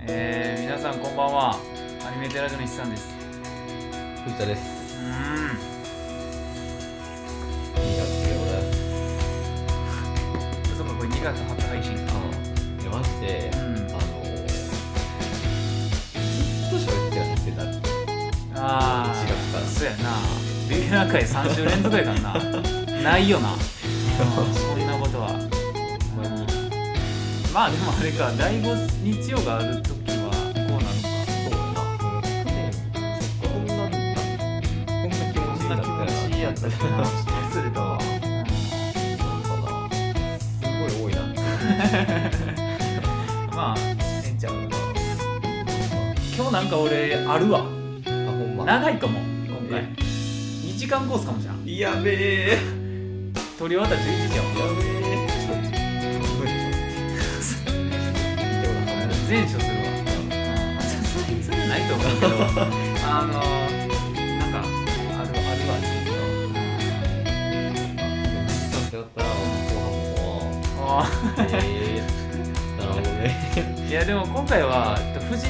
皆さんこんばんは。アニメテラジオの一さんです。 藤田です。2月でございます。 そうか、これ2月初配信か。 いやマジで、ずっと喋ってらしてたって。 あ 4月から。 そうやな。レギュラー回3週連続やからな。ないよな。そんなことは。まあでもあれか、第5日曜があるときはこうなのか。 そうだな。去年こんな気持ちいいやったかな。 忘れたわ。 なんかな。すごい多いな。 まあええんちゃう。今日なんか俺あるわ。 ほんま。 長いかも今回。2時間コースかもしれん。 やべえ。 撮り終わったら11時やもん。 やべえ。 前処するわ。それないと思うけど、なんかあるわってだったら後半もなるほどね。 いやでも今回は藤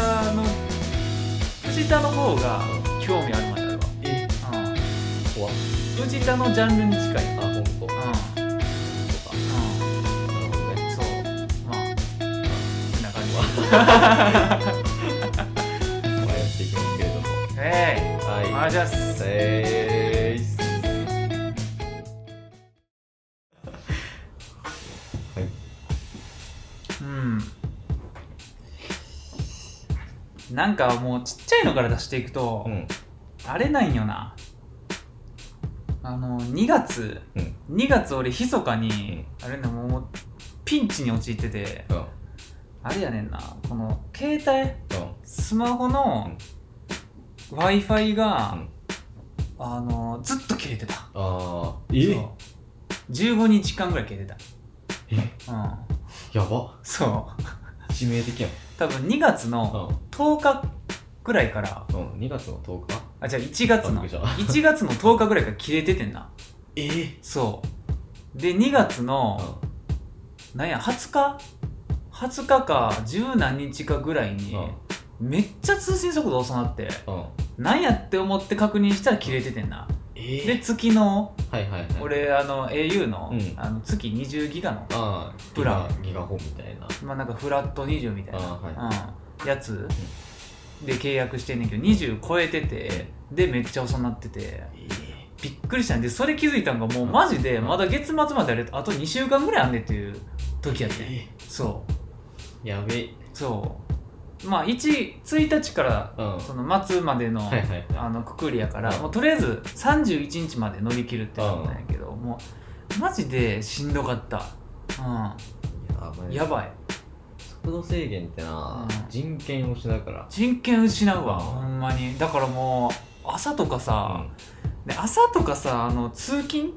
田の方が興味あるまであるわ。 怖っ。 藤田のジャンルに近い。 あ、ほんと。なるほどね。 そう。まあこんな感じ。 やっていきますけれども。 はい。お願いします。 はい。 なんかもうちっちゃいのから出していくと、あれないんよな。2月俺密かに、あれねもうピンチに陥ってて、あれやねんな、この携帯、スマホの Wi-Fi が、ずっと切れてた。そう15日間ぐらい切れてた。 やば。 そう致命的やん。 多分2月の10日ぐらいから、 2月の10日？ じゃあ1月の10日ぐらいから切れててんな。そうで2月の、なんや20日か十何日かぐらいに、めっちゃ通信速度遅なって、なんやって思って確認したら切れててんな。で月の、俺au の、月20ギガのプラン、 ギガホンみたいな、 まあなんかフラット20みたいな、やつで契約してんねんけど20超えてて、でめっちゃ遅なってて、びっくりしたんで、それ気づいたんがもうマジでまだ月末まであと2週間ぐらいあんねんっていう時やってん。そうやべえ。 そうまあ1日から、その末までの、くくりやから、もうとりあえず31日まで乗り切るってなったんやけど、もうマジでしんどかった。やばい。 速度制限ってな、人権を失うから。 人権失うわ、ほんまに。だからもう朝とかさ、通勤、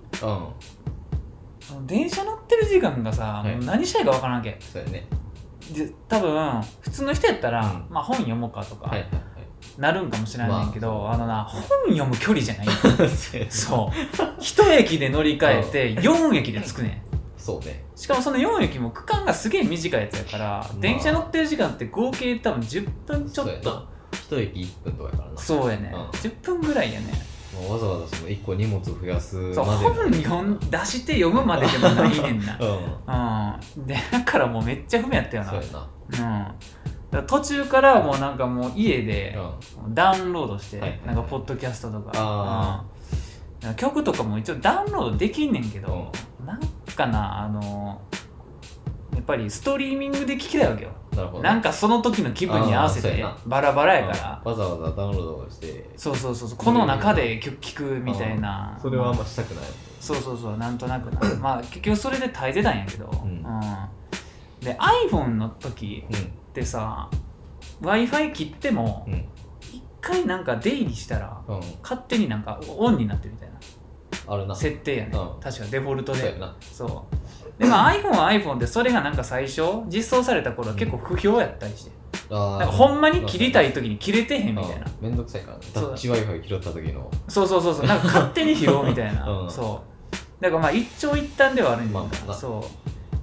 電車乗ってる時間がさ、もう何したいか分からんけん。 そうやね。 で多分普通の人やったら、まあ本読もうかとかなるんかもしれないけど、本読む距離じゃない。そう一駅で乗り換えて4駅で着くねん。 そうね。 しかもその4駅も区間がすげえ短いやつやから、電車乗ってる時間って合計多分10分ちょっと。 1駅1分とかやからな。 そうやね、10分ぐらいやね。 わざわざその1個荷物を増やすまでも、 本出して読むまででもないねんな。でだからもうめっちゃ不便やったよな。 そうやな。 だから途中からもうなんかもう家でダウンロードして、なんかポッドキャストとか、曲とかも一応ダウンロードできんねんけど、なんかな、やっぱりストリーミングで聴きたいわけよ。なんかその時の気分に合わせてバラバラやから、 わざわざダウンロードして、 そうこの中で曲聴くみたいな。 それはあんましたくない。 そうなんとなくな。まあ結局それで耐えてたんやけど、で iPhone の時ってさ、Wi-Fi 切っても一回なんか出入りしたら勝手になんかオンになってるみたいな、 あるな設定やね、確かデフォルトで。そうで、まあ iPhone は iPhone で、それがなんか最初実装された頃は結構不評やったりして、なんかほんまに切りたい時に切れてへんみたいな。 めんどくさいからね、ダッチ Wi-Fi 拾った時の。 そうなんか勝手に拾うみたいな。そうだからまあ一長一短ではあるんだけど、そう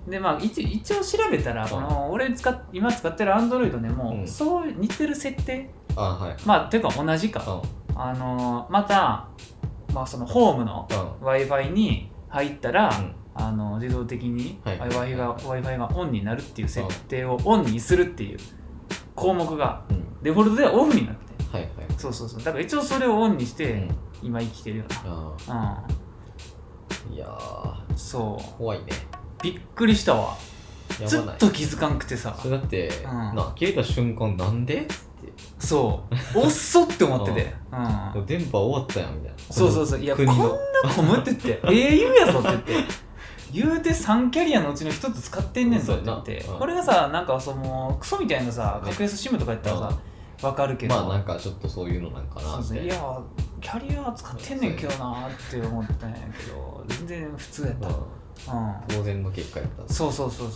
でまあ一応調べたら、この俺今使ってる Android でも、そう似てる設定、まあていうか同じか、また、まあ、そのホームの Wi-Fi に入ったら、自動的に Wi-Fi がオンになるっていう設定をオンにするっていう項目が、デフォルトではオフになって、そうだから一応それをオンにして、今生きてるよな。 いやー、そう怖いね。 びっくりしたわ。ずっと気づかんくてさ。 それだって、切れた瞬間なんでって、 そうおっそって思ってて、 電波終わったやんみたいな。 そういやこんな混むって言ってau やぞって言って言うて3キャリアのうちの1つ使ってんねんぞって言って、これがさ、なんかそのクソみたいなさ、格安 SIM とかやったらさわかるけど、 まあなんかちょっちょっとそういうのなんかなみたいな。 いやキャリア使ってんねんけどなって思ったんやけど、全然普通やった。 当然の結果やった。 そう、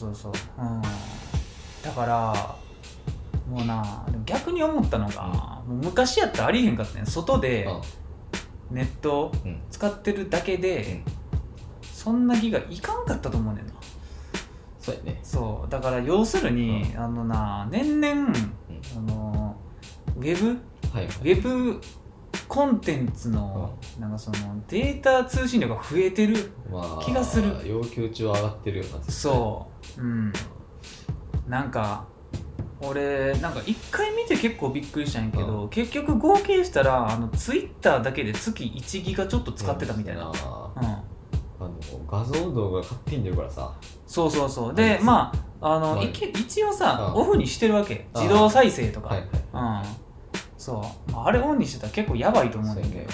だからもうな、でも逆に思ったのが、もう昔やったらありえへんかったね。外でネット使ってるだけで、そんなギガいかんかったと思うねんな。 そうやね。 そうだから要するに、年々、ウェブコンテンツの、なんかそのデータ通信量が増えてる気がする。 要求値は上がってるよな。 そう、なんか俺なんか1回見て結構びっくりしたんやけど、結局合計したらツイッターだけで月1ギガちょっと使ってたみたいな。 画像動画勝手に出るからさ。 そうで、まあ一応さ、オフにしてるわけ、自動再生とか。そう、まあ、あれオンにしてたら結構やばいと思うんだけど、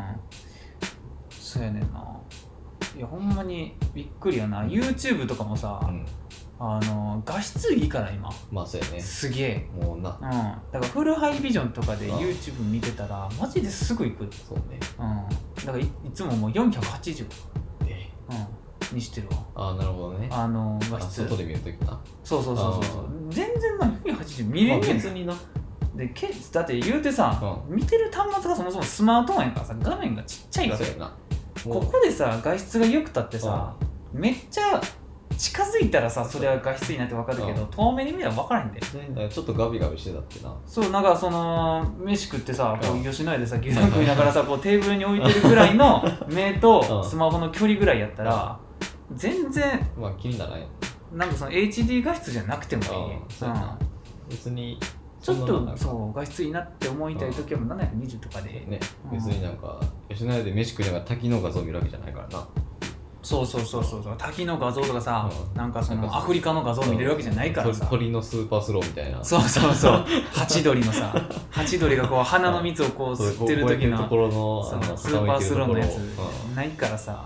そうやねんな。いやほんまにびっくりやな。 YouTube とかもさ、画質いいから今。 まあそうやね。 すげえ。 もうな。 だからフルハイビジョンとかで YouTube 見てたらマジですぐ行く。 そうね。 だからいつももう480にしてるわ。 なるほどね。 画質。 外で見るときな。 そう全然な480見れんねん。 別にな。 でだって言うてさ、見てる端末がそもそもスマートフォンやからさ、画面がちっちゃいわけ。ここでさ画質が良くたってさ、めっちゃ近づいたらさ、それは画質いいなって分かるけど、遠目に見たら分からへんで。 ちょっとガビガビしてたってな。 そう、なんかその飯食ってさ、こう吉野家でさ牛丼食いながらさ、こうテーブルに置いてるぐらいの目とスマホの距離ぐらいやったら全然まあ気にならない。 なんかその HD 画質じゃなくてもいい。 別にちょっとそう画質いいなって思いたいときは720とかでね、別になんか吉野家で飯食いながら滝の画像見るわけじゃないからな。 そう滝の画像とかさ、なんかそのアフリカの画像見れるわけじゃないからさ、 鳥のスーパースローみたいな。 そうハチドリのさ、ハチドリがこう鼻の蜜をこう吸ってる時のところのスーパースローのやつないからさ、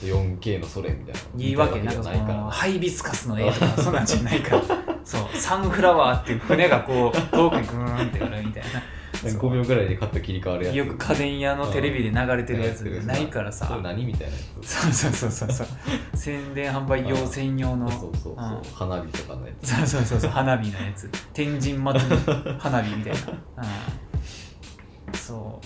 4K のそれみたいな。 いいわけなんかそのハイビスカスの絵とかそんなんじゃないから、そうサンフラワーっていう船がこう遠くにグーンってやるみたいな。 5秒ぐらいでカット切り替わるやつ。 よく家電屋のテレビで流れてるやつないからさ。 それ何みたいなやつ。そう。宣伝販売用専用の。 そう。花火とかのやつ。 そう。花火のやつ。天神祭り花火みたいな。そう。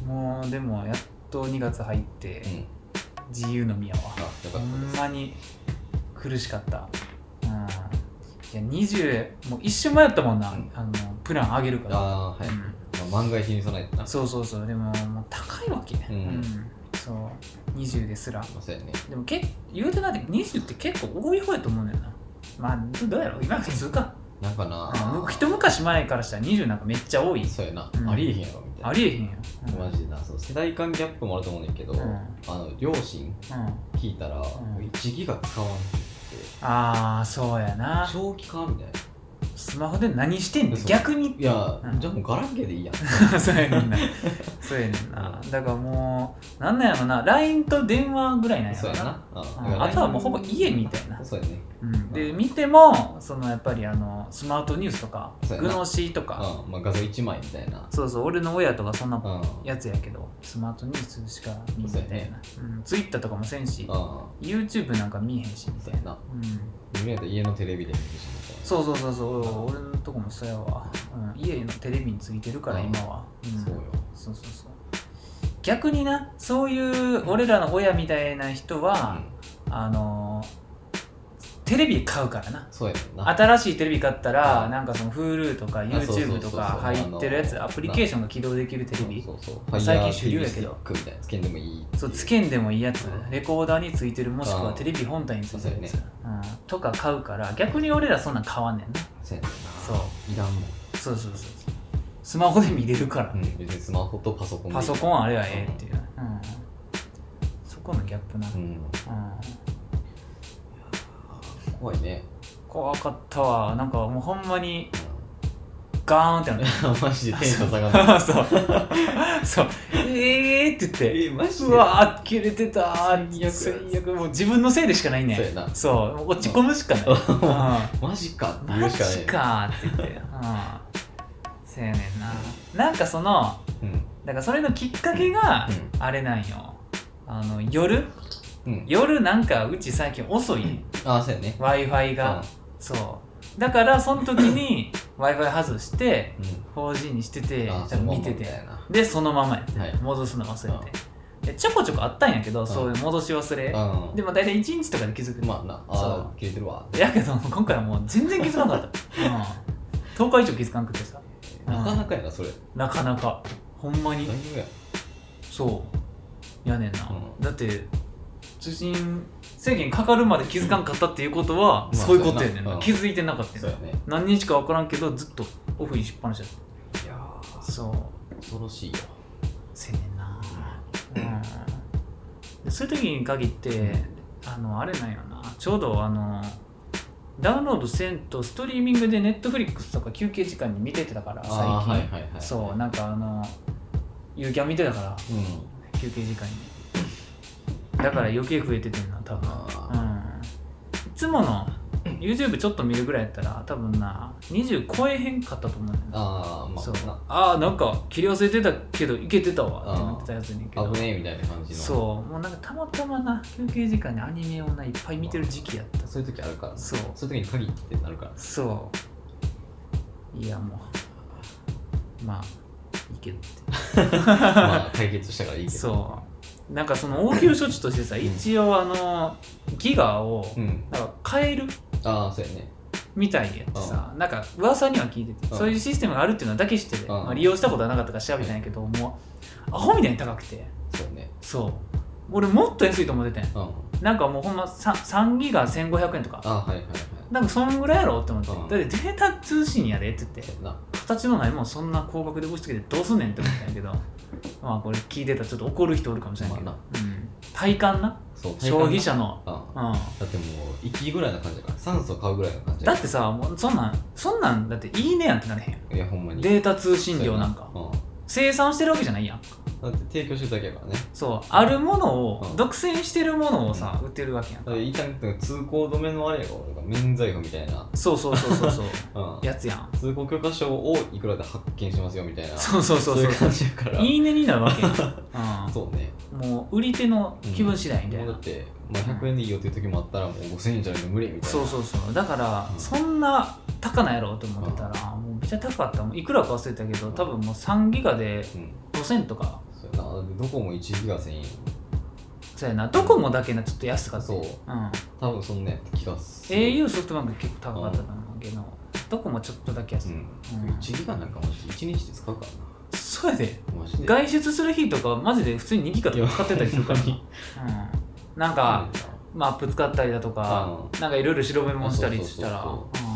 もうでもやっと2月入って自由の宮は。ほんまに苦しかった。いや20もう一瞬迷ったもんな。プラン上げるから。 万が一に備えてな。 そうでももう高いわけ。そう20ですら。でも言うてなって20って結構多い方やと思うねんな。まあどうやろう、今普通かなんかな。 一昔前からしたら20なんかめっちゃ多い。 そうやな、ありえへんやろみたいな。 ありえへんよ、 マジでな。世代間ギャップもあると思うねんけど、両親聞いたら1ギガ使わんって言って、 ああそうやな、 長期化みたいな。 スマホで何してんの逆に。 いや、じゃあもうガラケーでいいやん。 そうやねんな。だからもうなんなんやろな、 LINE と電話ぐらいなんやろな。あとはもうほぼ家みたいな。 そうやね。 で見てもそのやっぱりスマートニュースとかグノシーとか、 画像1枚みたいな。 そう俺の親とかそんなやつやけど、スマートニュースしか見てないな。Twitter とかもせんし、YouTube なんか見えへんしみたいな。 家のテレビで見るしみたいな。 そう俺のとこもそうやわ。家のテレビについてるから今は。 そうよ。 そう逆にな、そういう俺らの親みたいな人はテレビ買うからな。 そうやねんな。 新しいテレビ買ったら、 うんなんかその Hulu とかそうそうそう YouTube とか入ってるやつ、アプリケーションが起動できるテレビ、 そうそう最近主流やけど Fire TV スティックみたいなつけんでもいい。 そうつけんでもいいやつ、 うんレコーダーについてる、もしくはうんテレビ本体についてるやつ、 そうとか買うから、逆に俺らそんなん買わんねんな。 そうやねんな。 そういらんもん。 そうそうそう、スマホで見れるから、 うん、別にスマホとパソコンでいい。 パソコンはあれはええっていう、そこのギャップな、 うん。怖いね。 怖かったわ。なんかもうほんまにガーンってなってマジでテンション下がる。 そうそうって言ってマジでうわー切れてたー、 最悪もう自分のせいでしかないねん。 そうやな。 そうもう落ち込むしかないマジかって言マうしかない。 ジかーって言ってそうやねんな。なんかそのうん。 だからそれのきっかけがうんあれなんよ、夜なんかうち最近遅い、 ああ、そうやね。 Wi-Fi が、そうだからその時に Wi-Fi 外して4G にしてて見てて、でそのままやって、戻すの忘れて、でちょこちょこあったんやけど、そういう戻し忘れ、でも大体1日とかで気づく。 まあな、ああ消えてるわ。 やけど今回はもう全然気づかなかった、10日以上気づかなくてさ、 なかなかやなそれ。 なかなかほんまに何をや。 そうやねんな、だって通信制限かかるまで気づかんかったっていうことは、そういうことやねんな、気づいてなかったよ、何日か分からんけどずっとオフにしっぱなしだった。いやそう恐ろしいよ。 せやねんな、でそういう時に限ってあれなんよな、ちょうどダウンロードせんとストリーミングでネットフリックスとか休憩時間に見ててたから最近、そうなんかユーキャン見てたから、休憩時間にだから余計増えててんな多分、いつもの YouTube ちょっと見るぐらいやったら多分な20超えへんかったと思うねんな。なんか切り忘れてたけどいけてたわってなってたやつにけど危ねえみたいな感じの。 そうもうなんかたまたまな休憩時間にアニメをないっぱい見てる時期やった。 そういう時あるから、 そういう時に限ってなるから。 そういやもうまあいいけどってまあ解決したからいいけど。 そうなんかその応急処置としてさ、一応ギガをなんか変えるそうやねみたいやってさ、なんか噂には聞いてて、そういうシステムがあるっていうのはだけ知ってて、利用したことはなかったから調べたんやけど、もうアホみたいに高くて、そう俺もっと安いと思っててん、なんかもうほんま 3ギガ1500円とか、なんかそんぐらいやろって思って、だってデータ通信やでって言って、形のないもんそんな高額で押し付けてどうすんねんって思ったんやけどまあこれ聞いてたらちょっと怒る人おるかもしれないけど、体感な、消費者の、 だってもう息ぐらいな感じだから、酸素買うぐらいの感じだってさ、もうそんなんだっていいねやんってなれへんやん。 いやほんまにデータ通信量なんか生産してるわけじゃないやん。 だって提供してるだけやからね。 そうあるものを、独占してるものをさ、売ってるわけやんか。 インターネット通行止めのあれやから免罪符みたいな、 そうやつやん。 通行許可証をいくらで発見しますよみたいな、 そういう感じやから、 いいねになるわけやんそうね、 もう売り手の気分次第みたいな、 だって、100円でいいよっていう時もあったらもう5000円じゃないと無理みたいな。 そうだから、そんな高ないやろうと思ってたら、もうめっちゃ高かった。もういくらか忘れたけど、多分もう3ギガで5000とか。 そうやな、だってドコモ1ギガ1000円。 そうやな、ドコモだけなちょっと安かった。 多分そんなやった気がする。 au ソフトバンク結構高かったと思うけど、ドコモちょっとだけ安い。 1ギガなんかマジで1日で使うからな。 そうやで、外出する日とかマジで普通に2ギガとか使ってたりするからなんかマップ使ったりだとか、なんかいろいろ調べ物したりしたら、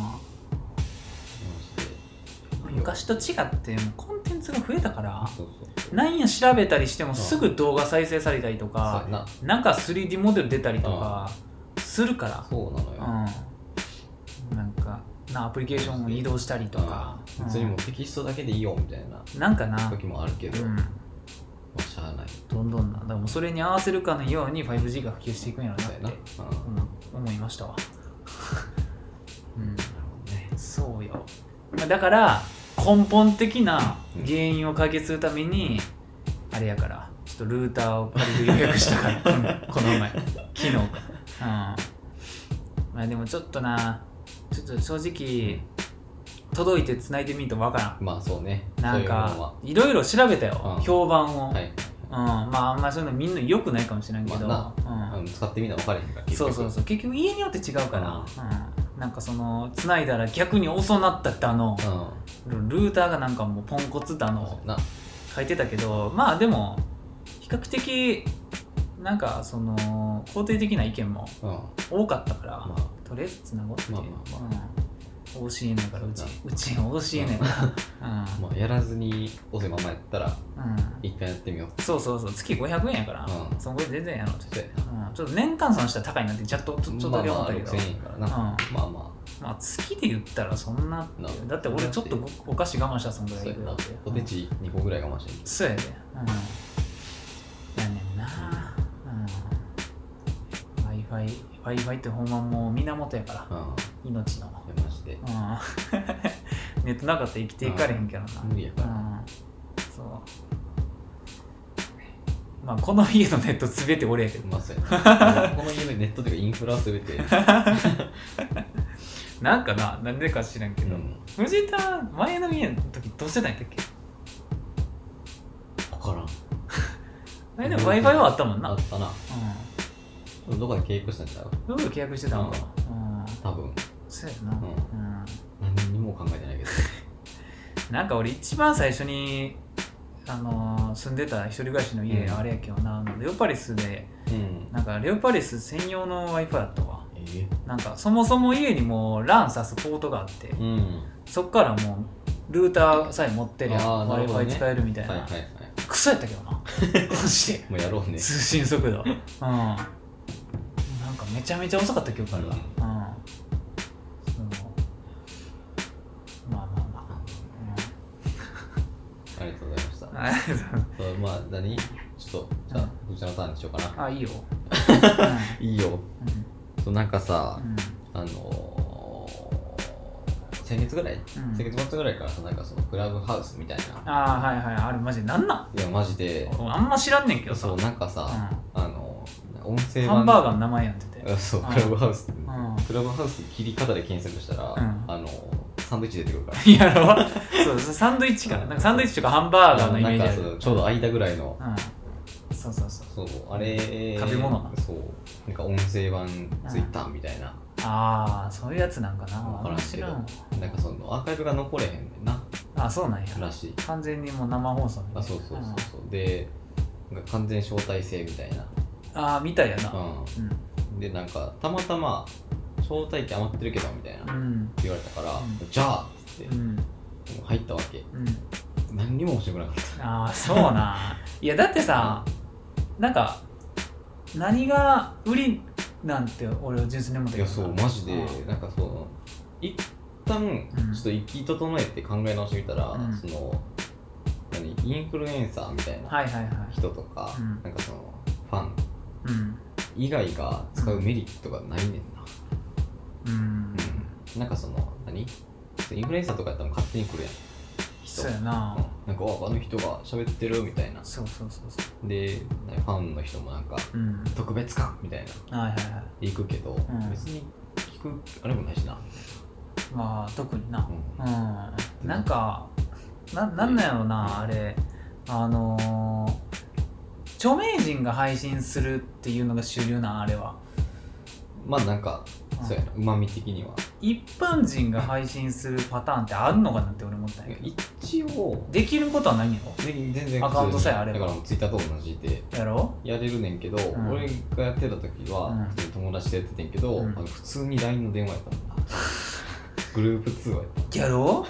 昔と違ってもうコンテンツが増えたから、なんや調べたりしてもすぐ動画再生されたりとか、なんか 3D モデル出たりとかするから、 そうなのよ、 なんかアプリケーションを移動したりとか、 普通にもうテキストだけでいいよみたいななんかな時もあるけど、しゃあない。 どんどんな、だからもうそれに合わせるかのように 5G が普及していくんやろなって思いましたわそうよ。だから根本的な原因を解決するために、あれやからちょっとルーターを借りる予約したからこの前昨日かまあでもちょっとな、ちょっと正直届いて繋いでみると分からん。 まあそうね、 なんかいろいろ調べたよ、評判を、 まああんまりそういうのみんな良くないかもしれんけど、 まあ使ってみんな分かれへんから結そう局そうそう結局家によって違うから、なんかその繋いだら逆に遅なっただの、ルーターがなんかもうポンコツだの書いてたけど、まあでも比較的なんかその肯定的な意見も多かったから、とりあえず繋ごうっていう、OCN だからうち OCN だからまあやらずに遅いままやったら一回やってみよう。 そう月500円やから、そこで全然やろうって、ちょっと年間算したら高いなってちょっとだけ思ったけど、 6000円からな、まあ月で言ったらそんなだって俺ちょっとお菓子我慢したらそんぐらいいくよって、 ポテチ2個ぐらい我慢してる。 そうやで、やねんな。Wi-Fi ってほんまもう源やから、命の。 マジで。 ネットなかったら生きていかれへんけどな。 無理やから。 そう。まあこの家のネットすべて俺やけど。 まあそうやな。この家のネットというかインフラすべて。 なんかなんでか知らんけど、藤田前の家の時どうしてたんやったっけ？ 分からん。 でも Wi-Fi はあったもんな。 あったな。どこで契約したんちゃう？ どこで契約してたのかな。 多分。 そうやな。 何にも考えてないけど。 なんか俺一番最初に住んでた一人暮らしの家、あれやけどな、レオパレスで、なんかレオパレス専用の Wi-Fi だったわ。なんかそもそも家にも LAN 挿すポートがあって、そっからもうルーターさえ持ってりゃ Wi-Fi 使えるみたいな。クソやったけどな。マジで。 もうやろうね。 通信速度。なんかめちゃめちゃ遅かった記憶あるわ。 ありがとうございました。まあ何？ちょっとじゃあこちらのターンにしようかな。 あ、いいよ。 いいよ。なんかさ、先月ぐらい、先月末ぐらいからさ、なんかそのクラブハウスみたいな。 はいはい、あれマジでなんなん？ いやマジで。 あんま知らんねんけどさ。 そうなんかさ、音声ハンバーガーの名前やってて。 そうクラブハウス。クラブハウス切り方で検索したら、サンドイッチ出てくるから。 やろ？そうサンドイッチかな。なんかサンドイッチとかハンバーガーのイメージある。 なんかちょうど間ぐらいの。 そうあれ食べ物。 そうなんか音声版ツイッターみたいな。 そういうやつなんかな。 分からんけど、なんかそのアーカイブが残れへんねんな。 そうなんや。 らしい。 完全にもう生放送みたいな。 そうでなんか完全招待制みたいな。 みたいやな。 でなんかたまたま招待券余ってるけどみたいな言われたから、じゃあっつって入ったわけ。何にも面白くなかった。 そうな。いやだってさ、なんか何が売りなんて俺は純粋に思ったけど。 いやそうマジでなんか一旦ちょっと息整えて考え直してみたら、そのインフルエンサーみたいな人とか、なんかそのファン以外が使うメリットがないねんな。なんかそのインフルエンサーとかやったら勝手に来るやん。 そうやな。 なんかあの人が喋ってるみたいな。 そうでファンの人もなんか特別感みたいな行くけど、別に聞くあれもないしな。 まあ特にな。なんかなんなんやろな、あれ著名人が配信するっていうのが主流な、あれは。 まあなんかそうやな、うまみ的には一般人が配信するパターンってあるのかなって俺思ったんやけど。 一応できることはないんやろ。 全然アカウントさえあれば。 だからもうツイッターと同じでやろやれるねんけど、俺がやってた時は普通に友達とやっててんけど、普通に LINE の電話やったもんな。グループ通話やった。 やろ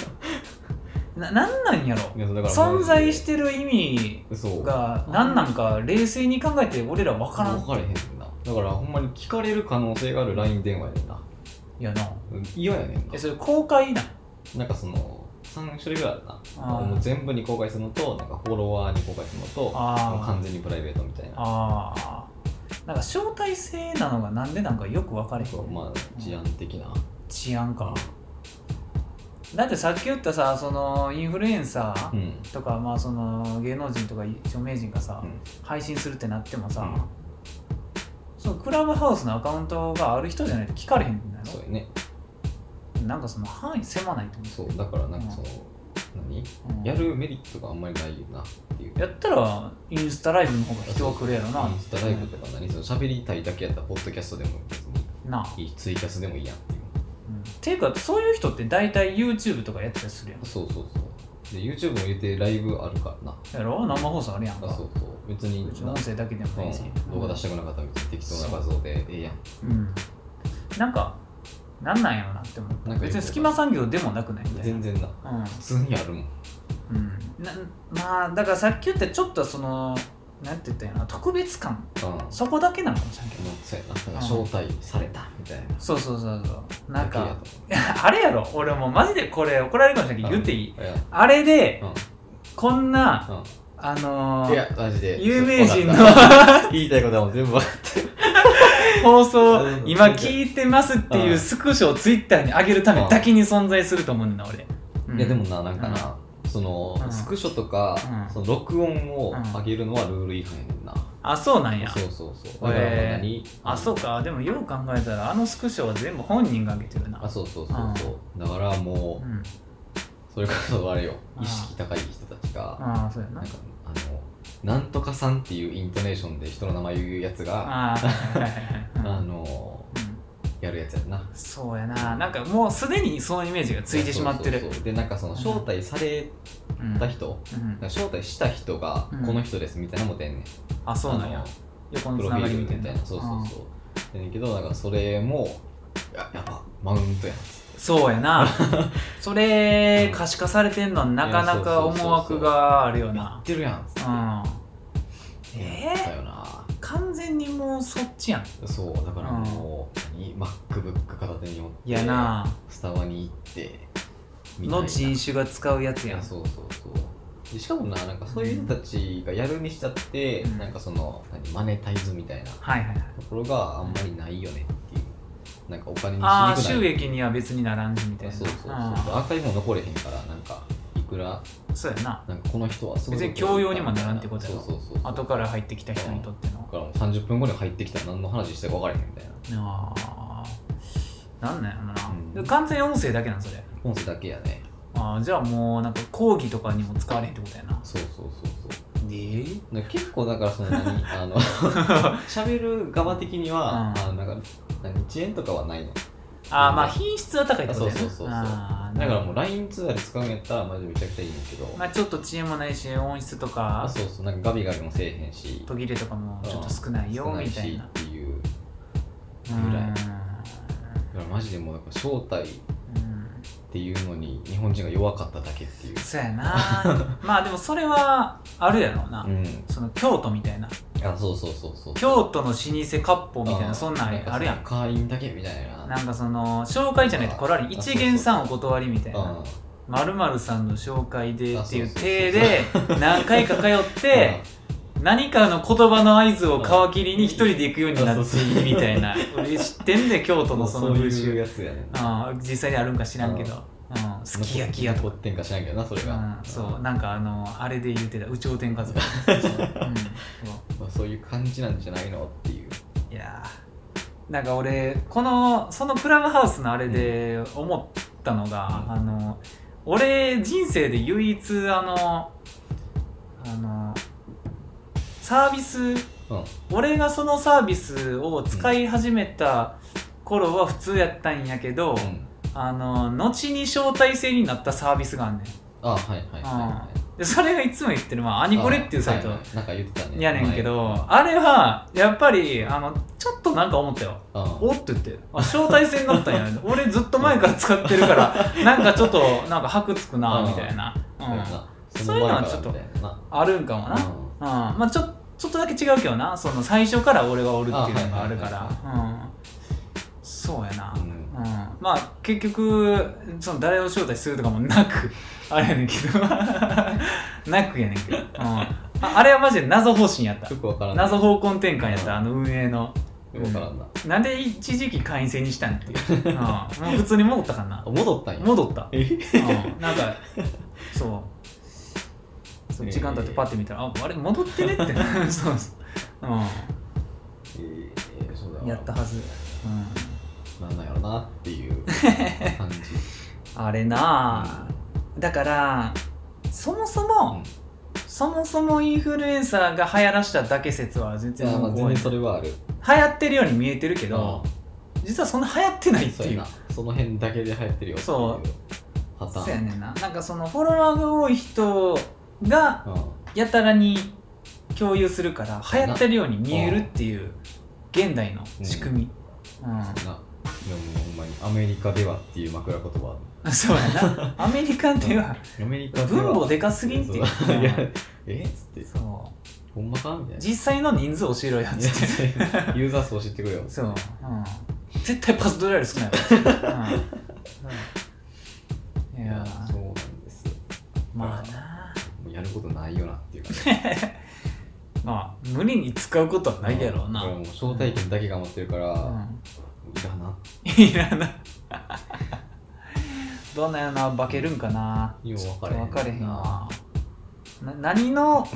なんやろ。存在してる意味が何なんか冷静に考えて俺ら分からん。 分からへんねんな。だからほんまに聞かれる可能性がある LINE 電話やねんな。 いやな。 嫌やねんな。 それ公開な。 なんかその3種類ぐらいあるな。もう全部に公開するのと、なんかフォロワーに公開するのと、もう完全にプライベートみたいな。 なんか招待制なのがなんでなんかよく分かれへん。 まあ治安的な。 治安か。だってさっき言ったさ、そのインフルエンサーとか、まあその芸能人とか著名人がさ、配信するってなってもさ、そのクラブハウスのアカウントがある人じゃないと聞かれへんんだよ。 そうよね。 なんかその範囲狭ないと思う。 そうだからなんかそのやるメリットがあんまりないよなっていう。 やったらインスタライブの方が人が来るやろな。 インスタライブとか何、その喋りたいだけやったらポッドキャストでも別にいい、ツイキャスでもいいやんっていう。 っていうかそういう人って大体 YouTube とかやったりするやん。 そうで YouTube も入れてライブあるからな。 やろ、生放送あるやんか。 そう別に音声だけでもいいし、 動画出したくなかったら別に適当な画像でええやん。 なんかなんなんやろなって思う。別に隙間産業でもなくないみたいな。 全然な、普通にあるもん。 まあだからさっき言ったちょっとそのなんて言ったんやな、特別感、そこだけなのかもしれんけど。 そうやな、招待されたみたいな。 そうなんかあれやろ、俺もうマジでこれ怒られるかもしれんけど言っていい？あれでこんないやマジで有名人の言いたいことはもう全部分かってる放送今聞いてますっていうスクショをツイッターに上げるためだけに存在すると思うんだ俺。 いやでもなんかな、そのスクショとかその録音を上げるのはルール違反やねんな。 あ、そうなんや。 そうあ、そうか。でもよう考えたらあのスクショは全部本人が上げてるな。 あ、そうだからもうそれこそあれよ、意識高い人たちがそうやな、 なんとかさんっていうイントネーションで人の名前言うやつがやるやつやな。 そうやな。なんかもうすでにそのイメージがついてしまってる。 でなんかその招待された人、招待した人がこの人ですみたいなのも出んねん。 あ、そうなんや。横のつながりみたいな。 そうだけどなんかそれもやばマウントやん。 そうやな。それ可視化されてんのはなかなか思惑があるよな。 やってるやん。だよな。 完全にもうそっちやん。 そうだからもうMacBook 片手に持ってやな、 スタバに行っての人種が使うやつやん。 そうでしかもなんかそういう人たちがやるにしちゃって、なんかそのマネタイズみたいなところがあんまりないよねっていう。なんかお金にしにくない。 収益には別にならんしみたいな。 そうアーカイブも残れへんからなんかいくらそうやな、 なんかこの人はすごい別に教養にもならんってことやろ。後から入ってきた人にとっての。 だからもう30分後に入ってきたら何の話してるか分からへんみたいな。 なんなんやろな、完全に音声だけなんそれ。 音声だけやね。 じゃあもうなんか講義とかにも使われへんってことやな。 そうで結構だからその喋る側的にはなんか遅延とかはないの。 まあ品質は高いってことやな。 そうだからもう LINE 通話で使うんやったらマジでめちゃくちゃいいんだけど、 ちょっと遅延もないし音質とかなんかガビガビもせえへんし途切れとかもちょっと少ないよみたいなっていうぐらい。だからマジでもうなんか招待っていうのに日本人が弱かっただけっていう。 そうやな。まあでもそれはあるやろうな、その京都みたいな。 そう京都の老舗割烹みたいな、そんなんあるやん。 会員だけみたいな。 なんかその紹介じゃないと来られん、一元さんお断りみたいな、〇〇さんの紹介でっていう体で何回か通って何かの言葉の合図を皮切りに一人で行くようになっていいみたいな。俺知ってんで京都のその風習。実際にあるんか知らんけど、すき焼き屋とかってんか知らんけどなそれが。 そうなんかあれで言ってた有頂天活動。 そういう感じなんじゃないのっていう。 いやなんか俺そのクラブハウスのあれで思ったのが、俺人生で唯一サービス、俺がそのサービスを使い始めた頃は普通やったんやけど、後に招待制になったサービスがあんねん。でそれがいつも言ってるアニコレっていうサイトやねんけど、あれはやっぱりちょっとなんか思ったよ。おっと言って招待制になったんや。俺ずっと前から使ってるからなんかちょっとなんか箔つくなみたいな。そういうのはちょっとあるんかもな。まあちょっとだけ違うけどな、その最初から俺がおるっていうのがあるから。そうやな。まあ結局その誰を招待するとかもなくあれやねんけどなくやねんけど、あれはマジで謎方針やった。謎方向転換やった。運営のなんで一時期会員制にしたんっていう。もう普通に戻ったかな。 戻ったんや。 戻った。なんかそう時間経ってパッて見たらあれ戻ってねってそうやったはず。 なんなんやろなっていう感じ。 あれなだからそもそもインフルエンサーが流行らしただけ説は全然全然それはある。 流行ってるように見えてるけど、実はそんな流行ってないっていう。 その辺だけで流行ってるよっていうパターン。 そうやねんな。なんかそのフォロワーが多い人がやたらに共有するから流行ってるように見えるっていう現代の仕組み。 でもほんまにアメリカではっていう枕言葉。 そうやな。アメリカでは分母でかすぎんっていう。 いやっつって。 そう。 ほんまかみたいな。 実際の人数教えろよっつって。 ユーザー数教えてくれよ。 そう。絶対パスドラより少ないわ。いやそうなんですよ。 まあな。 もうやることないよなっていうか。 まあ無理に使うことはないやろうな。 もう招待券だけ頑張ってるから。 いらな。どんなやな、化けるんかな。 よう分かれへんわ。何の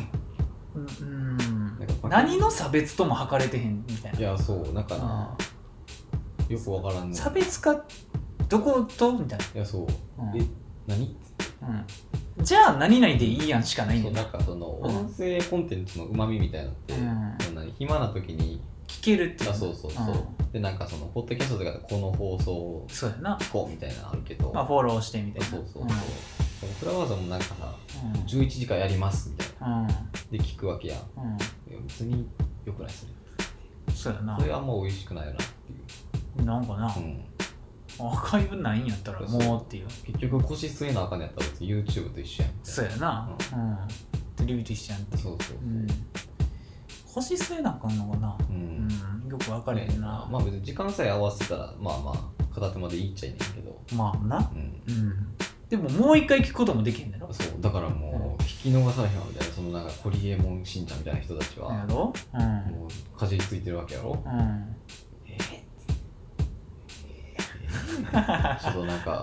何の差別とも測れてへんみたいな。 いやそうなんかな、よくわからんね。 差別化どことみたいな。 いやそう、何？ じゃあ何々でいいやんしかないんだよ。 なんかその音声コンテンツのうまみみたいなのって、暇な時に聞けるっていう。 そうでなんかそのポッドキャストとかでこの放送を聞こうみたいなのあるけど、 まあフォローしてみたいな。 そうクラブハウスもなんかさ、11時間やりますみたいな、で聞くわけやん。別によくないそれ。 そうやな。 それはもう美味しくないよなっていう。 なんかな、アーカイブないんやったらもうっていう。 結局腰据えなあかんやったら別に YouTube と一緒やん。 そうやな。テレビと一緒やんって。 そう腰据えなあかんのかな。よく分かれへんな。 まあ別に時間さえ合わせたらまあ片手までいいっちゃいねんけど。 まあな。でももう一回聞くこともできへんだろ。 そうだからもう聞き逃されへんわみたいな。そのなんかホリエモンしんちゃんみたいな人たちはやろ、もうかじりついてるわけやろ。ちょっとなんか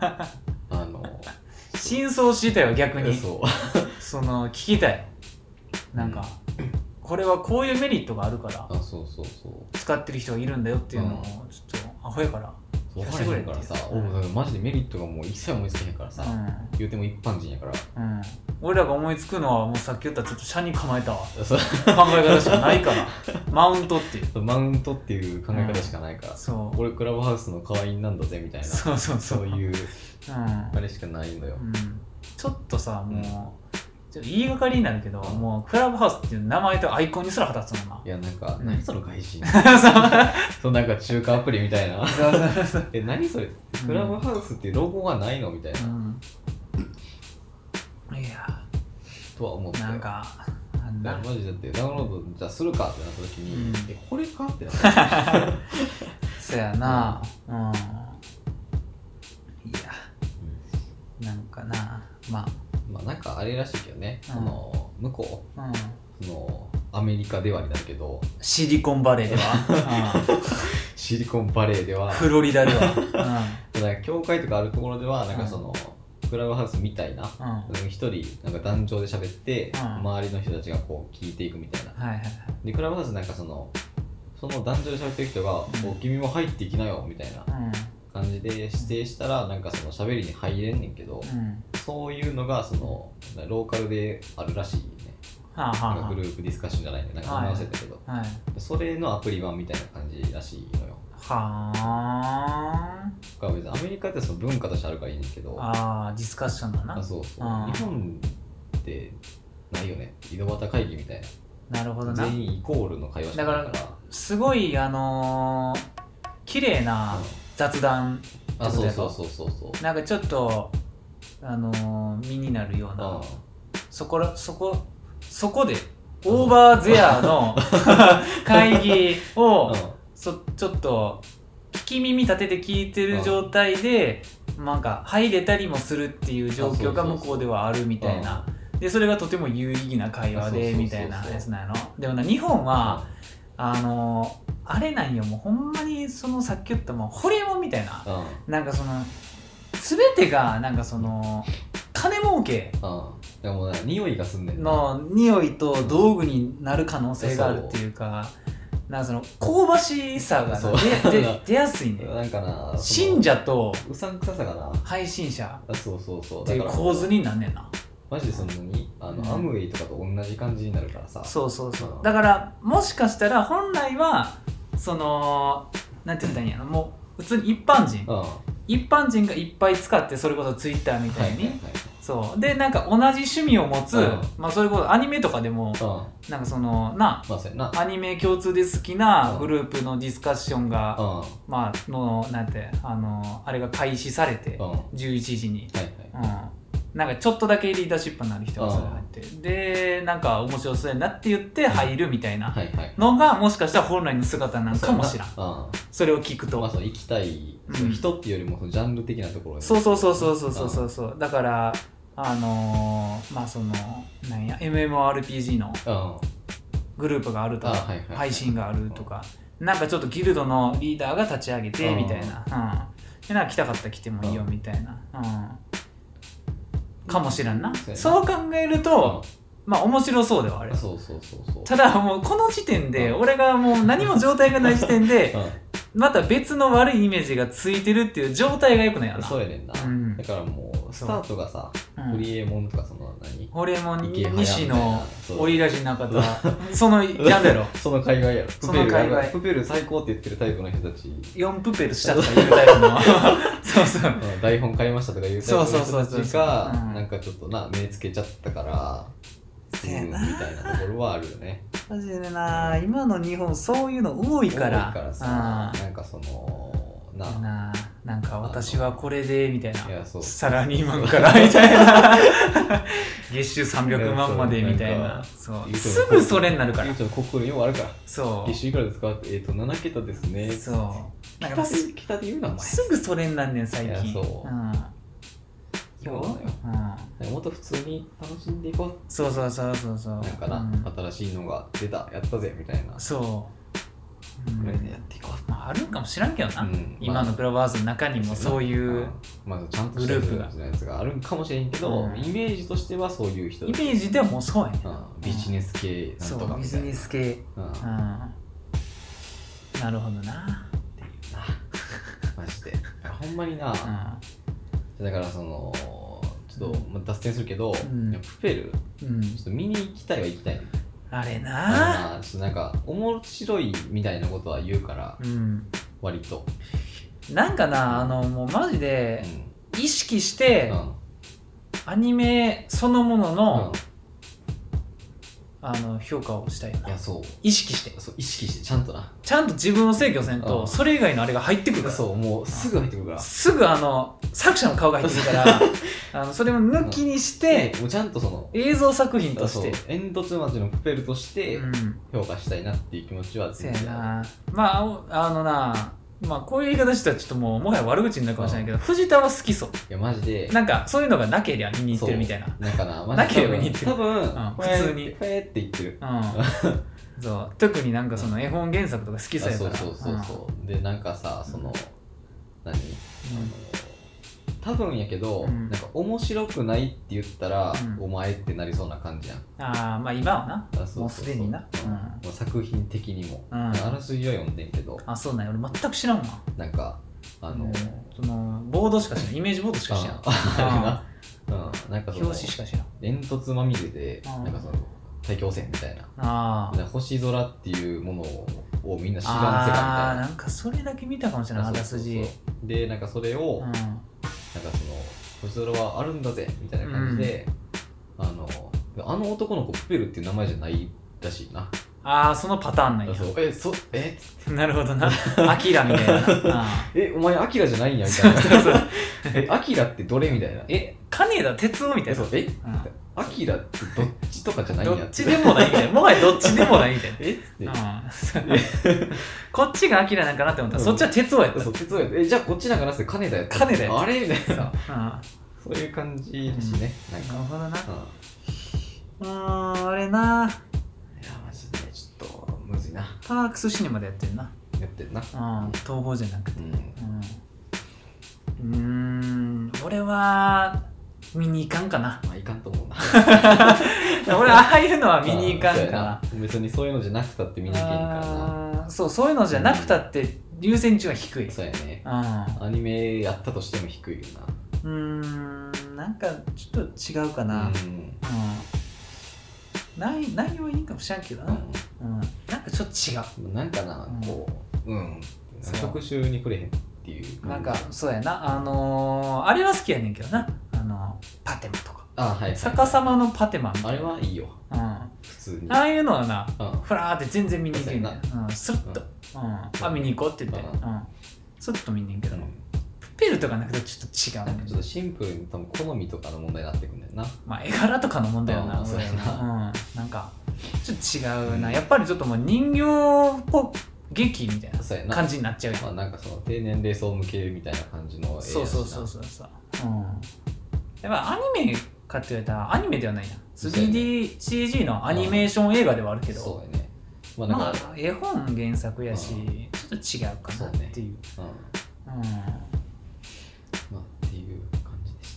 真相知りたいわ逆に。その聞きたい。なんかこれはこういうメリットがあるから使ってる人がいるんだよっていうのをちょっとアホやから分からへんからさ、マジでメリットがもう一切思いつけへんからさ、言うても一般人やから、 俺らが思いつくのはもうさっき言ったちょっと車に構えたわ考え方しかないからマウントっていうマウントっていう考え方しかないから、俺クラブハウスの会員なんだぜみたいな、そういうあれしかないのよ。 ちょっとさもうちょっと言いがかりになるけど、もうクラブハウスっていう名前とアイコンにすら果たつもんな。 いやなんか、何その外人そうなんか中華アプリみたいな何それ、クラブハウスっていうロゴがないのみたいな、いやとは思ってなんかマジだってダウンロードじゃあするかってなった時に、これかってなったそやな、いやなんかなまあなんかあれらしいけどね、向こう、そのアメリカではになるけどシリコンバレーではシリコンバレーではフロリダではだから教会とかあるところではなんかその、クラブハウスみたいな一人なんか壇上で喋って、周りの人たちがこう聞いていくみたいな、でクラブハウスなんかその壇上で喋ってる人が君も入っていきなよみたいな感じで指定したらなんかその喋りに入れんねんけど、そういうのがそのローカルであるらしいね。なんかグループディスカッションじゃないね、なんか名前忘れたけど、それのアプリ版みたいな感じらしいのよ。別にアメリカってその文化としてあるからいいねんけど、 ディスカッションだな。 そう日本ってないよね、井戸端会議みたいな。 なるほどな。 全員イコールの会話しかないから。だからすごい綺麗な雑談ってことやろ。 そうなんかちょっと身になるような、そこでオーバーゼアの会議をちょっと聞き耳立てて聞いてる状態でなんか入れたりもするっていう状況が向こうではあるみたいな。でそれがとても有意義な会話でみたいなやつなの。でもな日本はあれなんよ、もうほんまにそのさっき言ったもうホリエモンみたいな、なんかその全てがなんかその金儲けでも匂いがすんねんの匂いと道具になる可能性があるっていうか、なんかその香ばしさが出やすいね。 なんかな信者とうさんくささがな配信者そうっていう構図になんねんな。 マジでそんなにアムウェイとかと同じ感じになるからさ。 そうそうそう、だからもしかしたら本来はそのなんて言ったらいいんやろ、もう普通に一般人がいっぱい使って、それこそツイッターみたいに、そうでなんか同じ趣味を持つ、まあそれこそアニメとかでも、なんかそのアニメ共通で好きなグループのディスカッションが、まあのなんてあれが開始されて、11時に、なんかちょっとだけリーダーシップになる人がそれ入って、でなんか面白そうやなって言って入るみたいなのが、もしかしたら本来の姿なんかもしらん。それを聞くと、 まあその行きたい人っていうよりもそのジャンル的なところ、 そうだからまあそのなんや MMORPG のグループがあるとか、配信があるとか、なんかちょっとギルドのリーダーが立ち上げてみたいな、でなんか来たかったら来てもいいよみたいな、かもしれんな。そう考えると、まあ面白そうではある。ただもうこの時点で、俺がもう何も状態がない時点で、また別の悪いイメージがついてるっていう状態が良くないよな。 そうやねんな。だからもうスタートがさ、ホリエモンとかそのホリエモン西のオリラジ中田、そのジャンルやろ。 その界隈やろ。その界隈。プペル最高って言ってるタイプの人たち。 4プペルしたとか言うタイプの。そうそう。 台本買いましたとか言うタイプの人たちが、なんかちょっと目つけちゃったから、みたいなところはあるよね。 マジでな、今の日本そういうの多いから。 多いからさ、なんかその、 なんか私はこれでみたいな、サラリーマンからみたいな、月収300万までみたいな、そうすぐそれになるから。 ここにようあるから。 そう。 月収いくらですかって、7桁ですね。 そう。 なんか北で言うなお前。 すぐそれになんねん最近。 そう。そうなのよ。もっと普通に楽しんでいこう。 そう。なんかな、新しいのが出た、やったぜみたいな。 そう。 ぐらいでやっていこう。 あるんかもしらんけどな。今のクラブハウスの中にもそういうちゃんとしたグループのやつがあるんかもしれんけど、イメージとしてはそういう人。 イメージでもそうやね。 ビジネス系なんとかみたいな。 ビジネス系。なるほどな。っていうな。 マジで。ほんまにな。だからそのちょっと脱線するけど、プペルちょっと見に行きたいは行きたいね。 あれな、 ちょっとなんか面白いみたいなことは言うから、割となんかな、もうマジで意識して、アニメそのものの、評価をしたいな。 いや、そう意識してちゃんと自分を制御せんと、それ以外のあれが入ってくるから。 そうもうすぐ入ってくるから、 すぐ作者の顔が入ってくるからそれを抜きにして、 もうちゃんとその映像作品として煙突町のプペルとして評価したいなっていう気持ちは全然ある。まあこういう言い方したらちょっともはや悪口になるかもしれないけど、藤田は好きそう。 いやマジでなんかそういうのがなければ見に行ってるみたいな。 なんかな、 なければ見に行ってる。 多分普通にフェーって言ってる。 そう特になんかその絵本原作とか好きそうやから。 そうでなんかさ、その多分やけど、なんか面白くないって言ったら、お前ってなりそうな感じやん。 まあ今はな、もうすでにな、 もう作品的にも、あらすじは読んでんけど、 そうなんや、俺全く知らんわ。 なんかそのボードしか知らん、イメージボードしか知らん。 なんか表紙しか知らん。 煙突まみれで、なんかその大気汚染みたいな、星空っていうものをみんな知らん世界みたいな。 なんかそれだけ見たかもしれない、あらすじで、なんかそれを、なんかその星空はあるんだぜみたいな感じで、あの男の子プペルっていう名前じゃないらしいな。 そのパターンなんや。なるほどな。アキラみたいな。 お前アキラじゃないんやみたいな。アキラってどれみたいな。 金田哲夫みたいな。 アキラってどっちとかじゃないんや。 どっちでもないみたいな。もはやどっちでもないみたいな。こっちがアキラなんかなって思ったら、そっちは哲夫やった。 哲夫やった。じゃあこっちなんかなって金田やった。 金田やった。 あれみたいな。そういう感じだしね。 なるほどな。あれな。 いやマジでちょっとむずいな。 パークスシネマでやってるな。 やってるな。 東宝じゃなくて。俺は見に行かんかな。 いかんと思うな。 俺ああいうのは見に行かんかな。 別にそういうのじゃなくたって見に行けんからな。 そういうのじゃなくたって優先順位は低い。 そうやね。アニメやったとしても低いよな。 なんかちょっと違うかな。内容はいいかもしれんけどな。なんかちょっと違う。 なんかな、こう、特殊にくれへんっていう。 なんかそうやな。あれは好きやねんけどな。パテマとか。逆さまのパテマみたいな。 あれはいいよ。普通に。 ああいうのはな、フラーって全然見に行けんねん。スッと。見に行こうって言って。スッと見んねんけど。プペルとかなくてちょっと違うねん。 ちょっとシンプルに多分好みとかの問題になってくんねんな。 まあ絵柄とかの問題よな。なんかちょっと違うな。やっぱりちょっともう人形っぽ劇みたいな感じになっちゃうよ。 なんかその低年齢層向けみたいな感じの絵やしな。 そう。やっぱアニメかって言われたらアニメではないな。3DCG のアニメーション映画ではあるけど。 そうやね。 まあ絵本原作やし、ちょっと違うかなっていう。 まあっていう感じでした。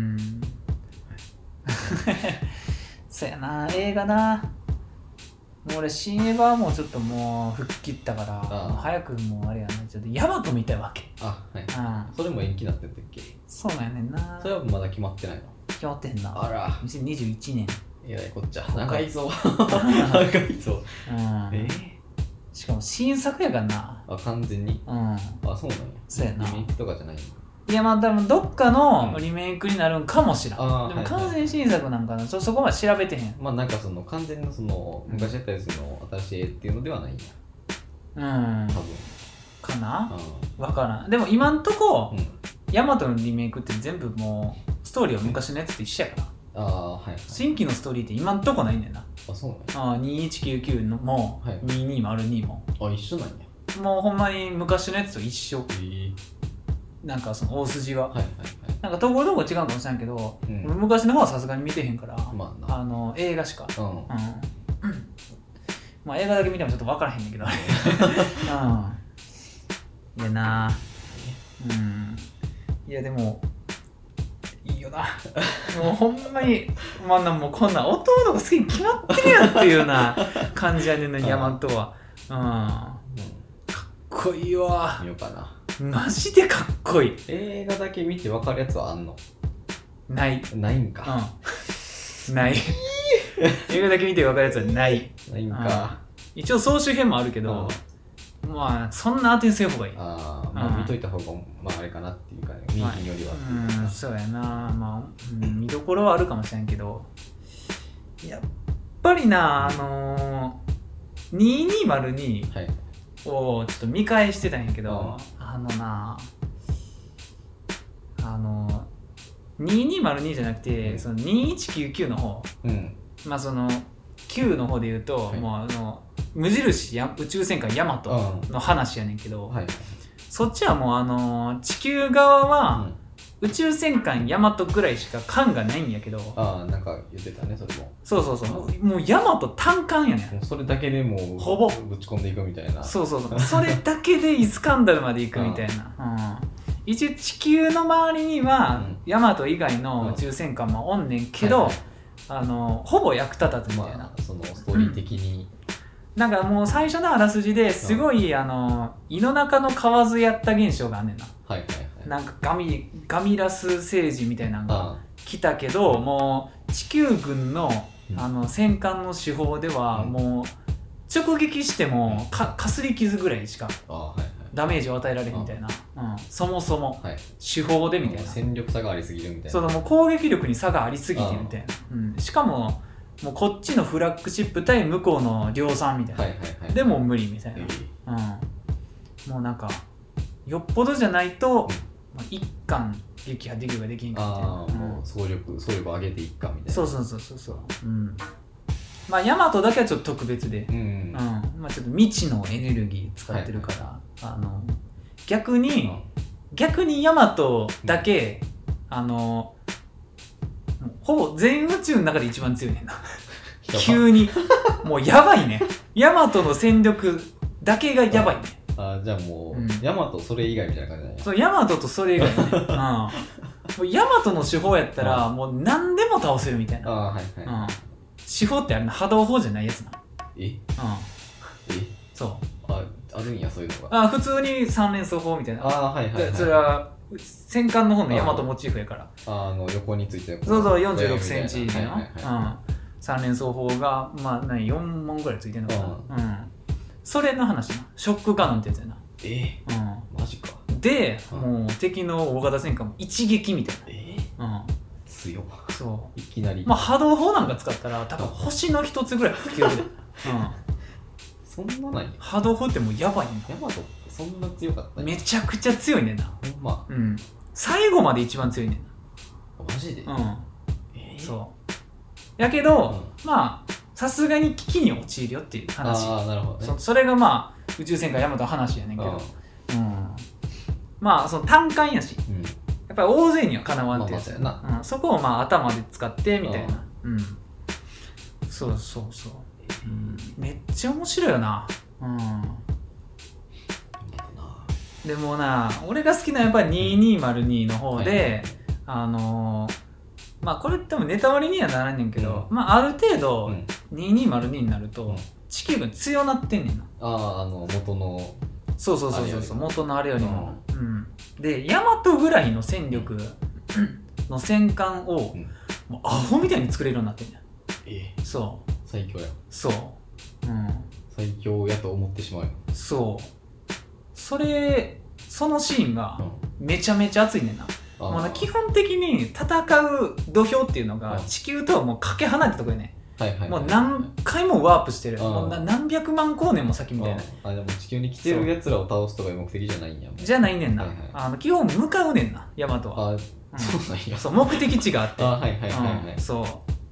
そうやな、映画な。もう俺新エヴァはもうちょっともう吹っ切ったから早くもうあれやな、ちょっとヤマト見たいわけ。 それも延期なってんだっけ。 そうなんやねんな。 それはまだ決まってないの。 決まってんな。 あら 2021年。 いやこっちゃ長いぞ。長いぞ。 しかも新作やからな。 完全に。そうなんや。 そうやな。 リメイクとかじゃないの。 いやまあ多分どっかのリメイクになるんかもしれん。でも完全新作なんかな、そこまで調べてへん。 まあなんかその完全のその昔やったやつの新しい絵っていうのではないんや。多分かな。わからん。でも今んとこヤマトのリメイクって全部もうストーリーは昔のやつと一緒やから。新規のストーリーって今んとこないんだよな。 そうなんや。 2199のも2202も一緒なんや。 もうほんまに昔のやつと一緒。なんかその大筋は、なんかところどころ違うかもしれんけど、昔の方はさすがに見てへんから、映画しか、まあ映画だけ見てもちょっと分からへんねんけど、いやな、いやでもいいよな。もうほんまにもうこんな弟が好きに決まってるやんっていうような感じやねんな、ヤマトは。かっこいいわ。 見ようかな。 マジでかっこいい。 映画だけ見て分かるやつはあんの？ ないんか。 ない。映画だけ見て分かるやつはない。 ないんか。 一応総集編もあるけど、まあそんな当てにせん方がいい。 見といた方がまああれかなっていうかね、見によりは。 そうやな。まあ見どころはあるかもしれんけど、やっぱりな2202をちょっと見返してたんやけど、2202じゃなくて、その2199の方、まあその9の方で言うと、もう無印宇宙戦艦ヤマトの話やねんけど、そっちはもう地球側は宇宙戦艦ヤマトぐらいしか艦がないんやけど、 なんか言ってたね、それも。 そうもうヤマト単艦やねん。 それだけでもうほぼぶち込んでいくみたいな。 それだけでイスカンダルまで行くみたいな。一応地球の周りにはヤマト以外の宇宙戦艦もおんねんけど、ほぼ役立たずみたいな。 そのストーリー的に。 なんかもう最初のあらすじですごい胃の中の蛙やった現象があんねんな。なんかガミラス星人みたいなのが来たけど、もう地球軍の戦艦の手法ではもう直撃してもかすり傷ぐらいしかダメージを与えられへんみたいな、そもそも手法でみたいな、 戦力差がありすぎるみたいな。 そうだ、もう攻撃力に差がありすぎてみたいな、しかももうこっちのフラッグシップ対向こうの量産みたいな、でも無理みたいな、もうなんかよっぽどじゃないと、一貫撃破できるかできんかみたいな、 もう総力上げて一貫みたいな。 そう、まあヤマトだけはちょっと特別で、まあちょっと未知のエネルギー使ってるから、逆にヤマトだけほぼ全宇宙の中で一番強いねんな。急にもうやばいね。ヤマトの戦力だけがやばいね。 じゃあもう、ヤマトそれ以外みたいな感じだね。 そう、ヤマトとそれ以外ね。もうヤマトの手法やったら、もう何でも倒せるみたいな。手法ってあれな、波動砲じゃないやつな。そう。 あるんや、そういうのが。 普通に三連装砲みたいな。それは戦艦の方のヤマトモチーフやから、 横についてる、 そうそう46センチの、3連装砲がまあ4門ぐらいついてるのかな、それの話な、ショックカノンってやつやな。 マジか。 で、もう敵の大型戦艦も一撃みたいな。 強っ。 そう。 いきなり。 まあ波動砲なんか使ったら多分星の一つぐらい吹き出るで。 そんなない？ 波動砲ってもうやばいんだ。 ヤマトってそんな強かった？ めちゃくちゃ強いねんな。 ほんま。 最後まで一番強いねんな。マジで？ そう。やけど、まあさすがに危機に陥るよっていう話。 なるほどね。 それがまあ宇宙戦艦ヤマトの話やねんけど、まあその単艦やし、やっぱり大勢にはかなわんってやつやな。そこをまあ頭で使ってみたいな。そうそうそう。めっちゃ面白いよな。でもな、俺が好きなやっぱり2202の方で、まあこれ多分ネタバレにはならんねんけど、まあある程度2202になると地球が強なってんねんな。 元の。 そう元のあれよりも。でヤマトぐらいの戦力の戦艦をもうアホみたいに作れるようになってんねん。そう。 最強や。 そう。 最強やと思ってしまうよ。 そう。そのシーンがめちゃめちゃ熱いねんな。もう基本的に戦う土俵っていうのが地球とはもうかけ離れたところでね。もう何回もワープしてる。もう何百万光年も先みたいな。 でも地球に来てるやつらを倒すとかいう目的じゃないんや。 じゃないねんな。基本向かうねんな、ヤマトは。 そうなんや。 そう、目的地があって。そう。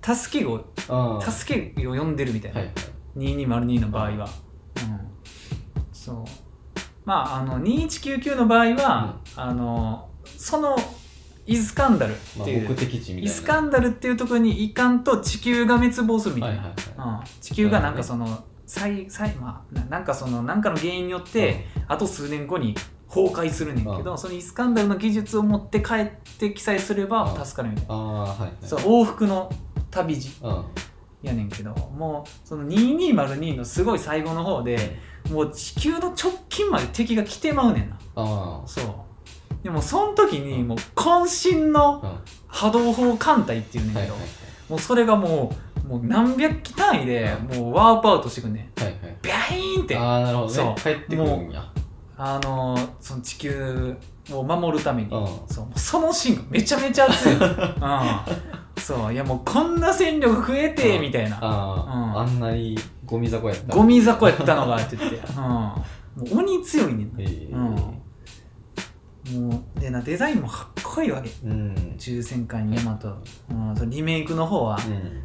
助けを呼んでるみたいな。2202の場合は。そう。まあ2199の場合はそのイスカンダルっていう、 目的地みたいな、 イスカンダルっていうところに行かんと地球が滅亡するみたいな。地球がなんかそのなんかの原因によってあと数年後に崩壊するねんけど、そのイスカンダルの技術を持って帰ってきさえすれば助かるみたいな。そう往復の旅路やねんけど、もうその2202のすごい最後の方でもう地球の直近まで敵が来てまうねんな。そうでもその時にもう渾身の波動砲艦隊っていうねんけど、もうそれがもう何百機単位でもうワープアウトしてくんねん。ビャーンって。 なるほどね。帰ってくるんや。 その地球を守るために、そのシーンがめちゃめちゃ熱い。そういやもうこんな戦力増えてみたいな。 あんなにゴミ雑魚やった。 ゴミ雑魚やったのがって言って、もう鬼強いねんな。もうでな、デザインもかっこいいわけ。宇宙戦艦ヤマト、リメイクの方は、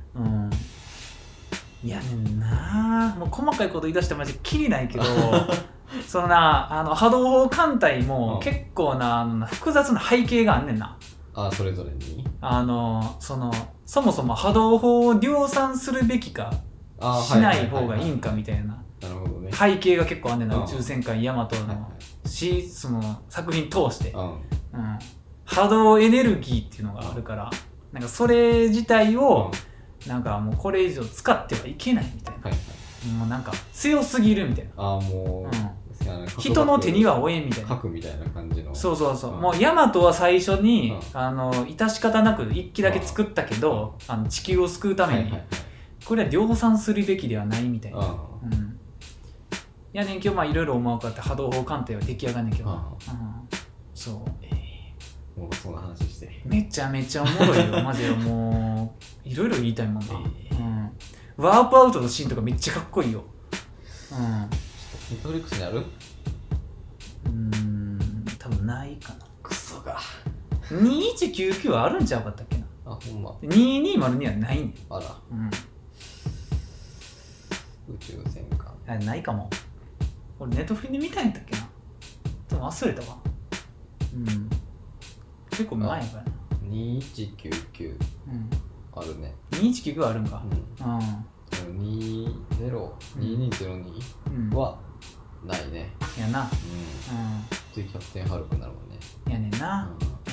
いやねんな。もう細かいこと言い出してマジキリないけどそのな、波動砲艦隊も結構な複雑な背景があんねんな。 それぞれにそもそも波動砲を量産するべきかしない方がいいんかみたいな背景が結構あんねんな。宇宙戦艦ヤマトのその作品通して、波動エネルギーっていうのがあるから、なんかそれ自体をなんかもうこれ以上使ってはいけないみたいな、もうなんか強すぎるみたいな。 もう、 人の手には負えんみたいな。 核みたいな感じの。 そう、もうヤマトは最初に致し方なく一機だけ作ったけど、地球を救うためにこれは量産するべきではないみたいな。やねんけど、いろいろ思うかって波動砲艦隊は出来上がんねんけど、そう。 もうそんな話してめちゃめちゃおもろいよマジで。もういろいろ言いたいもんな。ワープアウトのシーンとかめっちゃかっこいいよ。 ネットフリックスにある？ 多分ないかな。 クソが。 2199はあるんちゃうかったっけな。 ほんま。 2202はないねん。 あら。宇宙戦艦。 ないかも。俺ネットフリで見たんやったっけな。でも忘れたわ。結構前やからな。 2199。あるね。 2199はあるんか。 2202はないね。 やな。 次キャプテンハルクになるもんね。 やねんな。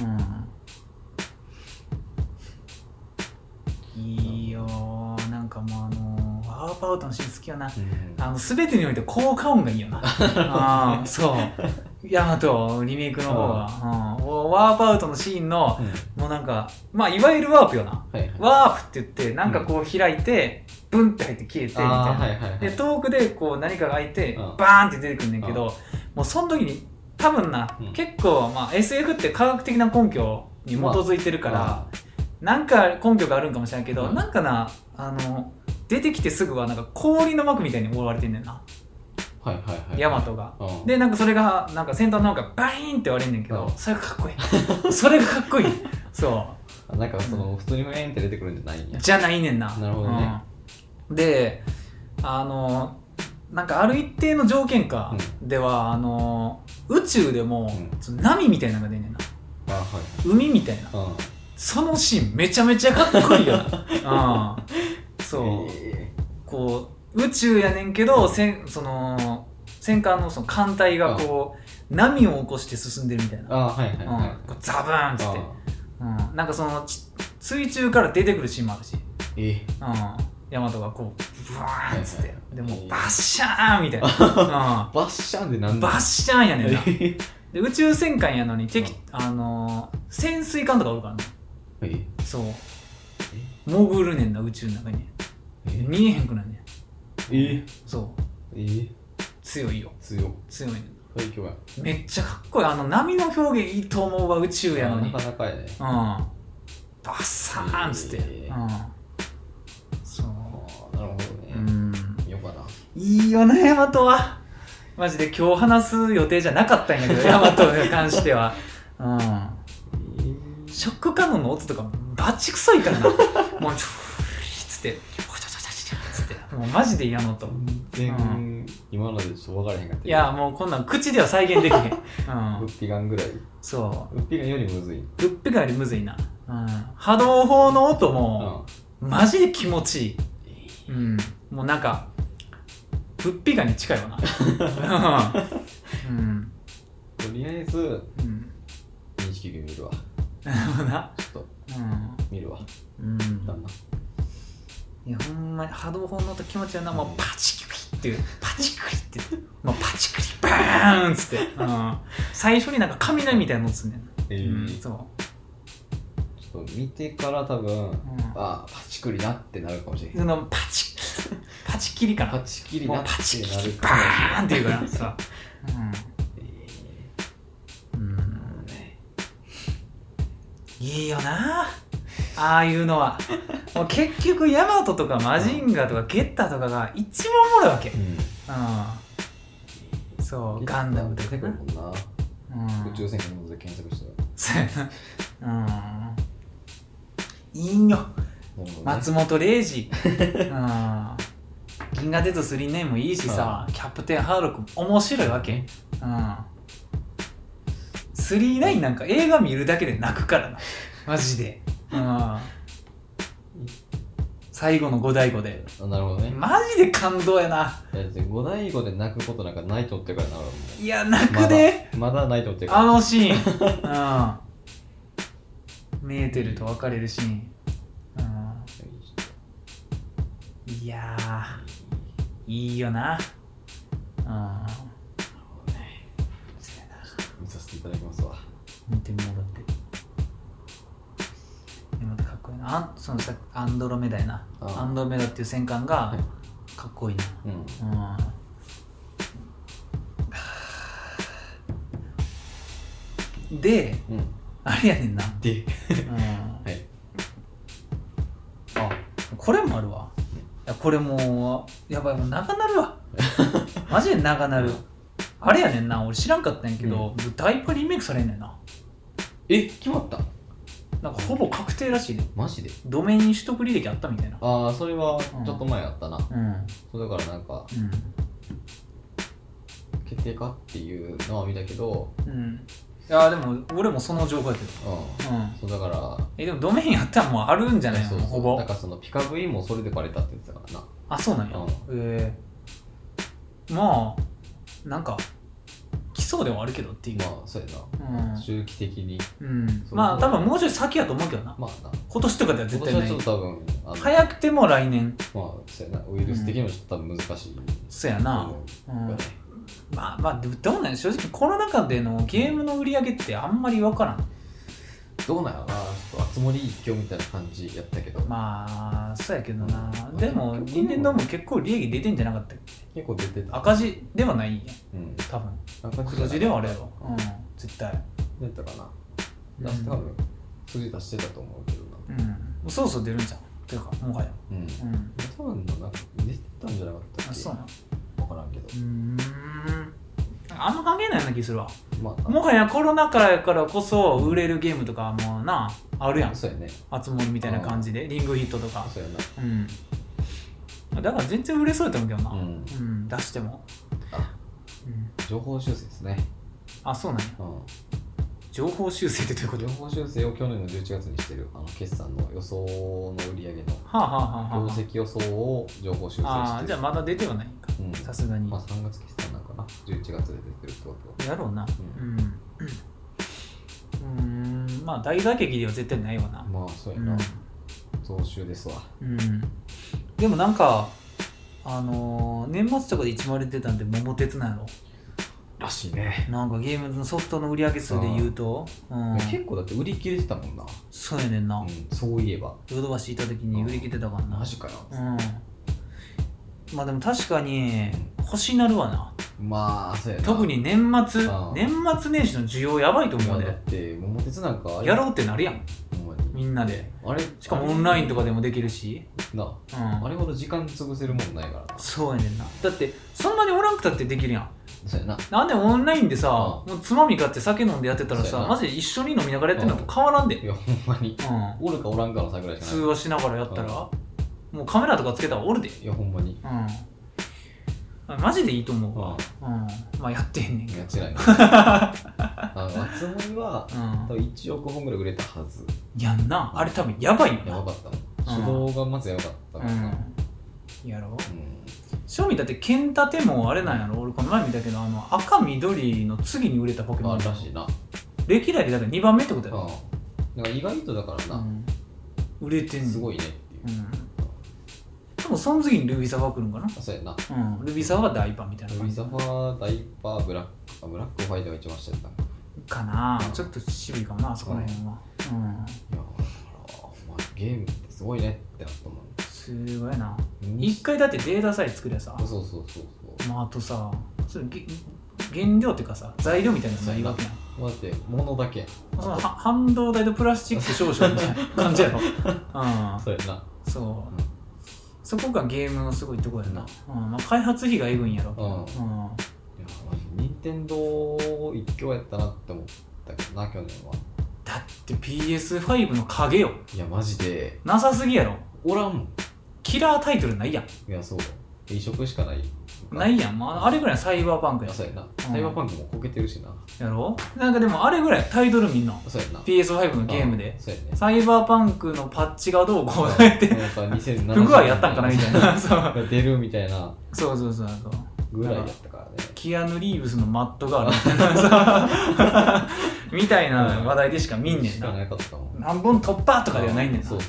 いいよ。なんかもうワープアウトのシーン好きよな。全てにおいて効果音がいいよな。そう。 ヤマトリメイクの方は、ワープアウトのシーンの、もうなんかまあいわゆるワープよな、ワープって言ってなんかこう開いて、ブンって入って消えてみたいな、で遠くでこう何かが開いて、バーンって出てくんねんけど、もうその時に多分な、結構まあ SF って科学的な根拠に基づいてるから、なんか根拠があるんかもしれないけど、なんかな出てきてすぐはなんか氷の膜みたいに覆われてんねんな、ヤマトが、でなんかそれがなんか先端の方がバイーンって割れんねんけど、それがかっこいいそれがかっこいいそうなんかその普通にフェーンって出てくるんじゃないんや、 じゃないねんな。 なるほどね、 でなんかある一定の条件下では、宇宙でも、波みたいなのが出んねんな、海みたいな、そのシーンめちゃめちゃかっこいいよなそう、こう宇宙やねんけど、戦艦のその艦隊がこう、波を起こして進んでるみたいな、ザブーンっつって、なんかその水中から出てくるシーンもあるし、ヤマトがこうブワーンっつって、でもバッシャーンみたいな、 バッシャーンでなんだ、 バッシャーンやねんなで宇宙戦艦やのに潜水艦とかおるからね、そう潜るねんな、宇宙の中に見えへんくなんねん、そう強いよ、強いねん、 最強や、 めっちゃかっこいい、波の表現いいと思うわ、宇宙やのに、 なかなかやね、 バッサーンっつって、そう、 なるほどね、よかな、 いいよねヤマトは、マジで今日話す予定じゃなかったんやけどヤマトに関しては、ショックカノンの音とかバチクソいからなもうちょっつってつってもうマジでヤマト今のでちょっと分からへんかった。 いやもうこんなん口では再現できへん、ウッピガンぐらい、 そうウッピガンよりむずい、 ウッピガンよりむずいな、波動砲の音も、マジで気持ちいい、もうなんかウッピガンに近いわなとりあえず、認識見るわな、 ちょっと、見るわ、 いやほんまに波動砲の音気持ちいいよな、もうパチクリっていう、パチクリってもうパチクリバーンっつって、最初になんか雷みたいなのつんねん、そうちょっと見てから多分、パチクリなってなるかもしれない、 パチキリかな、 パチキリなってなるかもしれない、 バーンっていうからさ、いいよなああいうのはもう結局ヤマトとかマジンガとかゲッターとかが一番おもろいわけ、そうガンダムとかな、宇宙戦艦で検索してそうやな、いいんよ、松本零士、銀河鉄道999もいいしさ、キャプテンハーロックも面白いわけ、39なんか映画見るだけで泣くからなマジで、最後の五醍醐で、 なるほどね、 マジで感動やな。 五醍醐で泣くことなんかないと思ってるからな、俺も。 いや泣くで、 まだないと思ってるから、 あのシーンメーテルと別れるシーン、いやーいいよな、 見させていただきますわ。 見てみよう、だって今かっこいいな、そのさアンドロメダやな、アンドロメダっていう戦艦がかっこいいな、で、あれやねんな、 で、 これもあるわ、いやこれもうやばい、もう長なるわマジで長なる、あれやねんな、俺知らんかったんやけど、ダイパリメイクされんねんな。 決まった？ なんかほぼ確定らしいね。 マジで？ ドメイン取得履歴あったみたいな。 それはちょっと前あったな。そうだからなんか、決定かっていうのは見たけど、 いやでも俺もその情報やけど、 そうだからでもドメインあったらもうあるんじゃないの、ほぼ。 なんかそのピカ V もそれでバレたって言ってたからな。 あ、そうなんや。まあなんか来そうではあるけどっていう。 まあそうやな、周期的に、 まあ多分もうちょい先やと思うけどな。まあな、今年とかでは絶対ない。 今年はちょっと多分早くても来年。 まあそうやな、ウイルス的にもちょっと多分難しい。 そうやな。 まあどうなんや正直コロナ禍でのゲームの売り上げってあんまり分からん。 どうなんやろな、ちょっと熱盛一挙みたいな感じやったけど。 まあそうやけどな、でも任天堂も結構利益出てんじゃなかったっけ。 結構出てた。 赤字ではないんや、多分黒字ではあれやろ、絶対出たかな、出して多分数字出してたと思うけどな。 そう出るんじゃんていうかもはや多分なんか出てたんじゃなかったっけ。 そうなの分からんけど。 あんま関係ないような気するわ。もはやコロナ禍やからこそ売れるゲームとかもなあるやん。 そうやね。 熱盛みたいな感じでリングヒットとか。 そうやな。 だから全然売れそうやと思うけどな。出しても。 情報修正ですね。 あ、そうなんや。情報修正ってどういうこと？ 情報修正を去年の11月にしてる決算の予想の売り上げの業績予想を情報修正してる。 じゃあまだ出てはないんか、さすがに。 まあ3月決算なんかな、11月で出てるってことやろうな。まあ大打撃では絶対ないわな。 まあそうやな、増収ですわ。 でもなんか年末とかで一番売れてたんで桃鉄なんやろらしいね。 なんかゲームのソフトの売り上げ数で言うと、 結構だって売り切れてたもんな。 そうやねんな、 そういえばヨドバシ行った時に売り切れてたからな。 マジかよ。 まあでも確かに欲しなるわな。 まあそうやな。 特に年末年始の需要やばいと思うで。 だって桃鉄なんかやろうってなるやん、みんなで。 あれしかもオンラインとかでもできるしな、あれほど時間潰せるもんないからな。 そうやねんな。だってそんなにおらんくたってできるやん。 そうやな。 なんでオンラインでさ、もうつまみ買って酒飲んでやってたらさ、マジで一緒に飲みながらやってんのと変わらんで。 いやほんまに、おるかおらんかの差ぐらいしかない。 通話しながらやったら、もうカメラとかつけたらおるで。 いやほんまに、 マジでいいと思うわ。まあやってへんねんけど。 やってないな。熱盛は多分1億本ぐらい売れたはずやんな。あれ多分やばいよな。 やばかったもん。手動がまずやばかったもんな。 やろ。正味だって剣立てもあれなんやろ。俺この前見たけど赤緑の次に売れたポケモンらしいな。 歴代でだから2番目ってことやろ。 だから意外とだからな、 売れてんのすごいねっていう。 多分その次にルビサファ来るんかな。 そうやな。 ルビサファダイパーみたいな。 ルビサファダイパーブラックファイトが一番下やったかな。ちょっと渋いかもな、そこら辺は。 いやだからゲームってすごいねってなったもん。 すごいな。一回だってデータさえ作りゃさ。 そうまああとさ、原料っていうかさ、材料みたいなのないわけやん。 だって物だけその半導体とプラスチック少々みたいな感じやろ。 そうやな。 そこがゲームのすごいところやな。まあ、開発費がエグいんやろうけど。 任天堂一強やったなって思ったけどな、去年は。 だって PS5 の影よ。 いやマジでなさすぎやろ。 おらんもん。 キラータイトルないやん。 いやそう移植しかない。 ないやん。あれぐらいサイバーパンクやん。 そうやな。サイバーパンクもこけてるしな。 やろ。なんかでもあれぐらいタイトル見んの。 そうやな。 PS5 のゲームで。 そうやね。 サイバーパンクのパッチがどうこうやって不具合やったんかなみたいな。 そう出るみたいな。 そうぐらいやったからね。 キアヌ・リーブスのマットがあるみたいなみたいな話題でしか見んねんな。何本突破とかではないんねんな。 そう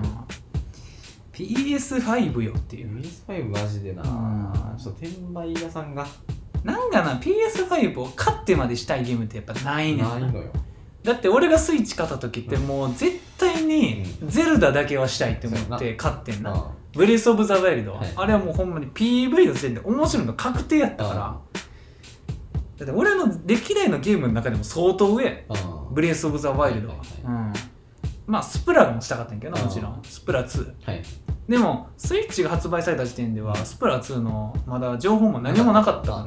PS5 よっていう。 PS5 マジでな、ちょっと転売屋さんがなんかな PS5 を買ってまでしたいゲームってやっぱないねんな。 ないのよ。 だって俺がスイッチ買った時ってもう絶対にゼルダだけはしたいって思って買ってんな。ブレス・オブ・ザ・ワイルドは、あれはもうほんまに PV の時点で面白いの確定やったから。だって俺の歴代のゲームの中でも相当上、ブレス・オブ・ザ・ワイルドは。まあスプラが持ちたかったんやけどもちろんスプラ2、でもスイッチが発売された時点ではスプラ2のまだ情報も何もなかったから、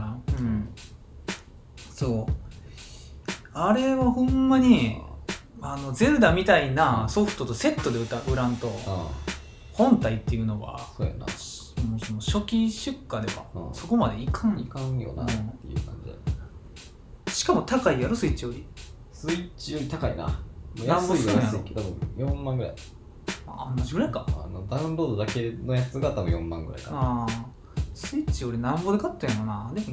そうあれはほんまにゼルダみたいなソフトとセットで売らんと本体っていうのはそうやな、 もうその初期出荷ではそこまでいかんよなっていう感じで、しかも高いやろスイッチより。 スイッチより高いな。安いけど多分4万ぐらい。 同じぐらいか。 ダウンロードだけのやつが多分4万ぐらいかな。 スイッチよりなんぼで買ったんやろな。でも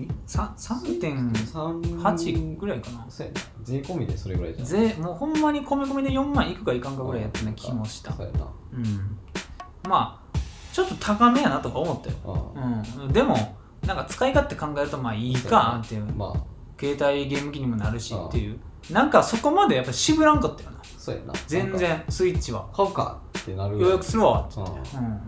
3.8 ぐらいかな。 そうやな。税込みでそれぐらいじゃん。 もうほんまに込み込みで4万いくかいかんかぐらいやったような気もした。 そうやな。 まあちょっと高めやなとか思ったよ。でもなんか使い勝手考えるとまあいいかっていう、まあ、携帯ゲーム機にもなるしっていう、なんかそこまでやっぱ渋らんかったよな。 そうやな。 全然スイッチは買うかってなる。 予約するわって言って、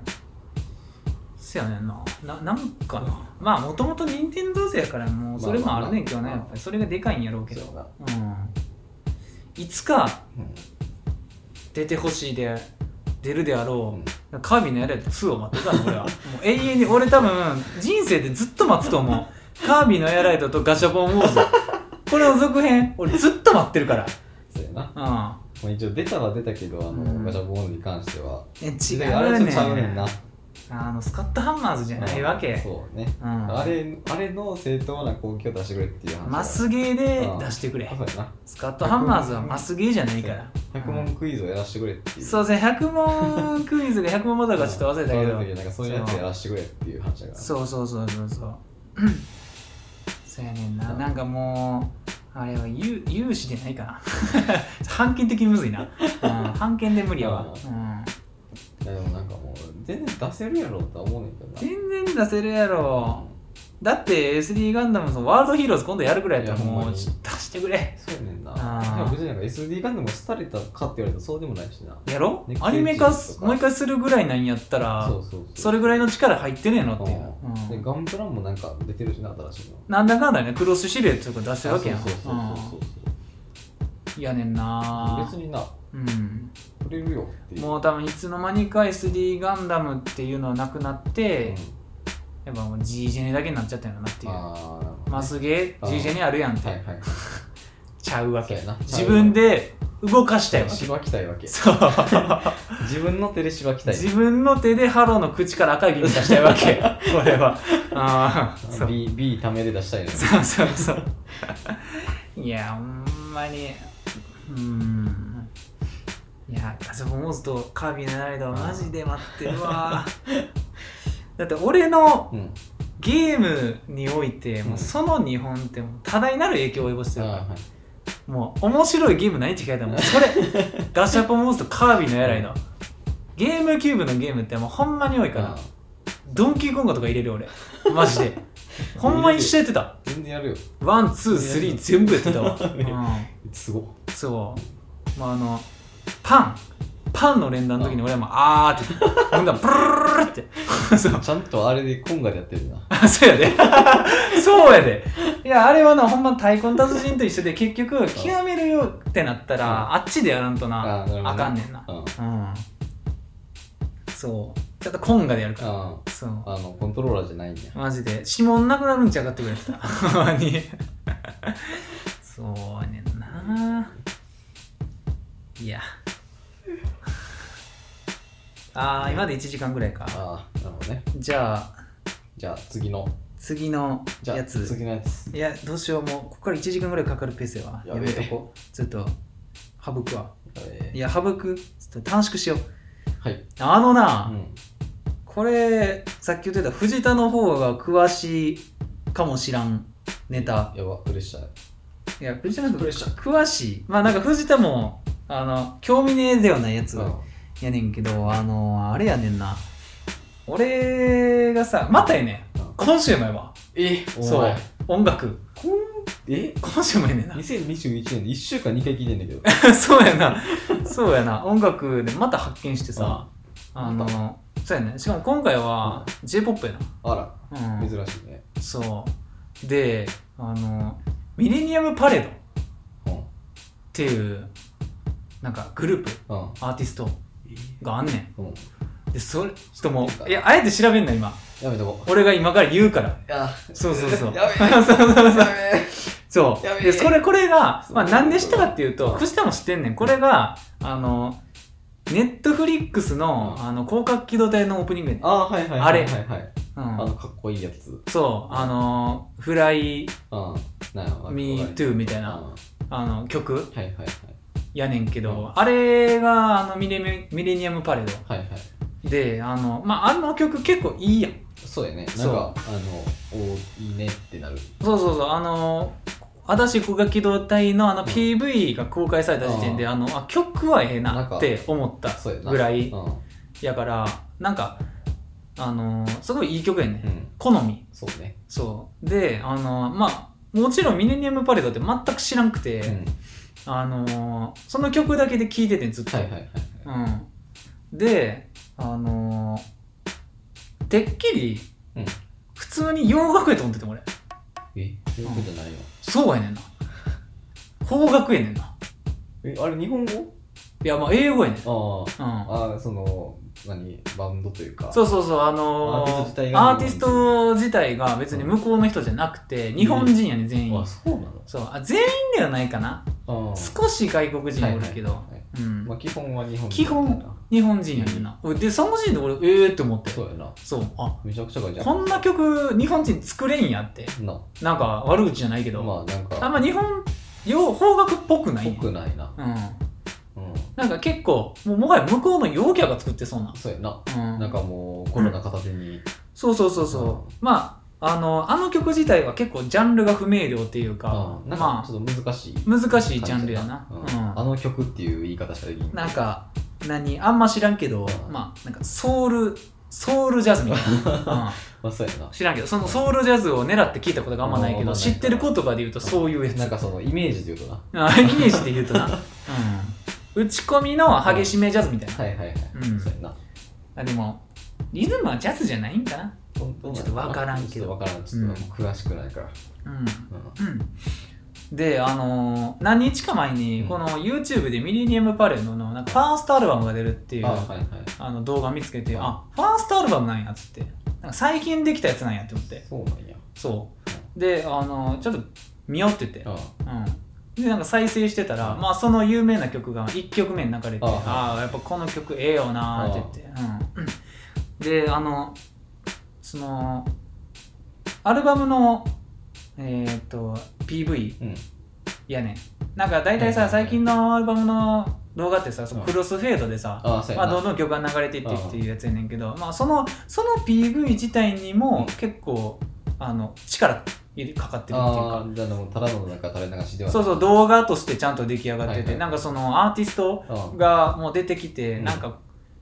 せやねんな。なんかな、まあもともと任天堂勢やからもうそれもあるねんけどね、やっぱりそれがでかいんやろうけど、いつか出てほしいで出るであろう、カービィのやられた2を待ってたの俺は。もう永遠に俺多分人生でずっと待つと思う。カービィのエアライトとガシャポンウォーズこれの続編俺ずっと待ってるから。 そうやな。一応出たは出たけどガシャポンに関しては違うねん。 あれちょっとちゃうねんな。 スカットハンマーズじゃないわけ。 そうね、あれの正当な攻撃を出してくれっていう話。 マスゲーで出してくれ。スカットハンマーズはマスゲーじゃないから。 100問クイズをやらせてくれっていう。 そうですね、100問クイズが100問まだかちょっと忘れたけど、 なんかそういうやつやらせてくれっていう話だから。 そうそうやねんな。なんかもうあれは有志でないかな。判権的にむずいな。判権で無理やわ。 でもなんかもう全然出せるやろとは思うねんけどな。 全然出せるやろ。だって SD ガンダムのワールドヒーローズ今度やるくらいやったらもう出してくれ。 そうやねんな。いや別になんか SD ガンダム廃れたかって言われたらそうでもないしな。 やろ、アニメ化もう一回するぐらいなんやったらそれぐらいの力入ってるやろっていう。 でガンプラもなんか出てるしな、新しいの。 なんだかんだね、クロスシルエットとか出してるわけやん。いやねんな。 別になくれるよっていう。 もう多分いつの間にか SD ガンダムっていうのはなくなって、やっぱもう G ジェネだけになっちゃったんやなっていう。マスゲー G ジェネあるやんって、ちゃうわけ。自分で動かしたいわけ。 しばきたいわけ。 そう自分の手でしばきたい。 自分の手でハローの口から赤いビーム出したいわけ。これは B ためで出したいね。 そういやほんまにいやガシャポンウォーズとカービィのライダーはマジで待ってるわ。だって俺のゲームにおいてもうその2本ってもう多大なる影響を及ぼしてるから、もう面白いゲーム何って聞かれたらもうそれガシャポンウォーズとカービィのライダー。ゲームキューブのゲームってもうほんまに多いからドンキーコングとか入れる俺マジでほんま一緒やってた。 全然やるよ。 ワン、ツー、スリー全部やってたわ。 すごっ。 そう。パンの連打の時に俺はもうあーってほんだらプルルルルってちゃんとあれでコンガでやってるな。 そうやでそうやで。いやあれはなほんま太鼓の達人と一緒で結局極めるよってなったらあっちでやらんとなあかんねんな。そうちょっとコンガでやるから。そうコントローラーじゃないんや。 マジで指紋なくなるんちゃうかってくれてた。ほんまにそうやねんな。いや今で1時間ぐらいか。 なるほどね。 じゃあ次のやつ。いやどうしよう、もうここから1時間ぐらいかかるペースやわ。やめとこう。ずっと省くわ。いや省くちょっと短縮しよう。 はい。 これさっき言ってた藤田の方が詳しいかもしらんネタ。 やば、プレッシャー。 いや藤田の方が詳しい。まあなんか藤田も興味ねえではないやつやねんけど、あれやねんな。俺がさまたやねん。今週もやわ。そう音楽今週もやねんな。 2021年で1週間2回聴いてんだけど。 そうやな音楽でまた発見してさ、そうやね。しかも今回は J-POP やな。 あら、珍しいね。 そうでミレニアムパレードっていうなんかグループ、アーティストがあんねん。でそれちょっともうあえて調べんな今。 やめとこう。俺が今から言うから。そうやべそうでこれがなんで知ったかっていうと藤田も知ってんねん。これがネットフリックスの広角機動隊のオープニングやねん。あれかっこいいやつ。 そうフライミートゥーみたいな曲やねんけど、あれがミレニアムパレードであの曲結構いいやん。 そうやね。なんかいいねってなる。 そう足立広角機動隊のPV が公開された時点で曲はええなって思ったぐらいやから、なんかすごいいい曲やね、 うん、 好み。 そうね。 そうでまあもちろんミレニアムパレードって全く知らんくて、うん、その曲だけで聴いててずっと、はいはいはいはい、うん、でてっきり、うん、普通に洋楽やと思ってて俺。 洋楽じゃないの？ そうやねんな。邦楽やねんな。 あれ日本語？ いやまあ英語やねん。 そのバンドというか。 そうアーティスト自体が別に向こうの人じゃなくて、日本人やねん全員。 そうなの？ そう全員ではないかな。少し外国人おるけど、 まあ基本は日本人。 基本日本人やねんな。でその時点で俺って思って。 そうやな。 そうめちゃくちゃこんな曲日本人作れんやって。なんか悪口じゃないけど。まあなんか。あんま日本邦楽っぽくない。 ぽくないな。 なんか結構もはや向こうの陽キャが作ってそうな。 そうやな。なんかもうコロナ片手に。 そう。まああの曲自体は結構ジャンルが不明瞭っていうか、 なんかちょっと難しいジャンルやな。 あの曲っていう言い方しかできん。 なんかあんま知らんけど、まあなんかソウルジャズみたいな。 まあそうやな。 知らんけどそのソウルジャズを狙って聞いたことがあんまないけど、知ってる言葉で言うとそういうやつ。 なんかそのイメージで言うとな。 イメージで言うとな。打ち込みの激しめジャズみたいな。 はいはいはい。そうやな。でもリズムはジャズじゃないんかな。ちょっと分からんけど。 分からん。ちょっと詳しくないから。 で何日か前にこの YouTube でミレニアムパレードのなんかファーストアルバムが出るっていう動画見つけて、ファーストアルバムなんやっつって、なんか最近できたやつなんやって思って。 そうなんや。 そうでちょっと見ようって言って、でなんか再生してたら、まあその有名な曲が1曲目に流れて、やっぱこの曲ええよなーって言って、でそのアルバムのPV やねん。なんか大体さ、最近のアルバムの動画ってさ、クロスフェードでさ、まあどんどん曲が流れていってっていうやつやねんけど、まあその PV 自体にも結構力かかってるっていうか、 ただのなんか垂れ流しではない。 そう動画としてちゃんと出来上がってて、なんかそのアーティストがもう出てきて、なんか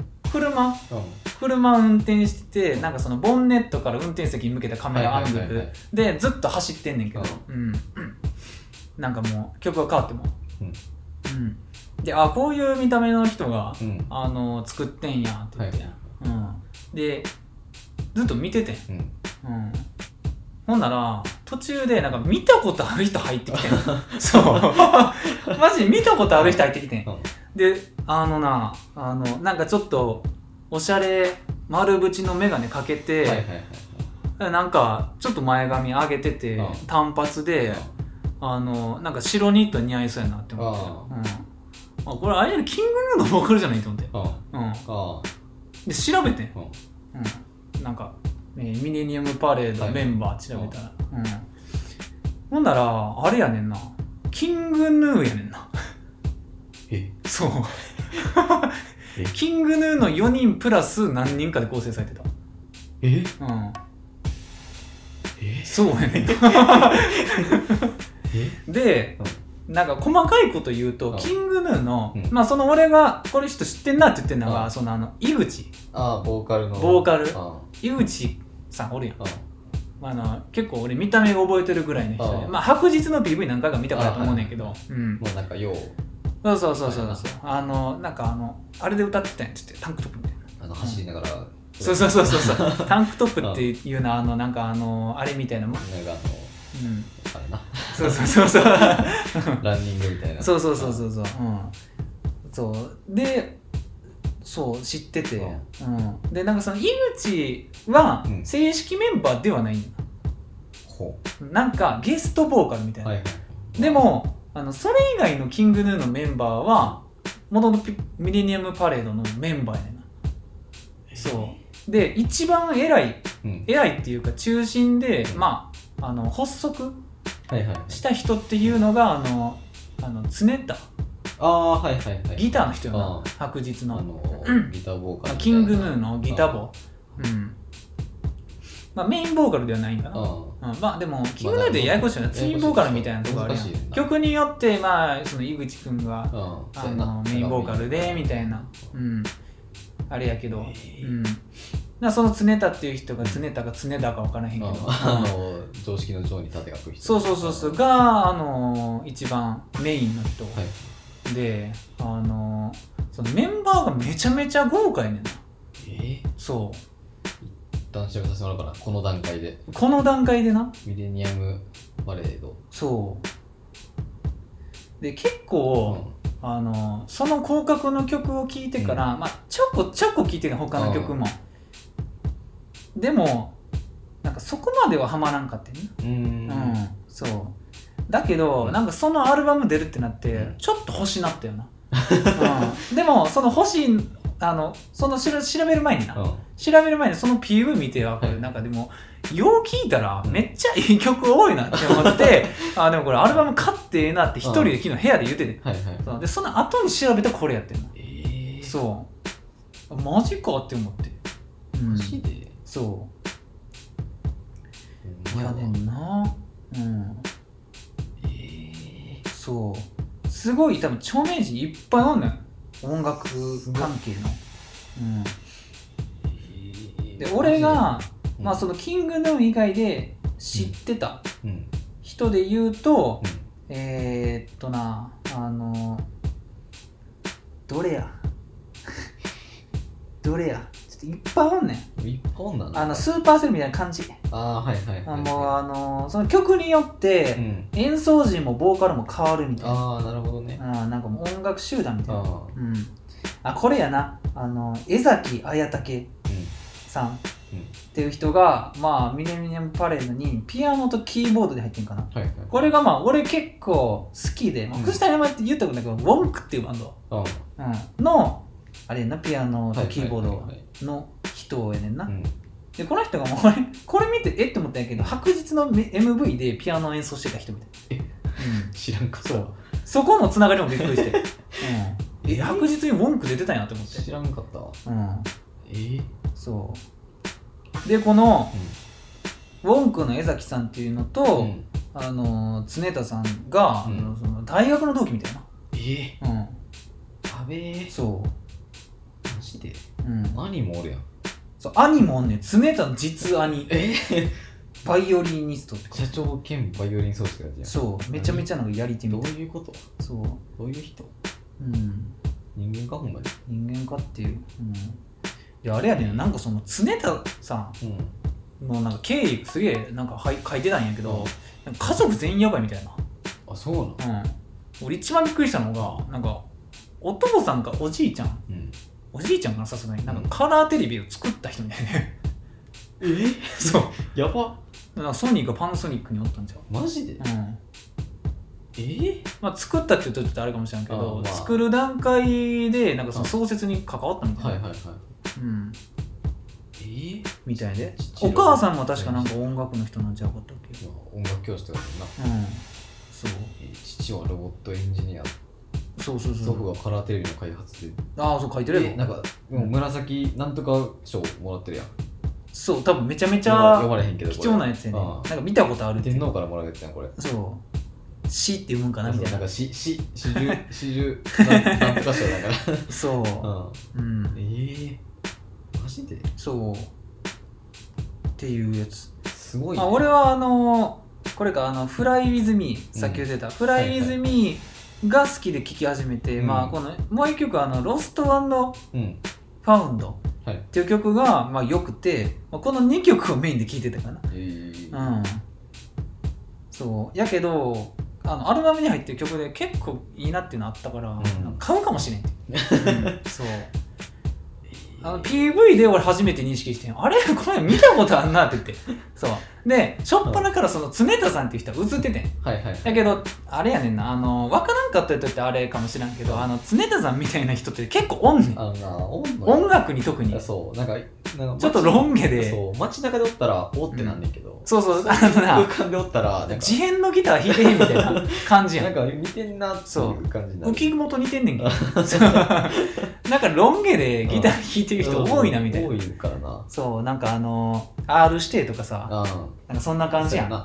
車運転してて、なんかそのボンネットから運転席に向けたカメラアングルでずっと走ってんねんけど、なんかもう曲が変わっても、でこういう見た目の人が、作ってんやって言って、でずっと見ててん、ほんなら途中でなんか見たことある人入ってきてんそうマジ見たことある人入ってきてん、でなんかちょっとおしゃれ丸縁の眼鏡かけて、なんかちょっと前髪上げてて、単発で、なんか白ニット似合いそうやなって思って、これあれやるキングヌーのボーカルじゃないと思って、で調べてん、なんか、ミレニアムパレードメンバー調べたら、ほんならあれやねんな、キングヌーやねんな。そうキングヌーの4人プラス何人かで構成されてた。そうやねんで、なんか細かいこと言うと、キングヌーの、まあその俺がこれ人知ってんなって言ってんのが、その井口、 ボーカル井口さんおるやん。結構俺見た目が覚えてるぐらいの人で、まあ白日の PV 何回か見たからと思うねんけど、もうなんかようそうなんかあれで歌ってたんやつって、タンクトップみたいな、 走りながら、 そうタンクトップっていうのはなんかあれみたいなもん、あれな、そうランニングみたいな、 そうで知ってて、でなんかその井口は正式メンバーではないんだ、なんかゲストボーカルみたいな、でもそれ以外のキングヌーのメンバーは元々ミレニアムパレードのメンバーやねんな。そうで一番偉いっていうか中心で、まあ発足した人っていうのが常田、ギターの人やな、白日のギターボーカル、 キングヌーのギターボー、まあメインボーカルではないんかな。まあでもキングヌーでややこしいな、ツインボーカルみたいなとこあるやん。曲によってまあその井口くんがメインボーカルでみたいな、あれやけど、 その常田っていう人が常田か常田か分からへんけど、 常識の常に縦が書く人、 そうが一番メインの人、はい、でそのメンバーがめちゃめちゃ豪華やねんな。そう一旦調べさせてもらおうかな。この段階でな。ミレニアムパレード。 そうで結構、その広角の曲を聴いてから、ちょこちょこ聴いてる他の曲も、でもなんかそこまではハマらんかったね。そうだけど、なんかそのアルバム出るってなってちょっと欲しなったよな。でもその欲しいその調べる前にその PV 見てこれなんかでもよう聞いたらめっちゃいい曲多いなって思ってでもこれアルバム買ってええなって一人で昨日部屋で言ってて、でその後に調べてこれやってんの。そうマジかって思って、 マジでそういやねんな。そうすごい多分著名人いっぱいおんねん、音楽関係の。で俺が、そのキングヌー以外で知ってた人で言うと、どれやちょっといっぱいおんねん。 いっぱいおんなの。 スーパーセルみたいな感じ。もうその曲によって演奏陣もボーカルも変わるみたいな。 なるほどね。 なんかもう音楽集団みたいな。これやな、江崎綾武さんっていう人が、ミレニアムパレードにピアノとキーボードで入ってんかな。これが俺結構好きで、藤谷山って言ったことないけど、ウォンクっていうバンドのあれやな、ピアノとキーボードの人やねんな。でこの人がもうこれ見てって思ったんやけど、白日の MV でピアノ演奏してた人みたいな。 知らんかった。 そこのつながりもびっくりして白日にウォンク出てたんやと思って。 知らんかったわ。 そうでこの、ウォンクの江崎さんっていうのと、常田さんが、その大学の同期みたいな。 やべえ。 そうマジで。兄もおるやん。 そう兄もおんねん。常田の実兄。バイオリニストって社長兼バイオリン奏者やつやん。 そうめちゃめちゃなんかやり手みたいな。 どういうこと？ そうどういう人？人間かほんまに。 人間かっていう。いやあれやねん、なんかその常田さんのなんか経緯すげえなんか書いてたんやけど、家族全員やばいみたいな。 そうなの？ 俺一番びっくりしたのが、なんかお父さんかおじいちゃん、おじいちゃんがさすがになんかカラーテレビを作った人みたいね。そうやば。 なんかソニーがパナソニックにおったんちゃう？ マジで？ 作ったって言うとちょっとあれかもしれんけど、作る段階でなんかその創設に関わったみたいな。みたいで、お母さんも確かなんか音楽の人なんちゃうかったっけ？ 音楽教室とかな。 そう。 父はロボットエンジニア。祖父はカラーテレビの開発で。 そう書いてるやろ。 なんかもう紫なんとか賞もらってるやん。 そう多分めちゃめちゃ読まれへんけど貴重なやつやね。なんか見たことあるって。 天皇からもらうやつやんこれ。 そう。死って読むんかなみたいな。 なんか始終なんとか賞だから。 そう。 マジで？ そうっていうやつ。 すごい、 俺はこれかフライウィズミー、さっき言ってたフライウィズミーが好きで聴き始めて、このもう一曲ロスト&ファウンドっていう曲が良くて、この2曲をメインで聴いてたかな。そうやけどアルバムに入ってる曲で結構いいなっていうのあったから、買うかもしれんって。そうPV で俺初めて認識してあれこれ見たことあんなって言ってそうでしょっぱなからその常田さんっていう人は映っててん、だけどあれやねんな分からんかった人ってあれかもしれんけど常田さんみたいな人って結構おんねん。音楽に特にそうなんかちょっとロン毛でそう街中でおったらおってなんねんけど、 そう空間でおったら自編のギター弾いてへんみたいな感じやん。 なんか似てんなっていう感じになる。 浮雲と似てんねんけどなんかロン毛でギター弾いてる人多いなみたいな。 多いからな。 そうなんかR 指定とかさ、なんかそんな感じやん。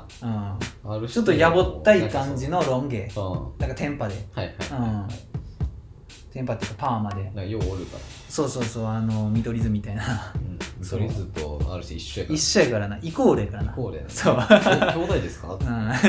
ちょっとやぼったい感じのロン毛、なんかテンパで、 テンパっていうかパーマでなんかようおるからそう見取り図みたいな、 見取り図と RC 一緒やから一緒やからなイコールやからなそう兄弟ですか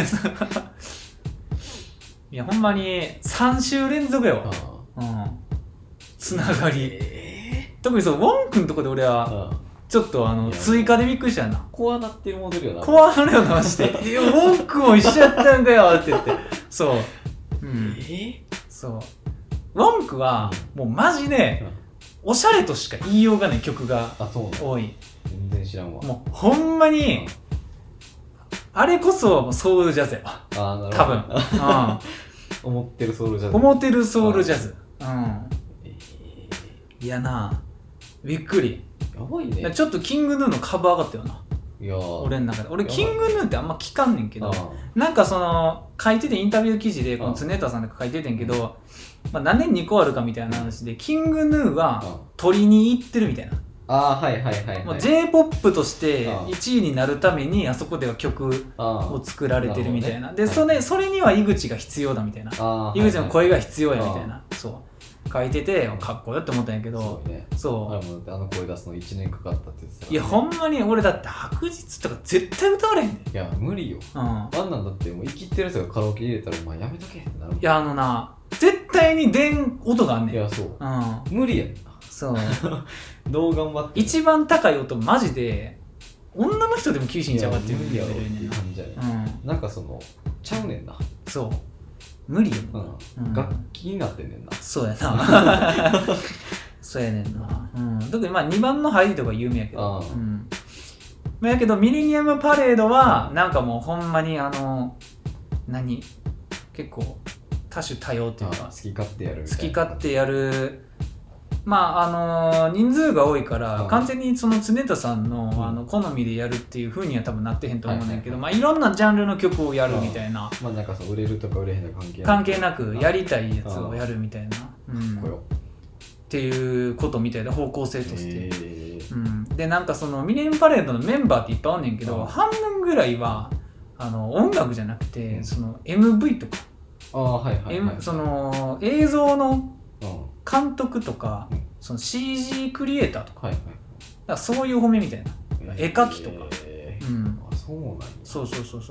いやほんまに3週連続やわつながり、特にそうウォン君のとこで俺はちょっと追加でびっくりしたな。 コアなってるモデルよな。 コアなるよなしてウォン君も一緒やったんかよって言ってそうそうウォンクはもうマジでおしゃれとしか言いようがない曲が多い。 全然知らんわ。 もうほんまにあれこそソウルジャズやわ多分思ってるソウルジャズ思ってるソウルジャズいやなびっくりやばいね。 ちょっとキングヌーの株上がったよな。 いや俺の中で俺キングヌーってあんま聞かんねんけどなんかその書いててインタビュー記事でこの常田さんとか書いててんけど何年2個あるかみたいな話でキングヌーは取りに行ってるみたいなJ-POP として1位になるためにあそこでは曲を作られてるみたいなでそれには井口が必要だみたいな井口の声が必要やみたいなそう書いててかっこよって思ったんやけどそうあの声出すの1年かかったって言ってた。 いやほんまに俺だって白日とか絶対歌われへんねん。 いや無理よあんなんだってもう生きってるやつがカラオケ入れたらお前やめとけってなる。 いやな絶対に出ん音があんねん。 いやそう無理やんそうどう頑張って一番高い音マジで女の人でも厳しいんちゃうかっていうレベルやねんな。 なんかそのちゃうねんな。 そう無理よ、 楽器になってんねんな。 そうやなそうやねんな、特にまあ2番の入りとか有名やけどやけどミレニアムパレードはなんかもうほんまに結構多種多様っていうか好き勝手やるみたいな。 好き勝手やるまあ人数が多いから完全にその常田さんの好みでやるっていう風には多分なってへんと思うんだけどまあいろんなジャンルの曲をやるみたいなまあなんか売れるとか売れへんの関係なくやりたいやつをやるみたいなっていうことみたいな方向性としてでなんかそのミレニアムパレードのメンバーっていっぱいあんねんけど半分ぐらいは音楽じゃなくてその MV とかその映像の監督とか、その CG クリエイターとか、だからそういう褒めみたいな、絵描きとか、 そうなんや。 そう、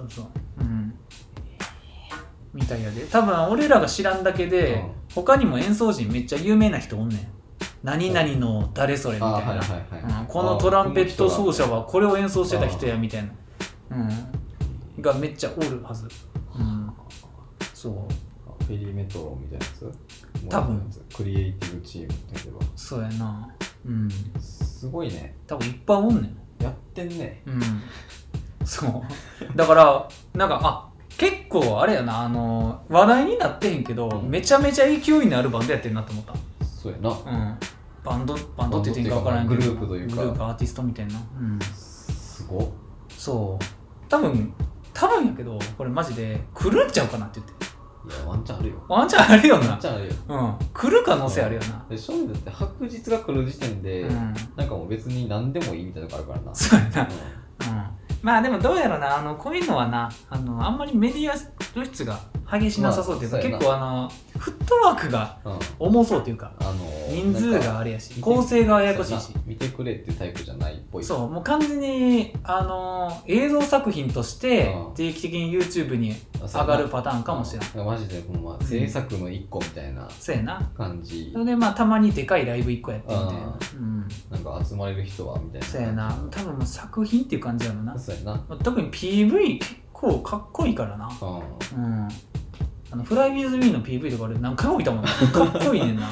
みたいやで、多分俺らが知らんだけで、他にも演奏陣めっちゃ有名な人おんねん。何々の誰それみたいな、このトランペット奏者はこれを演奏してた人やみたいな、がめっちゃおるはず。そう。 フェリーメトロみたいなやつ多分クリエイティブチームって言えばそうやなすごいね。 多分いっぱいおんねんやってんねそうだからなんか結構あれやな話題になってへんけどめちゃめちゃ勢いのあるバンドやってんなって思った。 そうやなバンドって言っていいか分からんけどグループというかグループアーティストみたいなすごっ。 そう多分やけどこれマジで来るんちゃうかなって言っていやワンチャンあるよ。 ワンチャンあるよな。 ワンチャンあるよ。 来る可能性あるよな。 で正味だって白日が来る時点で、なんかもう別に何でもいいみたいなのがあるからな。 そうやな。まあでもどうやろなこういうのはなあんまりメディア露出が激しなさそうっていうか、結構フットワークが重そうっていうか、人数があれやし構成がややこしいし見てくれってタイプじゃないっぽい。 そうもう完全に映像作品として定期的に YouTube に上がるパターンかもしれない。 マジでほんま制作の1個みたいな感じ。 それでまあたまにでかいライブ1個やってみたいな。 なんか集まれる人はみたいな。 そうやな多分もう作品っていう感じやろな。 そうやな特に PV 結構かっこいいからな。フライビーズミーの PV とか俺何回も見たもんな。かっこいいねんな。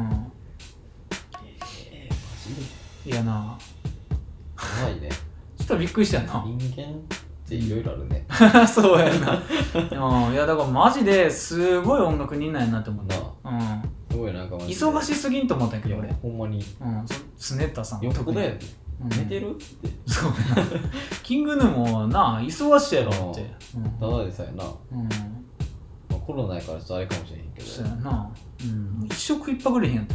いやな怖いね。 ちょっとびっくりしたよな。 人間っていろいろあるね。 そうやな。いやだからマジですごい音楽人なんやなって思った。 すごいなんか忙しすぎんと思ったんやけど俺。 ほんまにスネッタさんよっぽどやで寝てるってそうやな。キングヌーもな忙しいやろって。 ただでさえなコロナやからちょっとあれかもしれへんけど。 そうやな一生食いっぱぐれへんやって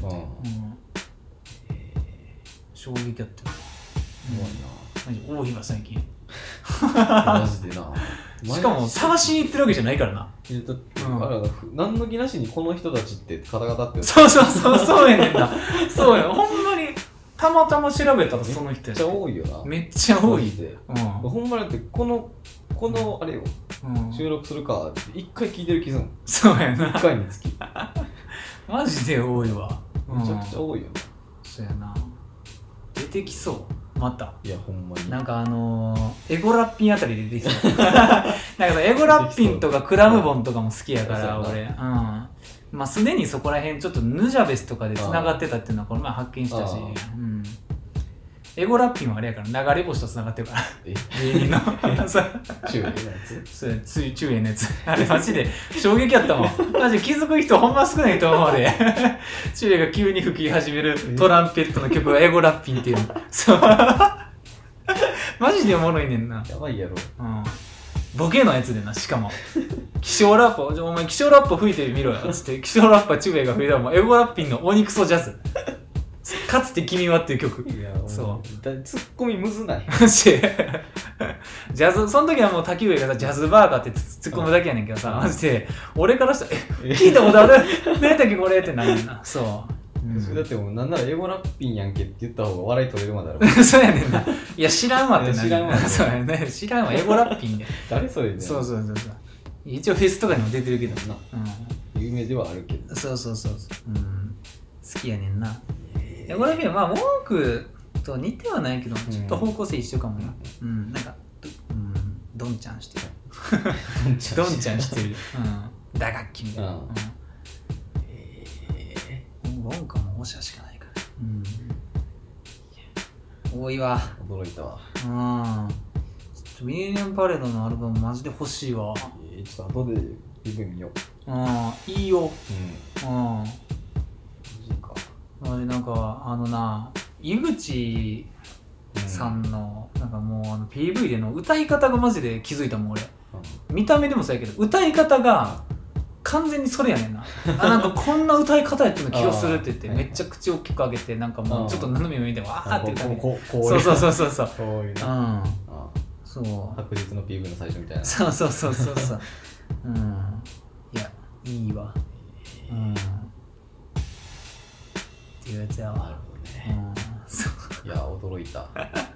衝撃やったよ。 すごいな。 多いわ最近。 マジでな。 しかも探しに行ってるわけじゃないからな。 いやだって、あれ何の気なしにこの人たちってカタカタってそうやねんな。そうや、ほんまにたまたま調べたらその人や。 めっちゃ多いよな。 めっちゃ多いで。 ほんまだってこのあれよ、収録するかって1回聞いてる気するもん。 そうやな。 1回につきマジで多いわ。 めちゃくちゃ多いよな。 そうやな。出てきそうまた。 いやほんまになんかエゴラッピンあたりで出てきそうなんかエゴラッピンとかクラムボンとかも好きやから俺まあすでにそこら辺ちょっとヌジャベスとかで繋がってたっていうのはこの前発見したし、エゴラッピンはあれやから流れ星と繋がってるから芸人の中英のやつ中英のやつあれマジで衝撃やったもん。マジで気づく人ほんま少ないと思うで中英が急に吹き始めるトランペットの曲がエゴラッピンっていうのそうマジでおもろいねんな。 やばいやろ。 ボケのやつでな、しかも気象ラッパー、お前気象ラッパー吹いてみろよつって気象ラッパー中英が吹いたらもうエゴラッピンの鬼クソジャズかつて君はっていう曲。 いやそうツッコミむずない。 ジャズ、その時はもう滝上がさジャズバーガーってツッコむだけやねんけどさ、マジで俺からしたら聞いたことある何だっけこれってなるな。そうだってもうなんならエゴラッピンやんけって言った方が笑い取れるまであるそうやねんな。いや知らんわってなる。 知らんわそうやね。知らんわエゴラッピンで誰それね。 そう一応フェスとかにも出てるけどな、 有名ではあるけど。 そう好きやねんな。エゴラッピンはまあ文句と似てはないけどちょっと方向性一緒かもな。なんかドンちゃんしてるドンちゃんしてる打楽器みたいな。文句もおしゃしかないから。多いわ。 驚いたわ。 ミレニアムパレードのアルバムマジで欲しいわ。 ちょっと後で PV 見よう。いいよ。 マジか。 マジなんか井口さんのなんかもうPV での歌い方がマジで気づいたもん俺。見た目でもそうやけど歌い方が完全にそれやねんな。なんかこんな歌い方やってるの気がするって言ってめっちゃ口大きく開けてなんかもうちょっと斜め上見てわーって言ったそうこういうな。そう白日の PV の最初みたいな。 そういやいいわ。っていうやつやわ。 なるほどね。いや驚いた。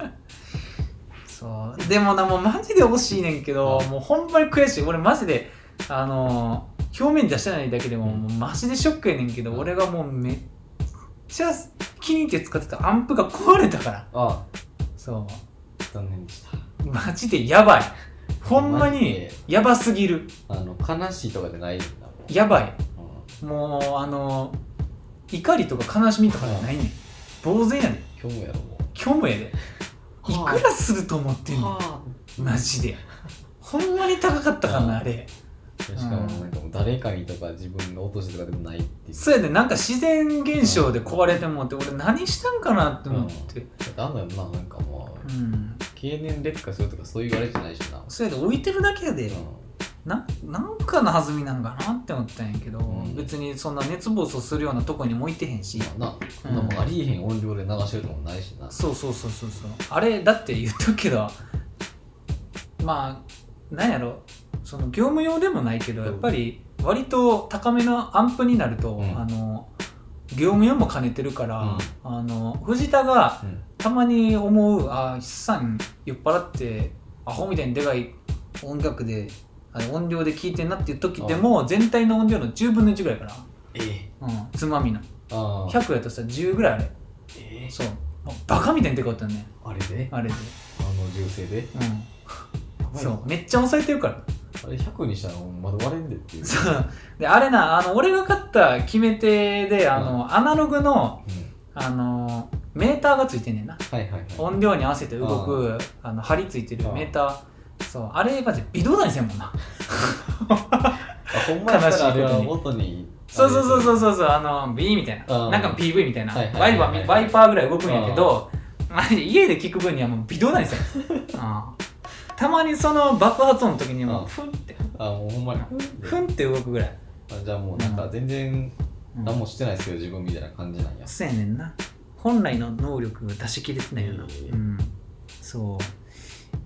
そうでもなもうマジで惜しいねんけどもうほんまに悔しい。俺マジで表面に出してないだけでもうマジでショックやねんけど俺がもうめっちゃ気に入って使ってたアンプが壊れたから。そう残念でした。 マジでやばい。ほんまにやばすぎる。 悲しいとかじゃないんだもん。 やばい。もう怒りとか悲しみとかじゃないねん。呆然やねん。 虚無やろもう。 虚無やで。いくらすると思ってんのマジで。ほんまに高かったからなあれ。 しかもなんかもう誰かにとか自分が落としてとかでもないっていう。 そうやでなんか自然現象で壊れてもって俺何したんかなって思って。 なんだよななんかもう経年劣化するとかそういうあれじゃないしな。 そうやで置いてるだけやで。なんかの弾みなんかなって思ったんやけど、別にそんな熱暴走するようなとこにも置いてへんしもうありえへん音量で流してるともないしな。 そうあれだって言っとくけどまあなんやろその業務用でもないけどやっぱり割と高めのアンプになると、業務用も兼ねてるから、藤田がたまに思う筆算酔っ払ってアホみたいにでかい音楽で音量で聴いてんなっていう時でも全体の音量の10分の1ぐらいからつまみの100やとしたら10ぐらいあれそうバカみたいにでかかったねあれで銃声でそうめっちゃ抑えてるからあれ100にしたらまだ割れんでっていう。 そうであれな俺が買った決め手でアナログのメーターがついてんねんな。音量に合わせて動く針ついてるメーター。そうあれマジ微動だにせんもんな。 ほんまやったらあれは元にそうビーみたいななんか PV みたいなワイパーぐらい動くんやけどマジで家で聞く分にはもう微動だにせん。たまにその爆発音の時にもフンってもうほんまにフンって動くぐらい。 じゃあもうなんか全然何もしてないですけど自分みたいな感じなんや。 そうやねんな。本来の能力が出し切れてないよな。そう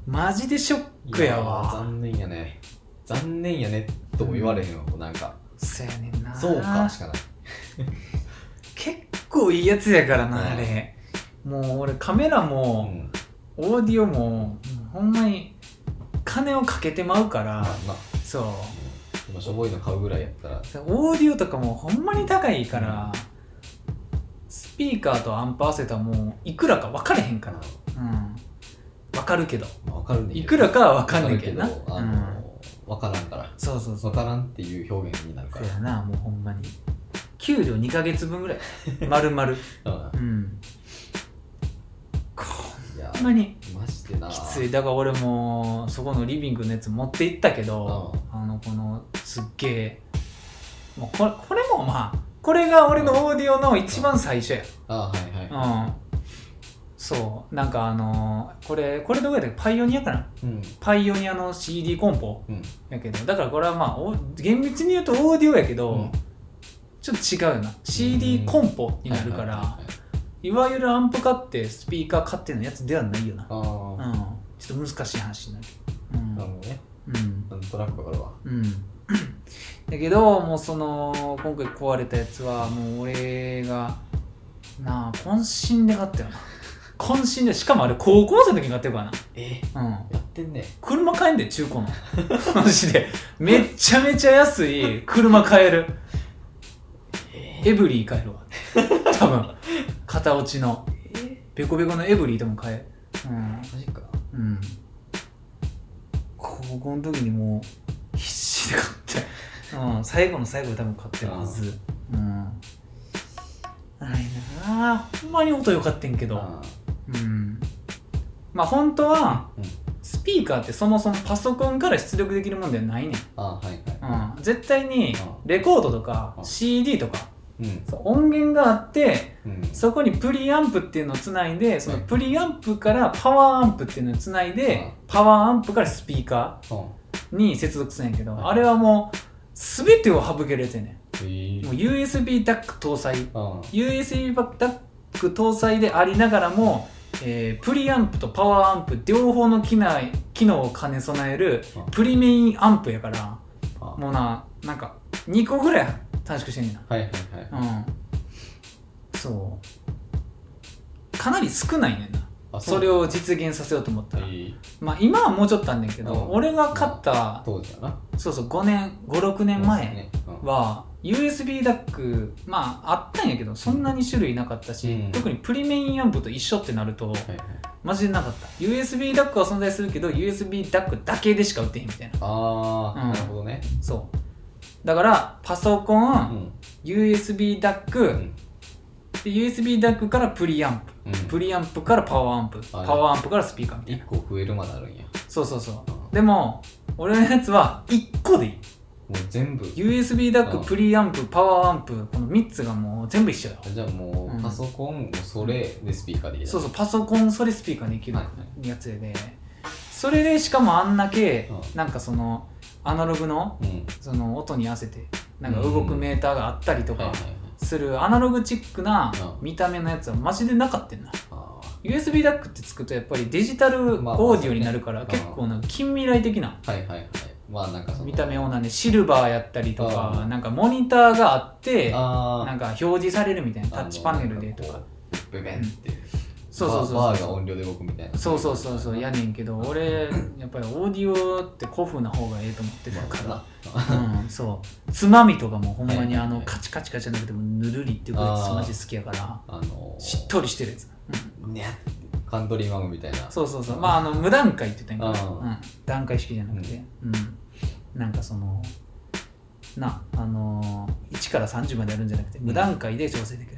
マジでショックやわ。 残念やねとも言われへんわ、なんかそうやねんな。 そうかしかない結構いいやつやからな、あれ。もう俺カメラも、オーディオもほんまに金をかけてまうから、そう、 今しょぼいの買うぐらいやったらオーディオとかもほんまに高いから、スピーカーとアンプ合わせたらもういくらか分かれへんから、分かるけど、いくらかは分かんねんけどな、 分からんから、 そう分からんっていう表現になるから、 そうやな、もうほんまに給料2ヶ月分ぐらい丸々ほんまにマジでなきつい。だから俺もそこのリビングのやつ持って行ったけど、このすっげえ、もうこれもまあこれが俺のオーディオの一番最初や。そうなんかこれどこやったっけ、パイオニアかな、パイオニアの CD コンポやけど、だからこれはまあ厳密に言うとオーディオやけど、ちょっと違うよな、 CD コンポになるから、いわゆるアンプ買ってスピーカー買ってのやつではないよな。ちょっと難しい話になる。 なるほどね。なんとなくわかるわ。 だけどもうその今回壊れたやつはもう俺がなあ渾身で買ったよな。渾身で、しかもあれ高校生の時に買ってるからな。 やってんね。 車買えんで、中古の。マジでめっちゃめちゃ安い車買える。エブリー買えるわ多分片落ちのベコベコのエブリーでも買え。 マジか。 高校の時にもう必死で買って最後の最後で多分買ってるはず。あれな、ほんまに音良かったんけど、まあ本当はスピーカーってそもそもパソコンから出力できるもんではないねん。絶対にレコードとか CD とか音源があって、そこにプリアンプっていうのをつないで、そのプリアンプからパワーアンプっていうのをつないで、パワーアンプからスピーカーに接続するんやけど、あれはもう全てを省けるやつやねん。もう USB ダック搭載、USB ダック搭載でありながらも、プリアンプとパワーアンプ両方の機能を兼ね備えるプリメインアンプやから、もうなんか2個ぐらい短縮してんねんな。そうかなり少ないねんな。それを実現させようと思ったら、まあ今はもうちょっとあんねんけど、俺が買った当時だな、 5、6年前は USB ダックまああったんやけど、そんなに種類なかったし、特にプリメインアンプと一緒ってなるとマジでなかった。 USB ダックは存在するけど USB ダックだけでしか売ってへんみたいな。 なるほどね。 そうだからパソコン、USB ダック、で USB ダックからプリアンプ、プリアンプからパワーアンプ、パワーアンプからスピーカーみたいな。 1個増えるまであるんや。 そうでも俺のやつは1個でいい。 もう全部 USB ダック、プリアンプ、パワーアンプ、この3つがもう全部一緒よ。 じゃあもうパソコンもそれでスピーカーできる。 そうパソコンそれスピーカーできるやつで、それでしかもあんだけなんかそのアナログのその音に合わせてなんか動くメーターがあったりとかするアナログチックな見た目のやつはマジでなかったんな。USB ダックってつくとやっぱりデジタルオーディオになるから結構なんか近未来的な見た目をなんでシルバーやったりとか、なんかモニターがあってなんか表示されるみたいな、タッチパネルでとかベベンってそうバーが音量で動くみたいな。 そうやねんけど、俺やっぱりオーディオって古風な方がええと思ってたから、そうつまみとかもほんまにカチカチカチじゃなくてもぬるりっていうやつマジ好きやから、しっとりしてるやつ、 カントリーマムみたいな。 そうまあ無段階って言ったんやけど、段階式じゃなくて、なんかその1から30までやるんじゃなくて無段階で調整できる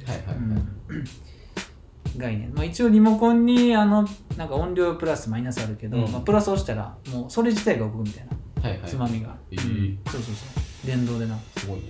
概念。まあ、一応リモコンになんか音量プラスマイナスあるけど、プラス押したらもうそれ自体が動くみたいな、つまみが、そう電動でな。 すごいね。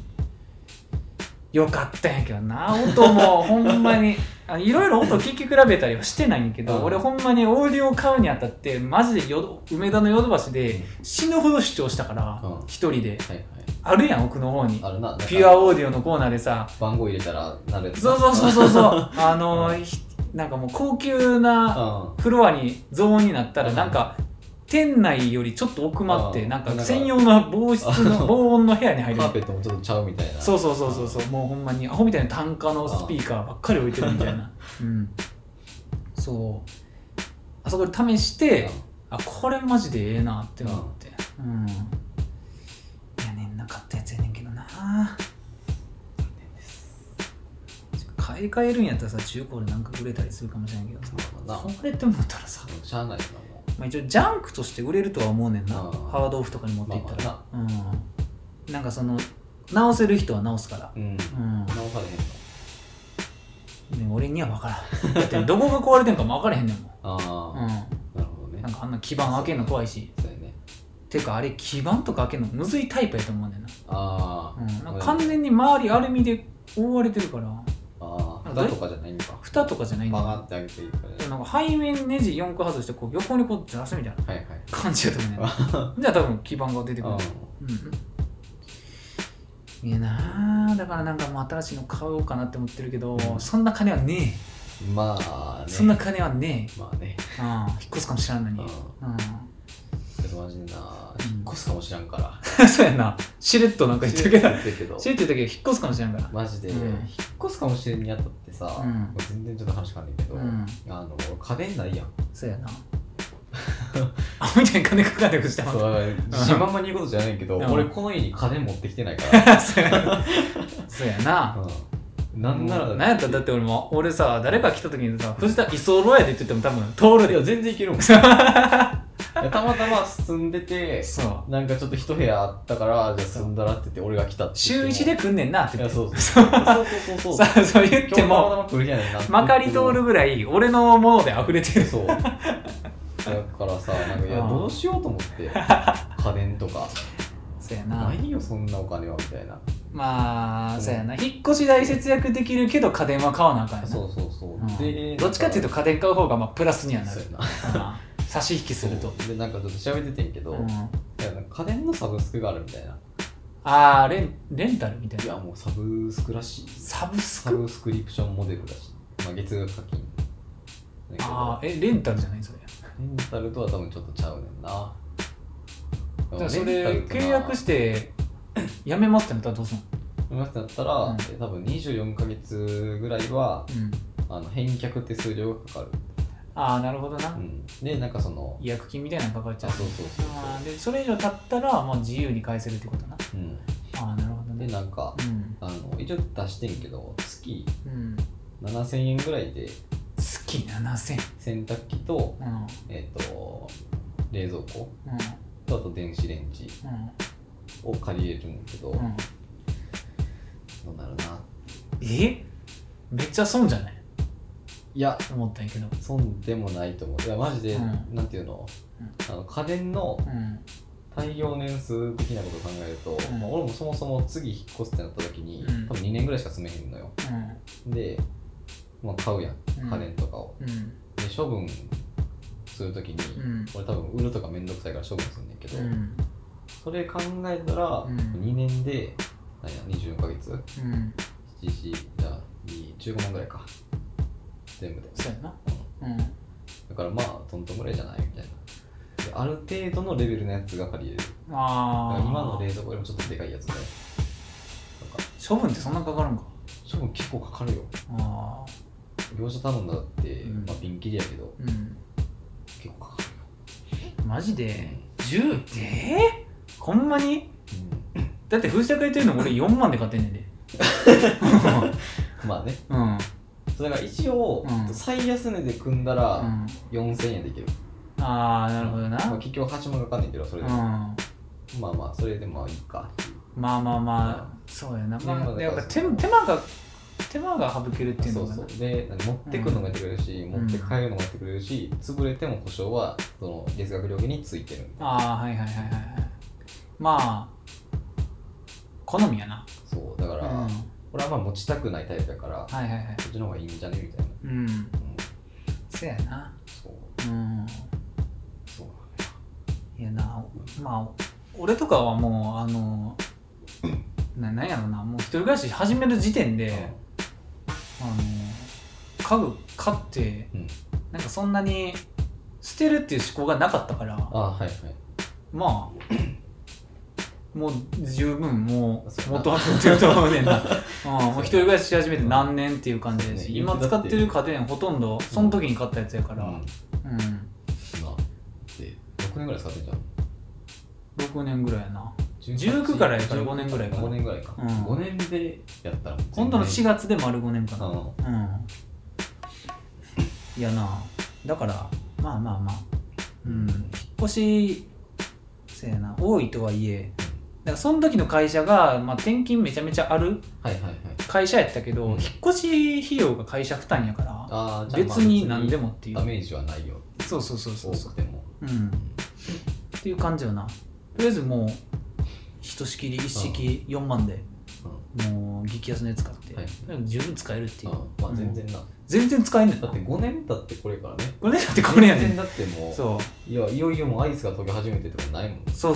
よかったんやけどな、音もほんまにいろいろ音聞き比べたりはしてないんやけど、俺ほんまにオーディオを買うにあたってマジで梅田のヨドバシで死ぬほど主張したから、一人で、あるやん奥の方にピュアオーディオのコーナーでさ、 番号入れたらなるやつ。 そうなんかもう高級なフロアにゾーンになったらなんか店内よりちょっと奥まってなんか専用の防音の部屋に入る。 カーペットもちょっとちゃうみたいな。 そうもうほんまにアホみたいな単価のスピーカーばっかり置いてるみたいな。そうあそこで試して、これマジでええなって思って、いやねんな、買ったやつやねんけどな。買い替えるんやったらさ、中古でなんか売れたりするかもしれんけどさ、これって思ったらさ、 しゃあないな。 まあ、一応ジャンクとして売れるとは思うねんな。ハードオフとかに持っていったら、なんかその直せる人は直すから、直されへんの、ね、俺には分からん。だってどこが壊れてんかも分からへんねんもん。なるほどね。なんかあんな基板開けるの怖いし。そうやね。てかあれ基板とか開けるのむずいタイプやと思うねんな。なんか完全に周りアルミで覆われてるから。 蓋とかじゃないんか。 蓋とかじゃないんだ。 バガって開けていいからね。 なんか背面ネジ4個外してこう横にこうずらすみたいな感じやと思うねん。じゃあ多分基板が出てくる。いやな、だからなんかもう新しいの買おうかなって思ってるけど、そんな金はねえ。まあね。そんな金はねえ。まあね。引っ越すかもしれんのに。 マジでな、引っ越すかもしらんからそうやな、しれっとなんか言ってるけど、しれっと言ったけど引っ越すかもしれんからマジで、引っ越すかもしれんにあたってさ、全然ちょっと話変わんないけど、家電ないやん。 そうやなあみたいに金かかってくしてます自信満々に言うことじゃないけど、俺この家に家電持ってきてないからそうやな、 なんならなんやったらだって俺さ、誰か来た時にさ、藤田居候やでって言っても多分通るで。 いや全然いけるもんたまたま住んでて、なんかちょっと一部屋あったからじゃあ住んだらって言って俺が来たって週1で来んねんなって言って。 そう言ってもまかり通るぐらい俺のもので溢れてる。そうだからさ、なんかいやどうしようと思って家電とかそうやな、 ないよそんなお金はみたいな。 まあそうやな、引っ越し代節約できるけど家電は買わなあかんやな。 そうでどっちかっていうと家電買う方がまあプラスにはなる。差し引きすると。 でなんかちょっと調べててんけど、家電のサブスクがあるみたいな。レンタルみたいな。 いやもうサブスクらしい。サブスクリプションモデルらしい。まあ月額課金。 レンタルじゃないそれ。 レンタルとは多分ちょっとちゃうねんな。 だからそれ契約してやめますってなったらどうすんの？ やめますってなったら、多分24ヶ月ぐらいは、返却手数料がかかる。 なるほどな。 でなんかその違約金みたいなのかかっちゃう。でそれ以上経ったらもう自由に返せるってことな。なるほどね。 でなんか、一応出してんけど月7000円ぐらいで月7000 洗濯機と、冷蔵庫、とあと電子レンジを借りれるんだけど、どうなるな。 めっちゃ損じゃない？ いや思ったんやけど損でもないと思う。いやマジで、なんていうの、家電の耐用年数的なことを考えると、俺もそもそも次引っ越すってなった時に、多分2年ぐらいしか住めへんのよ。で、買うやん家電とかを。で処分する時に、俺多分売るとかめんどくさいから処分するんだけど、それ考えたら、2年で24ヶ月、7、じゃあ15万ぐらいか全部で。 そうやな。 だからまあトントンぐらいじゃないみたいな。ある程度のレベルのやつが借りれる。今の冷蔵庫よりもちょっとでかいやつで。 処分ってそんなかかるんか？ 処分結構かかるよ。業者頼んだって、ピンキリやけど、結構かかるよ。 マジで10でほんまに？だって藤田が言ってるの俺4万で買ってんねんで。 まあね。それが一応、最安値で組んだら4000円できる。 なるほどな。 結局8万かかんねんけど、それでもまあまあそれでまあいいかっていう。 まあそうやな。やっぱ手間が省けるっていうのが。 そうで持ってくるのもやってくれるし、持って帰るのもやってくれるし、潰れても保証はその月額料金についてる。 はい。まあ好みやな。 そうだから、俺はまあ持ちたくないタイプやから、そっちの方がいいんじゃねみたいな。 そうやな。そういやな、まあ俺とかはもうなんやろな、もう一人暮らし始める時点で、家買って、なんかそんなに捨てるっていう思考がなかったから、 はいはい、 まあもう十分もう元は取ってると思うねんなもう一人暮らしし始めて何年っていう感じですし、今使ってる家電ほとんどその時に買ったやつやから、 今で6年ぐらい使ってんじゃん。 6年ぐらいやな。19からやから5年ぐらいかな。 5年ぐらいか、5年でやったら今度の4月で丸5年かな。いやな、だからまあ引っ越しせやな、多いとはいえ、だからその時の会社が、転勤めちゃめちゃある会社やったけど、引っ越し費用が会社負担やから、別に何でもっていうダメージはないよ。 そう多くてもっていう感じよな。とりあえずもうひとしきり一式4万で、もう激安のやつ買って、十分使えるっていう。 全然な、 全然使えんねん。 だって5年経ってこれからね。 5年経ってこれやねん。 全然だってもう、そういよいよもうアイスが溶け始めてとかないもん。 そう、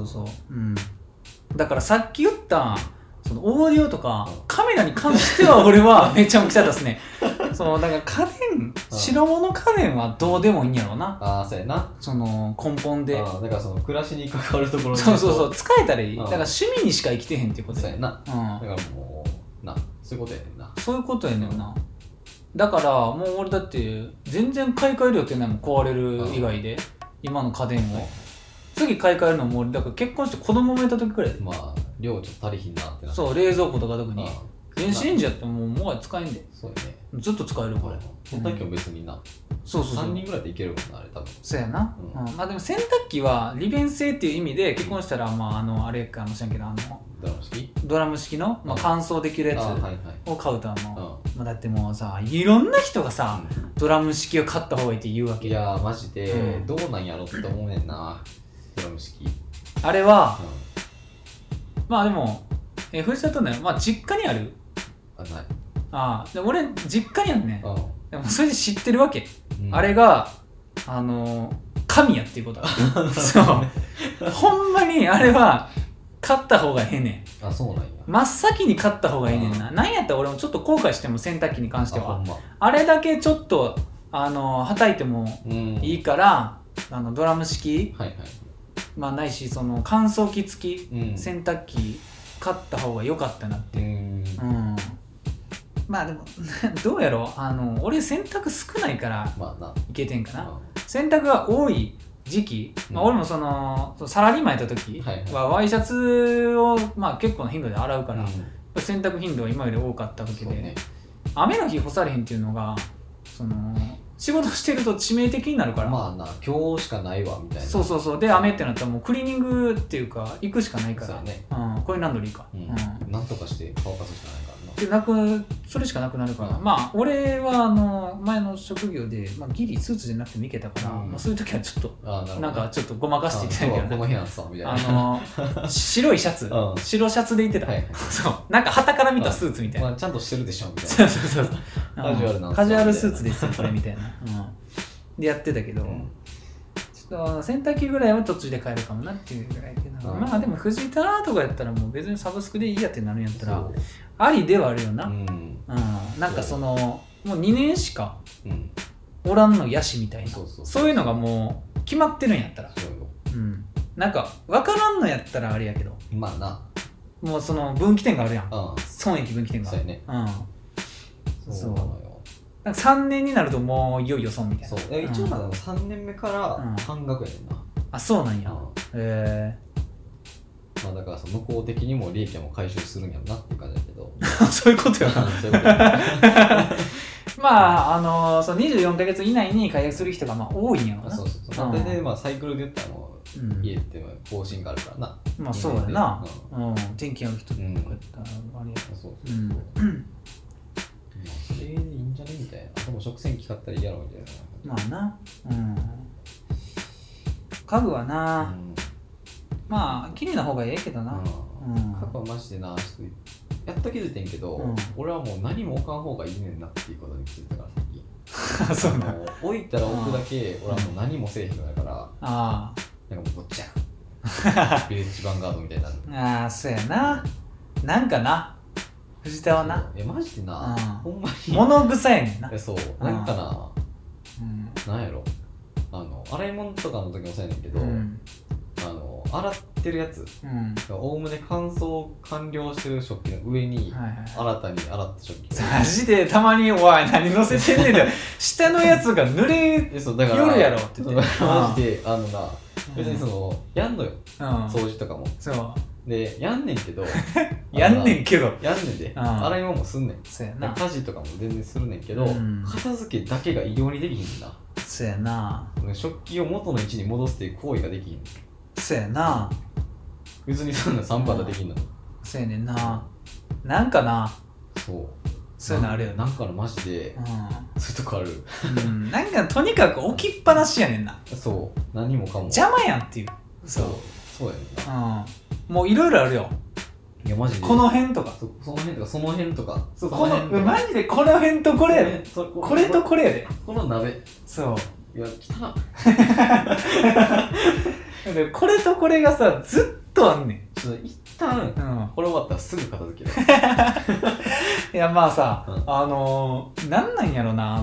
だからさっき言ったそのオーディオとかカメラに関しては俺はめちゃくちゃ出すね。そのだから家電、白物家電はどうでもいいんやろうな。 そうやな。 その根本で。 だからその暮らしに関わるところに。 そう使えたらいい。だから趣味にしか生きてへんっていうことや。そうやな。だからもうそういうことやねんな。 そういうことやねんな。だからもう俺だって全然買い替える予定ないもん、壊れる以外で今の家電を。次買い替えるのも俺だから結婚して子供産めた時くらいで。 量ちょっと足りひんなってなって。 そう、冷蔵庫とか特に電子レンジやってもう使えんで。 そうやね。 ずっと使えるこれ。 洗濯機も別にな。そう3人ぐらいでいけるもんな、あれ多分。 そうやな。でも洗濯機は利便性っていう意味で結婚したらあれかもしれんけどドラム式の乾燥できるやつを買うとだってもうさ、いろんな人がさドラム式を買った方がいいって言うわけ。 いやマジでどうなんやろって思うねんな、ドラム式。 あれはでも藤田とね、実家にある。 ない。 で俺実家にあるね。でもそれで知ってるわけ。あれが神やっていうこと。そうほんまにあれは買った方がええねん。そうなんや。 真っ先に買った方がええねんな。なんやったら俺もちょっと後悔しても、洗濯機に関しては あれだけちょっとはたいてもいいから、ドラム式、ないしその乾燥機付き洗濯機買った方が良かったなって。でもどうやろう、俺洗濯少ないからいけてんかな。洗濯が多い時期、俺もそのサラリーマンやった時はワイシャツを結構な頻度で洗うから、洗濯頻度は今より多かったわけで、雨の日干されへんっていうのがその仕事してると致命的になるから、 今日しかないわみたいな。 そうで雨ってなったらもうクリーニングっていうか行くしかないから、コインランドリーか、 なんとかして乾かすしかないからな。 それしかなくなるから、俺は前の職業で、ギリスーツじゃなくてもいけたから、そういう時はちょっとなんかちょっとごまかしていってたけど、 この部屋さみたいな白いシャツ、白シャツでいってた。そうなんか旗から見たスーツみたいな、 ちゃんとしてるでしょみたいな。 そうカジュアルスーツですよこれみたいな、でやってたけど、ちょっと洗濯機ぐらいは途中で買えるかもなっていうぐらいけど、でも藤田とかやったらもう別にサブスクでいいやってなるんやったらありではあるよな。なんかそのもう2年しかおらんのやしみたいな、そういうのがもう決まってるんやったら、なんか分からんのやったらあれやけど、もうその分岐点があるやん、損益分岐点が。そうなんか3年になるともういよいよ損みたいな。 一応3年目から半額やねんな。 そうなんや。 だから向こう的にも利益も回収するんやろなっていう感じだけどそういうことやなその24ヶ月以内に解約する人が多いんやろな。 そうでサイクルで言ったらもう家って更新があるからな。 そうやな。天気ある人とかやったらあれやから。 それでいいんじゃねみたいな。でも食洗機買ったらいいやろみたいな。 家具はな、綺麗な方がええけどな。 家具はマジでな、やっと気づいてんけど、俺はもう何も置かん方がいいねんなっていうことに気づいたから、さっきそうなの。置いたら置くだけ俺はもう何もせえへんのやから、なんかもうごっちゃビレッジヴァンガードみたいな。 そうやな。なんかな、 藤田はなマジでな、ほんまに物臭やねんな。 そうなんかな、なんやろ洗い物とかの時もそうやねんけど、洗ってるやつおおむね乾燥完了してる食器の上に新たに洗った食器マジでたまに「おい何乗せてんねん」って下のやつが濡れよるやろって言ってマジで別にやんのよ、掃除とかもそうでやんねんけどやんねんけどやんねんで洗い物もすんねん、 そうやな、 家事とかも全然するねんけど、片付けだけが異様にできひんねんな。 そうやな、 食器を元の位置に戻すっていう行為ができひん。 そうやな、 別にそんな3パターンできんの。 そうやねんな、なんかな、そういうのあるよね。 なんかのマジで、そういうとこある。 なんかとにかく置きっぱなしやねんな。 そう、何もかも邪魔やんっていう。 そうやねんな。 もういろいろあるよ。 いやマジでこの辺とかその辺とかその辺とかマジでこの辺とこれやで、これとこれやで、 この鍋、 そういや汚っこれとこれがさずっとあんねん。 一旦これ終わったらすぐ片付ける。 いやまあさ、なんなんやろな、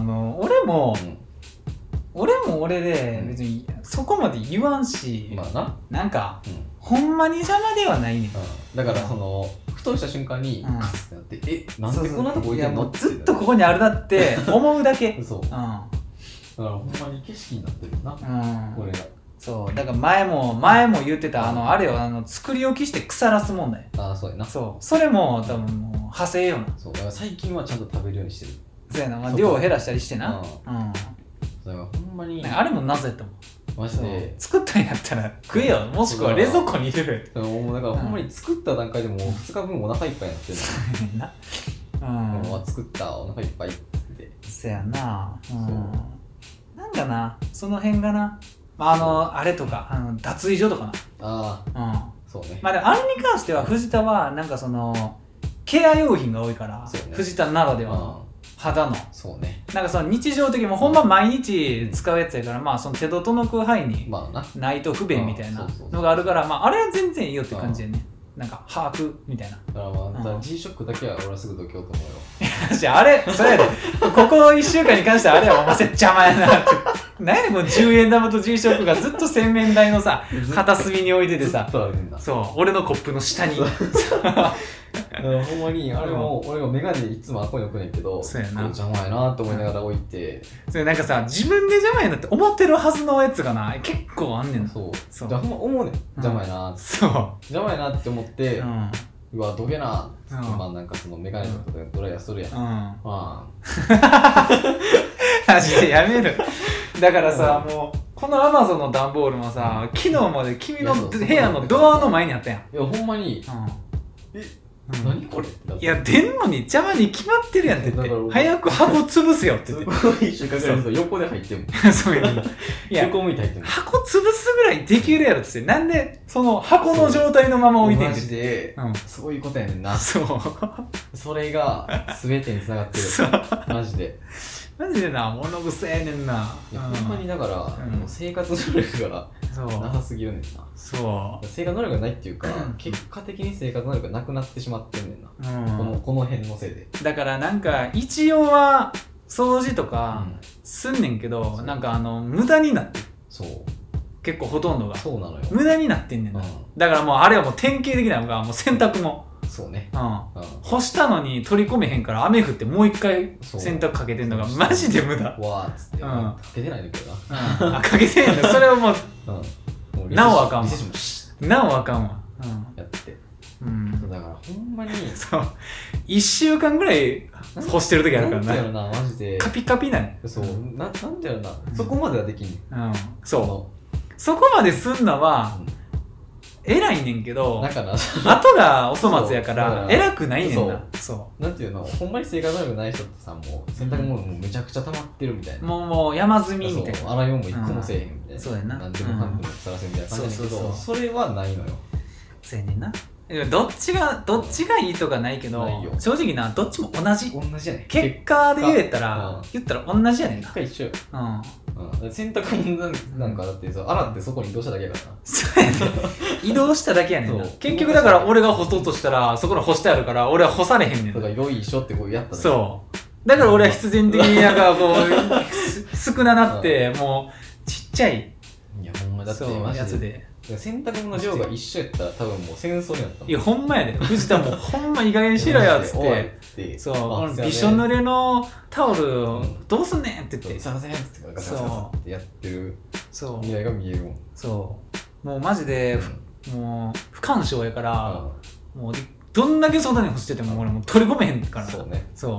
俺も俺で別にそこまで言わんし、 まあな、 なんかほんまに邪魔ではないねん。 だからふとした瞬間にカッてなってなんでこんなとこ置いてんのって、 ずっとここにあるなって思うだけ。 そうだからほんまに景色になってるな、これが。 そうだから前も言ってたあれを作り置きして腐らす問題。 そうやな。 それも多分もう派生よな。 そうだから最近はちゃんと食べるようにしてる。 そうやな、量を減らしたりしてな。 だからほんまにあれも謎やったもん。 マジで作ったんやったら食えよ、もしくは冷蔵庫に入れる。 だからほんまに作った段階でもう2日分お腹いっぱいになってるの。作ったお腹いっぱいって。 そやな。なんかな、その辺がな、あれとか脱衣所とかな。そうね。まあでもあれに関しては藤田はなんかケア用品が多いから、藤田ならではの肌の。そうね。なんか日常的にもほんま毎日使うやつやから、まあ手の届く範囲にないと不便みたいなのがあるから、まああれは全然いいよって感じでね。なんか把握みたいな。 だから G ショックだけは俺はすぐどきようと思うよ。 いやあれそれやで、ここ1週間に関してはあれはお前邪魔やなって。何やねんこの10円玉と G ショックがずっと洗面台のさ片隅に置いててさ、そう俺のコップの下に。 ほんまにあれも俺がメガネいつもあこに置くねんけど、邪魔やなと思いながら置いて、 それなんかさ自分で邪魔やなって思ってるはずのやつがな結構あんねんな。そうじゃあほんま思うねん、邪魔やなって、邪魔やなって思って、うわどけなってまあなんかメガネとかドライヤーするやん。マジでやめる。だからさもうこの Amazon の段ボールもさ昨日まで君の部屋のドアの前にあったやん。 いやほんまに何これ。 いや出んのに邪魔に決まってるやんって言って、早く箱潰すよって言って。 すごい一週間ぐらい横で入ってもそういうの。いや横向いて入っても箱潰すぐらいできるやろって言って、なんでその箱の状態のまま置いてんマジでそういうことやねんな。それが全てに繋がってる。マジでマジでな、物臭やねんな。 ほんまにだから生活能力がなさすぎるねんな。生活能力がないっていうか、結果的に生活能力がなくなってしまってんねんな、この辺のせいで。だからなんか一応は掃除とかすんねんけど、なんか無駄になってる。結構ほとんどがそうなのよ、 無駄になってんねんな。だからもうあれはもう典型的なのがもう洗濯もそうね、 干したのに取り込めへんから雨降ってもう一回洗濯かけてんのがマジで無駄。 わーっつってかけてないんだけどな。 かけてないんだ。それはもうなおあかんわ。なおあかんわ。 やってだからほんまに 1週間ぐらい干してる時あるからな。 なんだよなマジでカピカピなんなんだよな、そこまではできんねん。 そこまですんのは偉いねんけど、 だから後がお粗末やから偉くないねんな。 なんていうの、ほんまに生活能力ない人ってさ、もう洗濯物もめちゃくちゃ溜まってるみたいな、 もう山積みみたいな、 洗い物も一個もせえへんみたいな、 そうやな、 何でもかんでもさらせみたいな感じだけど、それはないのよ。 そうやねんな。どっちがいいとかないけど、正直な、どっちも同じやねん。結果で言ったら同じやねんな。 結果一緒よ。 うん、洗濯物なんかだってさ、洗ってそこに移動しただけやからな。 そうやね移動しただけやねんな。結局だから俺が干そうとしたらそこに干してあるから俺は干されへんねん。 だからよいしょってこうやっただけ。 そうだから俺は必然的になんかこう少ななってもうちっちゃい、 いやほんまだってマジでやつで洗濯物の量が一緒やったら多分もう戦争になったもん。 いやほんまやで藤田もほんまいい加減にしろやっつってそうこのびしょ濡れのタオルどうすんねんって言ってすいませんっつってガサガサってやってる未来が見えるもん。 そうもうマジで、もう不干渉やから、もうどんだけ外に干してても俺もう取り込めへんから。 そうね。 そう、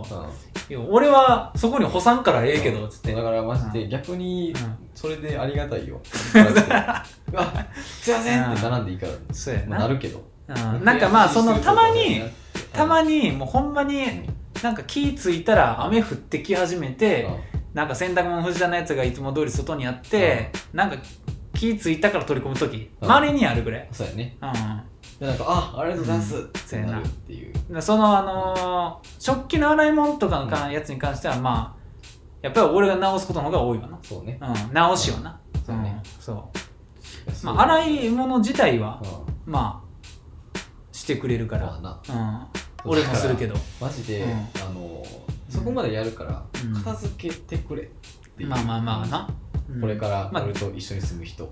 いや俺はそこに干さんからええけどつって。 だからマジで逆にそれでありがたいよ。うわすいませんって並んでいいから。 そうやな。 なるけど。 なんかまあそのたまにもうほんまになんか気ついたら雨降ってき始めて、なんか洗濯物藤田のやつがいつも通り外にあって、なんか気ついたから取り込むとき周りにあるぐらい。 そうやね。でなんかありがとうございますってなるっていう。 その食器の洗い物とかのやつに関してはまあやっぱり俺が直すことの方が多いわな。 そうね。 直しはな。そうね。そう。まあ洗い物自体はまあしてくれるから。俺もするけど。 マジでそこまでやるから片付けてくれっていう。 まあな。 これから俺と一緒に住む人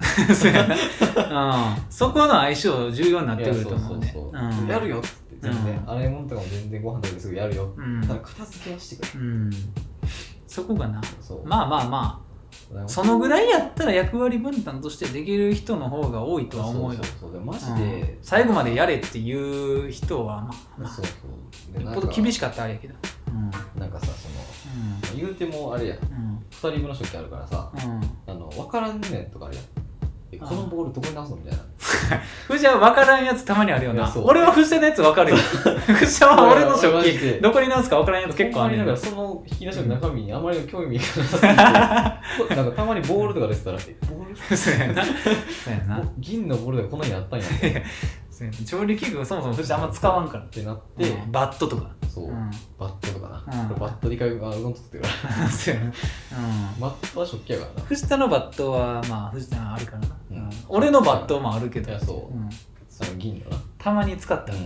そこの相性重要になってくると思うね。 やるよって全然洗い物とかも全然ご飯食べてすぐやるよ、ただ片付けはしてくれ、 そこがな。まあそのぐらいやったら役割分担としてできる人の方が多いとは思うよ。 マジで最後までやれっていう人はまあよっぽど厳しかったらあれやけど、 なんかさ言うてもあれや、2人分の食器あるからさ、分からんねんとかあるやん。このボールどこに直すのみたいな。 藤田は分からんやつたまにあるよな。俺は藤田のやつ分かるよ。藤田は俺の食器どこに直すか分からんやつ結構あるねん。 その引き出しの中身にあまりの興味がなさすぎてなんかたまにボールとか出てたらボールそうやな銀のボールとかこんなにあったんや調理器具そもそも藤田あんま使わんからってなって、 バットとかそう、バットとかな、バットで一回うどん作ってるからそうやな、バットは食器やからな。 藤田のバットはまあ藤田あるからな、俺のバットもあるけど、 そう銀のなたまに使ったら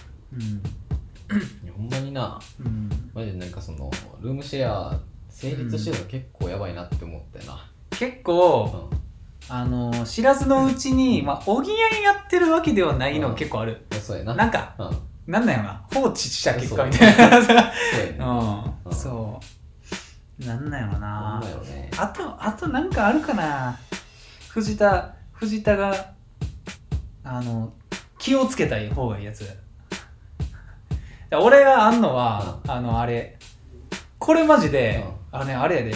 ほんまにな、マジでなんかそのルームシェア成立してるの結構やばいなって思ったよな。 結構知らずのうちに補いやってるわけではないの結構ある。 そうやな。 なんかなんだよな、放置した結果みたいな。そうなんだよな。あとなんかあるかな。藤田が気をつけたい方がいいやつ。俺があんのはあれこれマジであれやで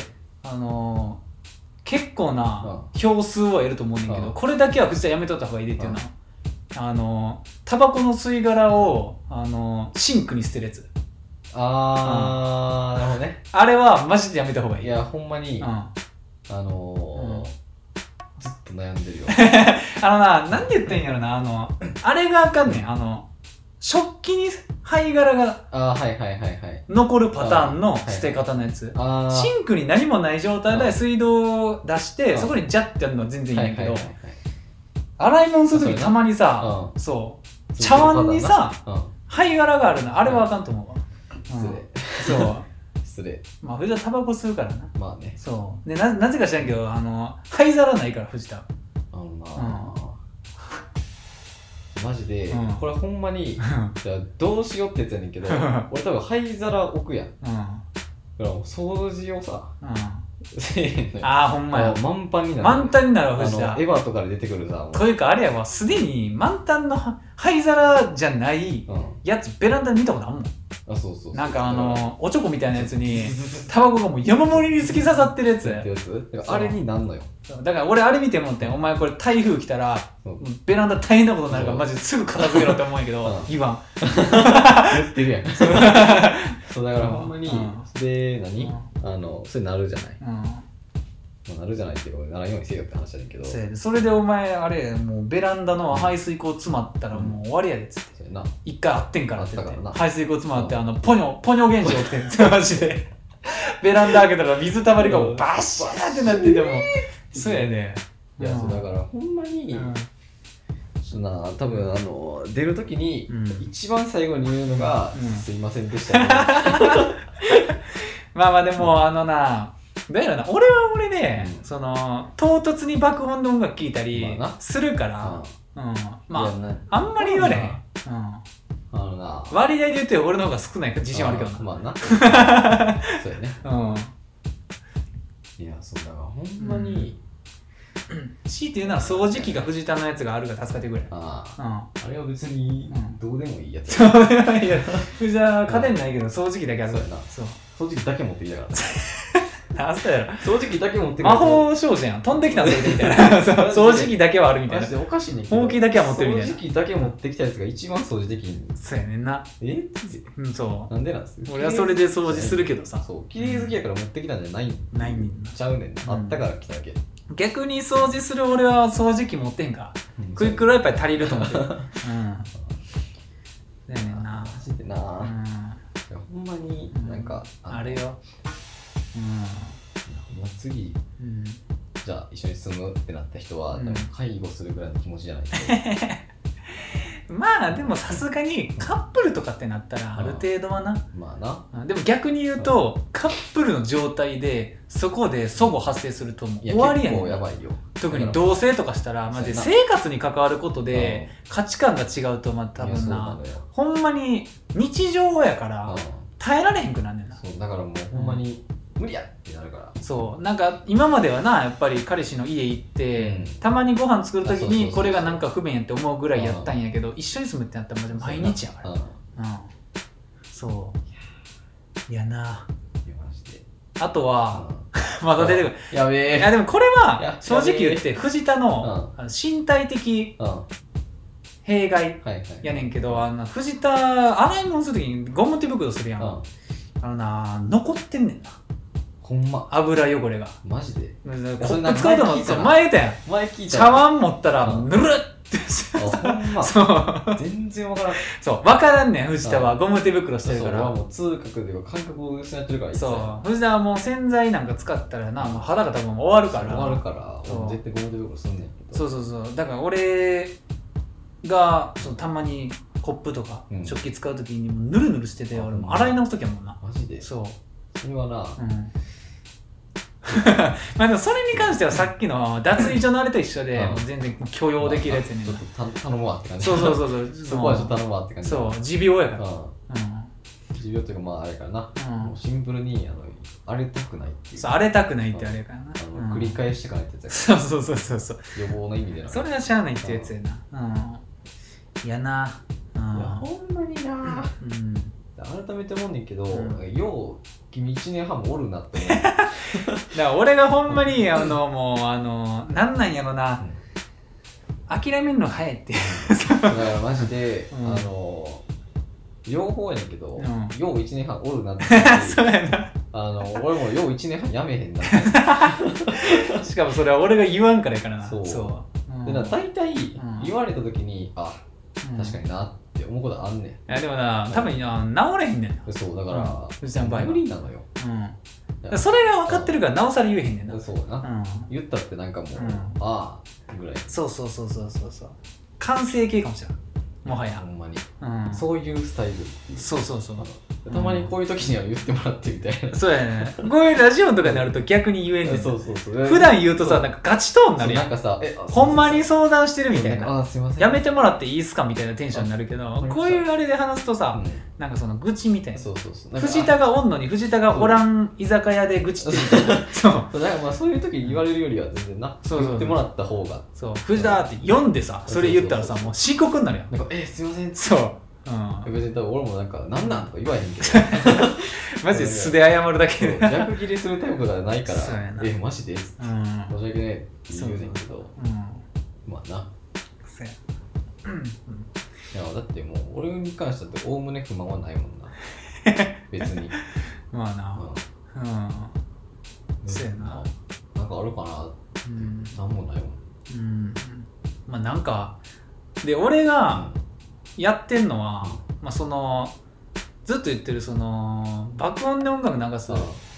結構な票数は得ると思うねんけど、これだけは藤田やめとった方がいいでっていうの。タバコの吸い殻をシンクに捨てるやつ。 なるほどね。 あれはマジでやめた方がいい。 いやほんまにずっと悩んでるよなんで言ってんやろな。あれがあかんねん。食器に灰殻が残るパターンの捨て方のやつ。シンクに何もない状態で水道を出してそこにジャッてやるのは全然いいんやけど、洗い物するときたまにさ、そう茶碗にさ灰殻があるの、あれはあかんと思うわ。 失礼。 まあ藤田タバコ吸うからな。 まあね。 そうでなぜか知らんけど灰皿ないから藤田。 マジでこれほんまにどうしようってやつやねんけど俺多分灰皿置くやん。だから掃除をさせえへんのよ。 ほんまや。 満タンになる。 満タンになるわ藤田。 エヴァとかで出てくるさ。 というかあれやわ、すでに満タンの灰皿じゃないやつベランダで見たことあんもん。 そうなんかおちょこみたいなやつにタバコがもう山盛りに突き刺さってるやつ。 あれになんのよ。 だから俺あれ見て思ってん、お前これ台風来たらベランダ大変なことになるからマジですぐ片付けろって思うんやけど言わん。 言ってるやん。そうだからほんまにでそれなるじゃない。なるじゃないっていうかならんようにせよって話だけど、 それでお前あれもうベランダの排水口詰まったらもう終わりやでっつって、一回あってんからって言って排水口詰まってポニョ現象起きてんマジでベランダ開けたら水たまりがバシャーってなっててもそうやね。 いや、そうだからほんまに、多分出るときに、一番最後に言うのが、すいませんでした、ね。 まあでもどうやろな、俺は俺で、唐突に爆音で音楽聴いたりするから、あんまり言われへん。割合で言うと俺の方が少ないから自信あるけどな。 まあな。そうやね。いや、そうだからほんまに。 強いて言うなら掃除機が藤田のやつがあるから助かってくれ。 あれは別にどうでもいいやつ。 そうでもいいやつ。藤田は家電ないけど掃除機だけあるから。 掃除機だけ持ってきたから。 なんすやろ。 掃除機だけ持ってきた。 魔法少女やん。飛んできたんですよみたいな。掃除機だけはあるみたいな。 おかしいね。 ほうきだけは持ってるみたいな。 掃除機だけ持ってきたやつが一番掃除できん。 そうやねんな。そう。 なんでなんすか。 俺はそれで掃除するけどさ。 そう。綺麗好きやから持ってきたんじゃないないねん。 ちゃうねんな。あったから来ただけ。 逆に掃除する俺は掃除機持ってんか。クイックルワイパー足りると思ってる。だよねんな。 マジでな。ほんまになんかあれよ。 次、じゃあ一緒に住むってなった人は、介護するぐらいの気持ちじゃないと。 まあでもさすがにカップルとかってなったらある程度はな。 まあな。 でも逆に言うと、カップルの状態でそこで齟齬発生するともう終わりやねん。 やばいよ。 特に同棲とかしたらマジで生活に関わることで価値観が違うと多分な、ほんまに日常やから耐えられへんくなんねんな。 そうだからもうほんまに無理やってなるから。 そうなんか今まではなやっぱり彼氏の家行って、たまにご飯作る時にこれがなんか不便やって思うぐらいやったんやけど、一緒に住むってなったら毎日やから。そういやな。あとはまた出てくる。 やべえ。 いやでもこれは正直言って藤田の身体的弊害やねんけど、藤田洗い物する時にゴム手袋するやん。残ってんねんな。 ほんま。 油汚れが。 マジで。 コップ使うと思って前言ったやん。 前聞いた。 茶碗持ったらぬるってほんま。そう。全然わからん。 そう。わからんねん、藤田は。ゴム手袋してるから。 そう。もう痛覚というか感覚を失ってるから。 そう。藤田はもう洗剤なんか使ったらな、もう肌が多分終わるから。 終わるから、絶対ゴム手袋すんねんけど。そう。だから俺がたまにコップとか食器使うときにヌルヌルしてて、俺も洗い直すときはもんな。 マジで。 そう。 それはな。 まあでもそれに関してはさっきの脱衣所のあれと一緒で、全然許容できるやつやねん。 ちょっと頼むわって感じ。 そう。 そこはちょっと頼むわって感じ。 そう、持病やから。 持病っていうかまああれからな。シンプルに荒れたくないっていう。 そう、荒れたくないってあれやからな。 繰り返してかないってやつやから。 そう。 予防の意味でな。 それはしゃあないってやつやな。いやな。 いやほんまにな。改めて思うねんけど、よう君1年半もおるなって思う。だから俺がほんまにもうなんやろな、諦めるの早いって。 だからマジで両方やねんけど、よう1年半おるなって。 そうやな。 俺もよう1年半やめへんな。 しかもそれは俺が言わんからやからな。 そう。で大体言われた時に確かになって思うことあんねん。いやでもな、多分治れへんねん。 そうだから藤田の場合は無理なのよ。 それが分かってるからなおさら言えへんねんな。 そうな。言ったってなんかもうああぐらい。 そう。完成形かもしれない。もはやほんまにそういうスタイルっていう。 そうたまにこういう時には言ってもらってみたいな。 そうやね。こういうラジオとかになると逆に言えんねん。 そう普段言うとさ、なんかガチトーンになるやん。 なんかさ、 ほんまに相談してるみたいな。 すいません。 やめてもらっていいっすかみたいなテンションになるけど、こういうあれで話すとさ、なんかその愚痴みたいな。藤田がおんのに藤田がおらん居酒屋で愚痴ってみたいな。 そう。だからまあそういう時に言われるよりは全然な。言ってもらった方が。 そう。藤田って読んでさ、それ言ったらさ、もう深刻になるやん。 なんかすいません。 そう。 別に多分俺もなんかなんなんとか言わへんけどマジで素で謝るだけで逆切れするタイプがないからマジで申し訳ないって言うねんけどまあなそうやだってもう俺に関してはおおむね不満はないもんな別にまあなそうやななんかあるかななんもないもんまあなんかで俺がやってんのは、まあ、ずっと言ってる爆音で音楽流す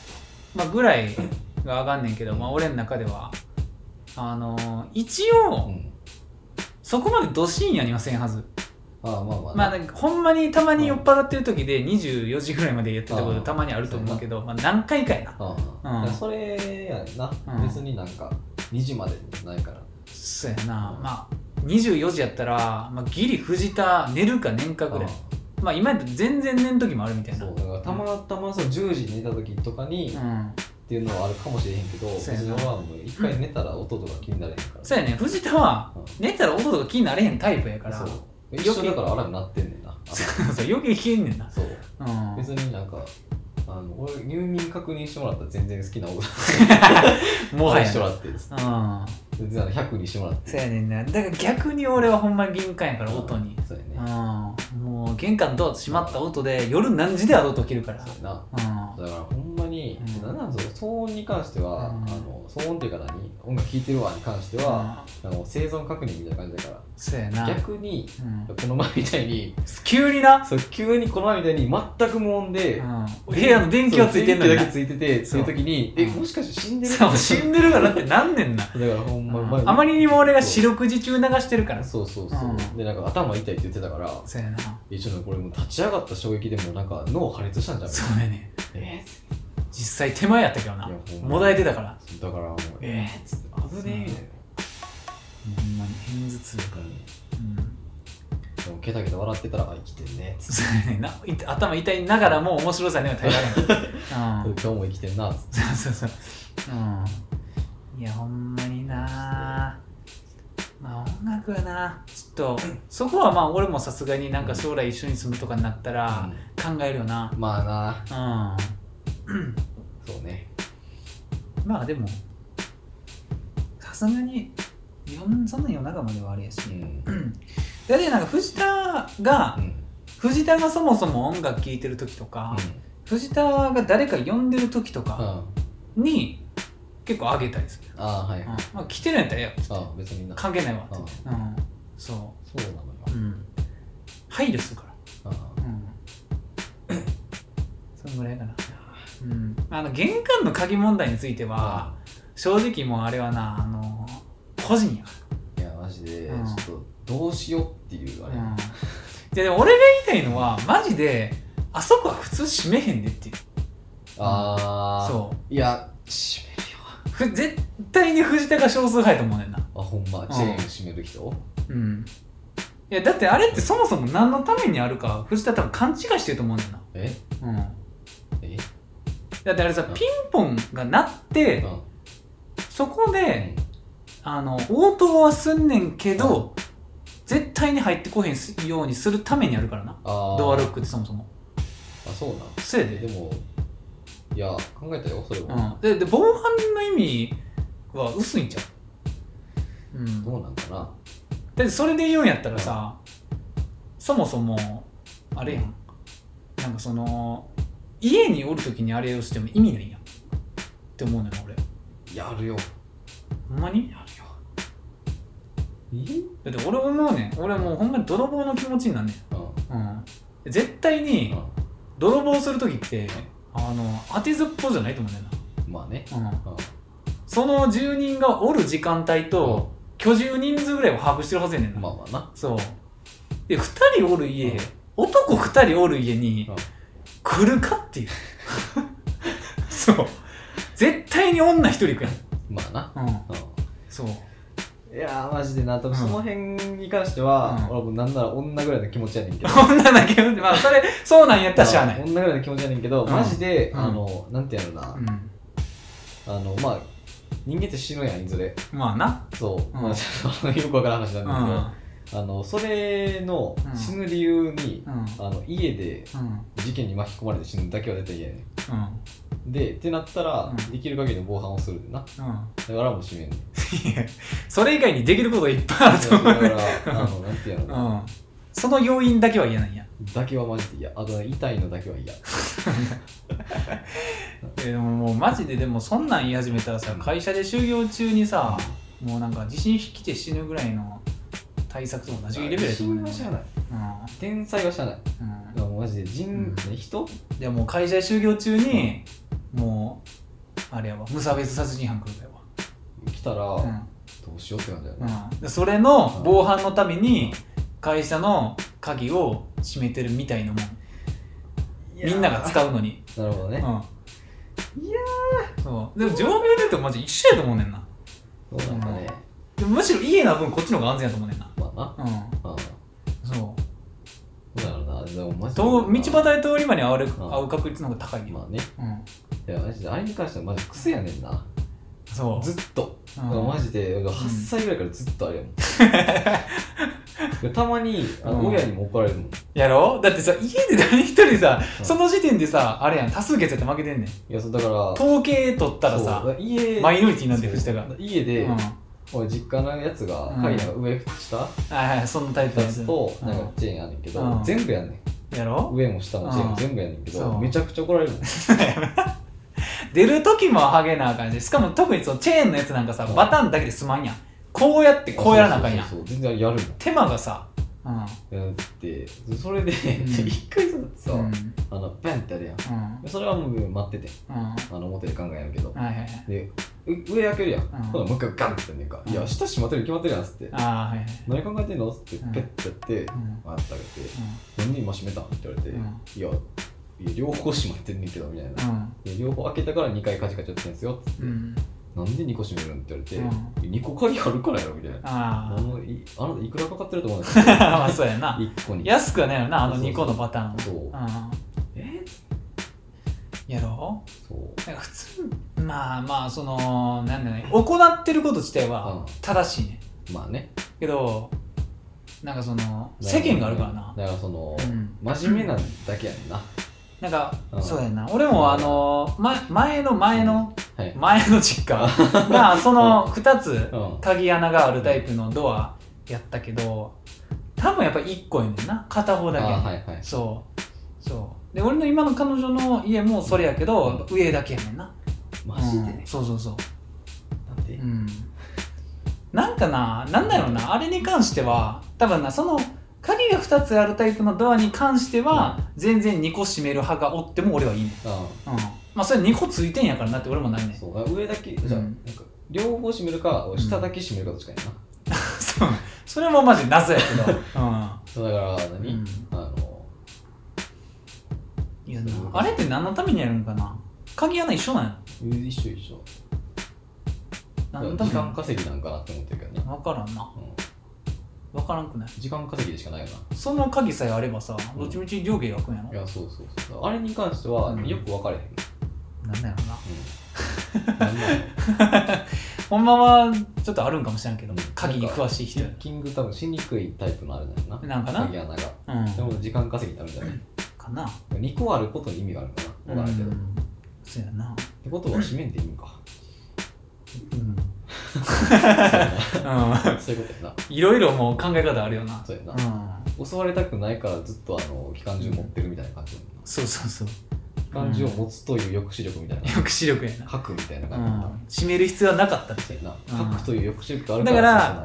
まあ、ぐらいが上がんねんけど、まあ、俺の中では一応、そこまでど深夜にはせんはず。まあほんまにたまに酔っ払ってる時で24時ぐらいまでやってたことたまにあると思うけど、まあ何回かやな。それやな、別になんか2時までないから。 そうやな、まあ24時やったら、まあ、ギリ藤田寝るか寝んかぐらい。まあ今やったら全然寝ん時もあるみたいな。 そうだからたまたまその10時に寝た時とかに、っていうのはあるかもしれへんけど、藤田はもう一回寝たら音とか気になれへんから。 そうやね、藤田は寝たら音とか気になれへんタイプやから。 一緒だからアラーム鳴ってんねんな。 そう余計消えんねんな。 そう、別になんか俺入眠確認してもらったら全然好きな音もはやしてもらって全然100にしてもらって。 そうやねんな。だから逆に俺はほんまに敏感やから音に。 そうやね。 もう玄関ドア閉まった音で夜何時であろうと起きるから。 そうやな。だからほんまに何なんぞ騒音に関しては騒音っていうか音楽聴いてるわに関しては生存確認みたいな感じだから。 そうやな。 逆にこの前みたいに急にな。 そう急にこの前みたいに全く無音で部屋の電気はついてんのに電気だけついててっていう時にもしかして死んでる？ そう死んでるからってなんねんな。 だからほんまあまりにも俺が四六時中流してるから。 そうでなんか頭痛いって言ってたから。 そうやな。 一応これもう立ち上がった衝撃でもなんか脳破裂したんじゃん。 そうやね。実際手前やったけどな。もだえてたから。 だからもうつって危ねえみたいな。 ほんまに片頭痛からね。 でもケタケタ笑ってたら生きてんねっつって。頭痛いながらも面白さには耐えられない。 今日も生きてんなっつって。 そう。いやほんまにな。まあ音楽はな、ちょっとそこはまあ俺もさすがになんか将来一緒に住むとかになったら考えるよな。 まあな。そうね。 まあでもさすがにそんな夜中まではあれやし。だってなんか藤田がそもそも音楽聴いてる時とか、藤田が誰か呼んでる時とかに結構あげたりする。まあ来てるんやったらええよって。別に関係ないわって。そうなのよ。配慮するから。そのぐらいかな。玄関の鍵問題については正直もうあれはな個人やから。 いやマジでちょっとどうしようっていうあれ。 でも俺が言いたいのはマジであそこは普通閉めへんでっていう。 そういや閉めるよ。 絶対に藤田が少数派やと思うねんな。 ほんまチェーン閉める人。 いやだってあれってそもそも何のためにあるか藤田多分勘違いしてると思うねんな。だってあれさピンポンが鳴ってそこで応答はすんねんけど絶対に入ってこへんようにするためにあるからな。ドアロックってそもそも。 そうなんせいで。 でもいや考えたよそれは。 で防犯の意味は薄いんちゃう。 どうなんかな。 だってそれで言うんやったらさ、そもそもあれやん。なんかその家におるときにあれをしても意味ないやんって思うねん俺。 やるよ。 ほんまに？ やるよ。 だって俺思うねん。俺もうほんまに泥棒の気持ちになんねん。絶対に泥棒するときって当てずっぽうじゃないと思うねんな。 まあね。 その住人がおる時間帯と居住人数ぐらいを把握してるはずやねんな。 まあまあな。 そうで2人おる家、男2人おる家に来るかっていうそう絶対に女1人行くやん。 まあな。 そういやーマジでな、多分その辺に関しては、俺もなんなら女ぐらいの気持ちやねんけど。 女だけど、まあそれそうなんやったらしゃあない。 女ぐらいの気持ちやねんけど、マジでなんてやろな、まあ人間って死ぬやんいずれ。 まあな。 そう。まあよくわからん話なんだけど、それの死ぬ理由に家で事件に巻き込まれて死ぬだけは絶対嫌やねん。でってなったらできる限りの防犯をするでな。だからもう閉めんねん。 それ以外にできることがいっぱいあると思う。だからなんていうの、 その要因だけは嫌なんや。 だけはマジで嫌。あと痛いのだけは嫌。 でももうマジででもそんなん言い始めたらさ、会社で就業中にさ、もうなんか地震来て死ぬぐらいの対策と同じレベルやと思うね。 地震はしゃあない。天災はしゃあない。マジで人でも会社就業中にもうあれやわ、無差別殺人犯来るかやわ。 来たら、どうしようって感じだよね。 でそれの防犯のために会社の鍵を閉めてるみたいなもん。みんなが使うのに。 なるほどね。いやー、そうでも状況で言うとマジ一緒やと思うねんな。 そうなんかね。 でもむしろ家な分こっちの方が安全やと思うねんな。 まあな。そう。だろうな。でもマジで道端で通り魔に会う確率の方が高いね。 まあね。いやマジであれに関してはマジ癖やねんな。 そう。 ずっと。マジで8歳ぐらいからずっとあれやもん。たまに親にも怒られるもん。 やろ？だってさ、家で誰一人さ、その時点でさ、あれやん、多数決やって負けてんねん。いや、そうだから統計取ったらさ、マイノリティなんで藤田が。 家で、俺実家のやつが鍵が上下はいはい、そのタイプのやつとなんかチェーンやねんけど、全部やんねん。 やろ？ 上も下もチェーンも全部やねんけど、めちゃくちゃ怒られるもん。 出る時もハゲなあかんし、しかも特にそのチェーンのやつなんかさ、バタンだけで済まんやん。こうやってこうやらなあかんやん。 そう全然やるもん。 手間がさ、 やってそれで一回さペンってあるやん。それはもう待ってて、表で考えるけど、で上開けるやん。今度もう一回ガンってやんねんか。いや下閉まってるに決まってるやんっつって、何考えてんのっつってペッてやってあってあげて、何で今閉めたんって言われて、いや両方閉まってんねんけどみたいな、両方開けたから2回カチカチやってんすよっつって、なんで2個閉めるんって言われて、2個鍵あるからやろみたいな。あなたいくらかかってると思うんですけどまあそうやな、 1個に安くはないよな、2個のパターン。 そうやろう。 そうなんか普通まあそのなんだろうね、行ってること自体は正しいね。 まあね。 けどなんかその世間があるからな。 だからその真面目なだけやねんな。 なんかそうやな。俺も前の実家がその2つ鍵穴があるタイプのドアやったけど、多分やっぱ1個やねんな、片方だけ。そうで、俺の今の彼女の家もそれやけど、上だけやねんな。 マジで？ そうなんで？ なんかな、なんだろうな、あれに関しては多分な、その鍵が2つあるタイプのドアに関しては全然2個閉める派がおっても俺はいいねん。まあそれ2個ついてんやからなって俺もないねん。 そう上だけじゃあなんか両方閉めるか下だけ閉めるかどっちかやな。 そうそれもマジ謎やけど。 そうだから何？ いやな、あれって何のためにやるんかな。鍵穴一緒なんや。 一緒。時間稼ぎなんかなって思ってるけどね。 分からんな。分からんくない？ 時間稼ぎでしかないよな。 その鍵さえあればさ、どっちみち上下が開くんやろ。 いやそうあれに関してはよく分かれへん。 なんだよな。ほんまはちょっとあるんかもしれんけど、鍵に詳しい人。 キング多分しにくいタイプのあれだよな。 なんかな。 鍵穴が。でも時間稼ぎになるんじゃない？ かな。 2個あることに意味があるかな。分からんけど。 そうやな。 ってことは閉めんでいいんか。そういうことやな。 いろいろもう考え方あるよな。 そうやな。襲われたくないからずっと機関銃持ってるみたいな感じ。 そう機関銃を持つという抑止力みたいな。 抑止力やな。 核みたいな感じ。閉める必要はなかったってな。核という抑止力があるから。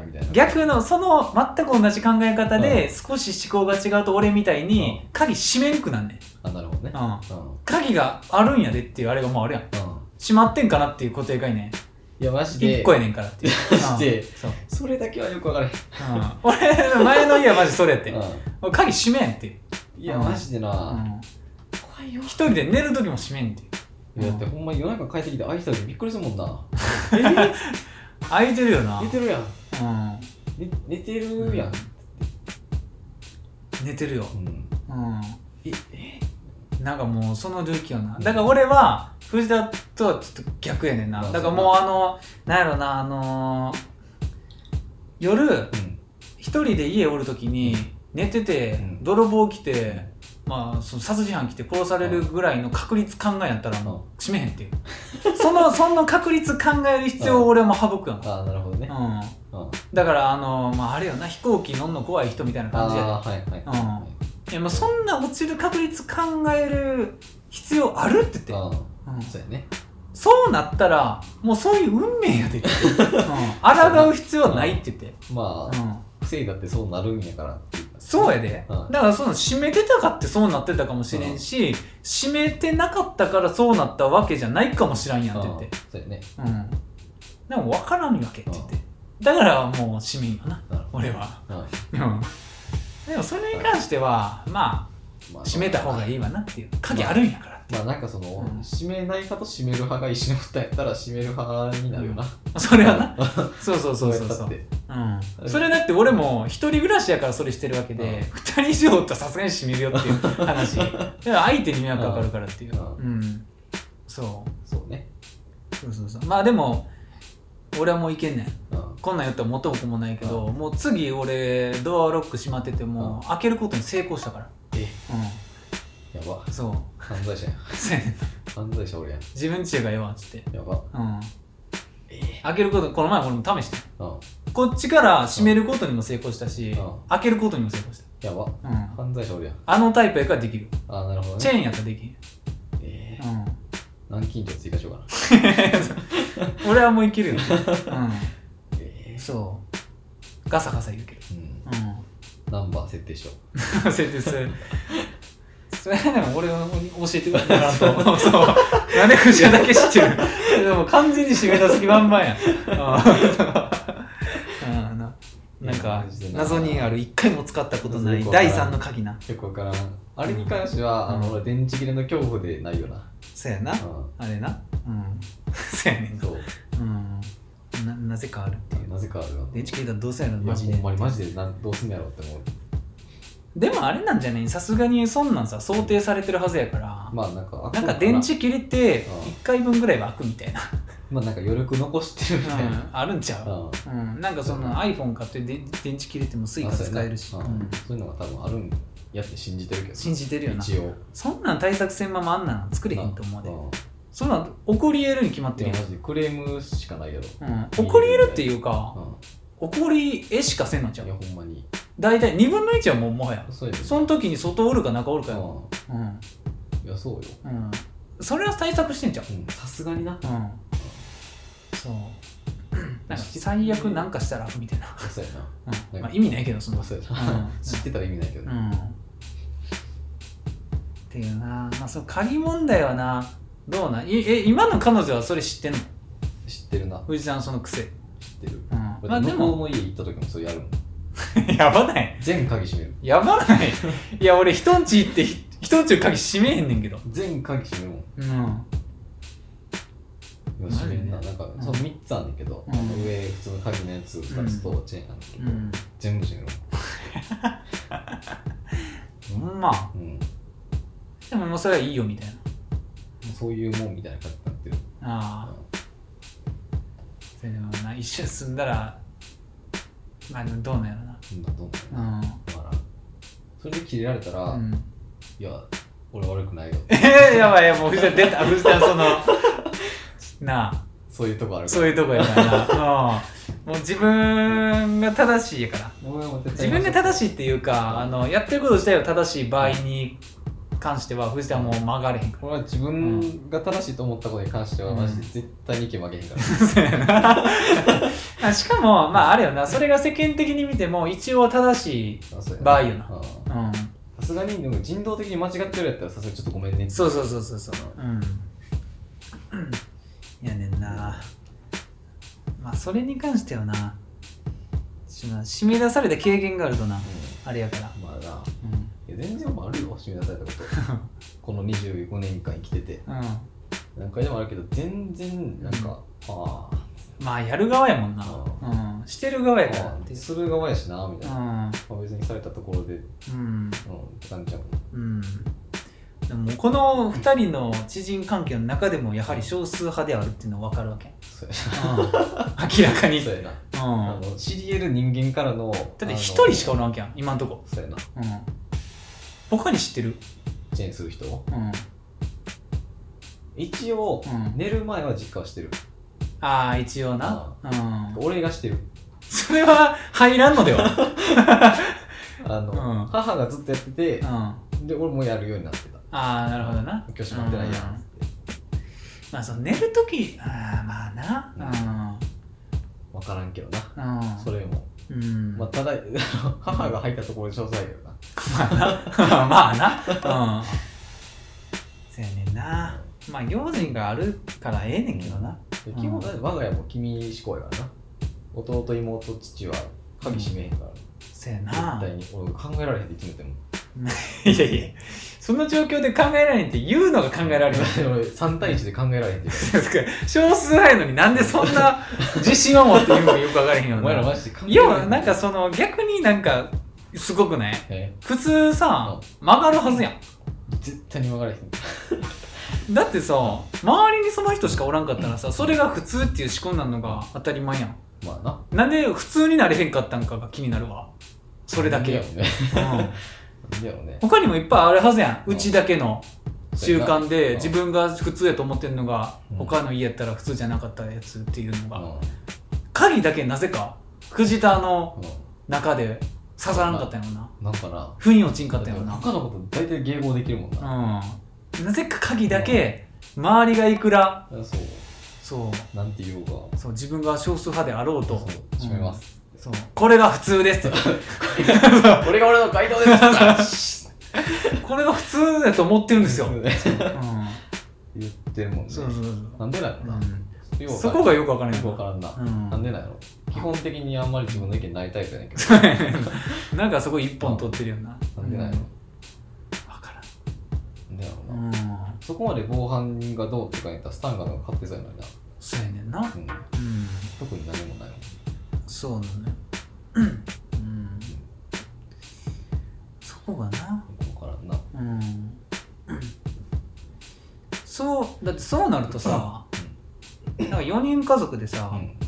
だから逆のその全く同じ考え方で少し思考が違うと俺みたいに鍵閉めんくなんねん。 なるほどね。 鍵があるんやでっていうあれがもうあるやん。閉まってんかなっていう固定概念。 いやマジで 1個やねんからっていう。 マジでそれだけはよく分からへん。 俺前の家はマジそれやって。鍵閉めんっていう。 いやマジでな。 一人で寝る時も閉めんっていう。 いやだってほんま夜中帰ってきて開いてた時びっくりするもんな。 開いてるよな。 寝てるやん。寝てるやん。 寝てるよ。なんかもうその状況な。だから俺は藤田とはちょっと逆やねんな。だからもうなんやろな、夜一人で家おる時に寝てて泥棒来て、まあその殺人犯来て殺されるぐらいの確率考えやったらもう閉めへんっていう。その確率考える必要を俺も省くやん。 なるほどね。 だからあれよな、飛行機乗んの怖い人みたいな感じやで。いやもうそんな落ちる確率考える必要あるって言って。 そうやね。 そうなったらもうそういう運命やでって抗う必要はないって言って。 まあ防いだってそうなるんやからっていう。 そうやで、だからその閉めてたかってそうなってたかもしれんし、閉めてなかったからそうなったわけじゃないかもしらんやんって言って、 そうやね、 でも分からんわけって言って、だからもう閉めんよな、俺は、でもそれに関してはまあ閉めた方がいいわなっていう、鍵あるんやから。 まあなんかその、閉めない派と閉める派が一緒におったんやったら閉める派になるよな、 それはなそうそれだって俺も一人暮らしやからそれしてるわけで、二人以上おったらさすがに閉めるよっていう話だから相手に迷惑かかるからっていう、そうね、そうまあでも俺はもういけんねん、こんなん言ったら元も子もないけど、もう次俺ドアロック閉まってても、開けることに成功したから。 やば、 そう犯罪者やそうやねん、 犯罪者俺やん、 自分ちがええわっつって、 やば、 開けること、この前俺も試して、こっちから閉めることにも成功したし、開けることにも成功した。 やば、犯罪者俺やん、 あのタイプやからできる。 なるほどね、 チェーンやったらできる。 何近所追加しようかな俺はもういけるよ、そうガサガサ言うけど、 ナンバー設定しよう設定するそれはでも俺教えてくれたらとそうなんで藤谷だけ知ってるでも完全に締め出す気満々やなんか謎にある一回も使ったことない第3の鍵な。 結構わからん。あれに関しては俺電池切れの恐怖でないよな。 そうやな、あれな、そうやねん。そうなぜかあるっていう。 なぜかあるよ。 電池切れたらどうせやろマジで。 ほんまにマジでどうすんやろって思う。 でもあれなんじゃない、さすがにそんなんさ想定されてるはずやから、 まあなんか電池切れて1回分ぐらいは開くみたいなまあなんか余力残してるみたいな、 あるんちゃう、なんかその iPhone 買って電池切れても Suica 使えるし、 そういうのが多分あるんやって信じてるけど、 信じてるよな。 一応そんなん対策せんままあんなん作れへんと思うで、そんなん起こり得るに決まってるやん。 マジでクレームしかないやろ、 起こり得るっていうか、起こり絵しかせんのちゃう。 いやほんまに大体2分の1はもはやその時に外おるか中おるかよ。 いやそうよ、 それは対策してんじゃん、 さすがにな。 そうなんか最悪なんかしたらみたいな。 そうやな、 まあ意味ないけどそのそうやな知ってたら意味ないけどっていうな。まあその鍵問題はな、どうな今の彼女はそれ知ってんの？ 知ってるな。 藤さんその癖知ってる。 まあでも向こうの家行った時もそれやるもんやばない？ 全鍵閉める。 やばない？いや俺人んち行って人んちの鍵閉めへんねんけど。 全鍵閉めるもん。閉めんな。なんかその3つあんねんけど、上普通の鍵のやつ2つとチェーンあんねんけど、全部閉めるもん。ほんま。でももうそれはいいよみたいな。 そういうもんみたいな感じになってる。 それでもな一緒に住んだら。まあどうなんやろな。 どうなんやろな。それでキレられたら、いや俺悪くないよ。 やばいやもう藤田出た。藤田そのなあそういうとこあるから。 そういうとこやからな。もう自分が正しいやから。自分が正しいっていうかやってること自体は正しい場合に関しては藤田はもう曲がれへんから。 これは自分が正しいと思ったことに関してはマジで絶対に意見負けへんから。 しかもまああれよな、それが世間的に見ても一応正しい場合よな。 さすがにでも人道的に間違ってるやったらさすがにちょっとごめんね。 そういやねんな。まあそれに関してはな、締め出された経験があるとな、あれやから。 まあな、全然あるよ締め出されたことこの25年間生きてて、何回でもあるけど全然なんか、 まあやる側やもんな、してる側やからってする側やしなみたいな、別にされたところでって感じちゃう。 でもこの2人の知人関係の中でもやはり少数派であるっていうのは分かるわけ。 そうやな明らかに。 そうやな、知り得る人間からのだって1人しかおらんわけやん今んとこ。 そうやな、 他に知ってる？ チェーンする人？一応、寝る前は実家はしてる。 一応な。 俺がしてる。 それは入らんのでは母がずっとやってて、で俺もやるようになってた。 なるほどな。 今日閉まってないやんって。 まあその寝るときまあな、 分からんけどな、それもまあただ母が入ったところで詳細やけどな。 まあなそうやねんな。まあ用心があるからええねんけどな。 基本我が家も君志向やからな。弟妹父は鍵閉めへんから。 そうやな。 絶対に俺考えられへんって言ってもいやいやその状況で考えられへんって言うのが考えられへん。 俺3対1で考えられへんって言う少数派やのになんでそんな自信を持って言うのかよく分からへんよな。 お前らマジで考えられへん。 いやなんかその逆になんかすごくない？普通さ、曲がるはずやん。 絶対に曲がれへん。 だってさ周りにその人しかおらんかったらさそれが普通っていう思考になるのが当たり前やん。 まあな。 なんで普通になれへんかったんかが気になるわ。それだけ。 なんでやろね。なんでやろね。 他にもいっぱいあるはずやん。うちだけの習慣で自分が普通やと思ってるのが他の家やったら普通じゃなかったやつっていうのが、鍵だけなぜか藤田の中で刺さらんかったんやろな。 なんかな腑に落ちんかったんやろな。 他のこと大体迎合できるもんな。 なぜか鍵だけ周りがいくらそうなんて言おうかそう自分が少数派であろうと閉めます、 そうこれが普通ですってこれが俺の回答ですこれが普通だと思ってるんですよ、言ってるもんね。そうなんでなのな、 そこがよく分からんよく分からんな、なんでなんやろ。基本的にあんまり自分の意見ないタイプやねんけどなんかそこ一本取ってるよな。 なんでなんやろ。そこまで防犯がどうとか言ったらスタンガンが勝ってそうやのにな。 そうやねんな、 特に何もないもん。 そうなのね。そこがな分からんな。 そうだってそうなるとさ、なんか4人家族でさ、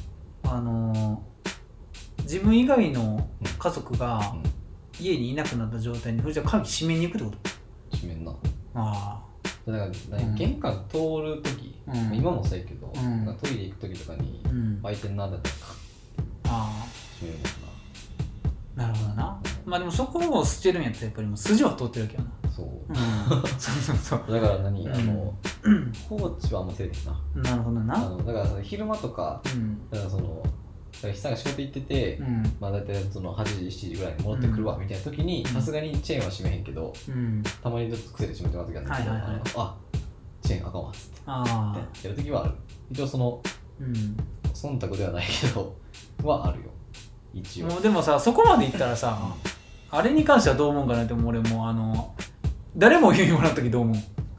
自分以外の家族が家にいなくなった状態にそれじゃ鍵閉めに行くってこと？ 閉めんな。 あだから玄関通るとき、今もそうやけど、トイレ行くときとかに開いてんなだったら閉めるもんな。なるほどな。まあでもそこを捨てるんやったらやっぱりもう筋は通ってるわけやな。 そうだから放置はあんませえへんな。 なるほどな。 だからその昼間とか、だからその久さんが仕事行ってて、まあ大体その8時7時ぐらいに戻ってくるわみたいな時にさすがにチェーンは閉めへんけど、たまにちょっと癖で閉めてます時あるんだけど、あチェーンあかんわっつってやる時はある。一応その忖度ではないけどはあるよ一応。 もうでもさそこまでいったらさあれに関してはどう思うんかなって。俺も誰も家におらん時どう思う？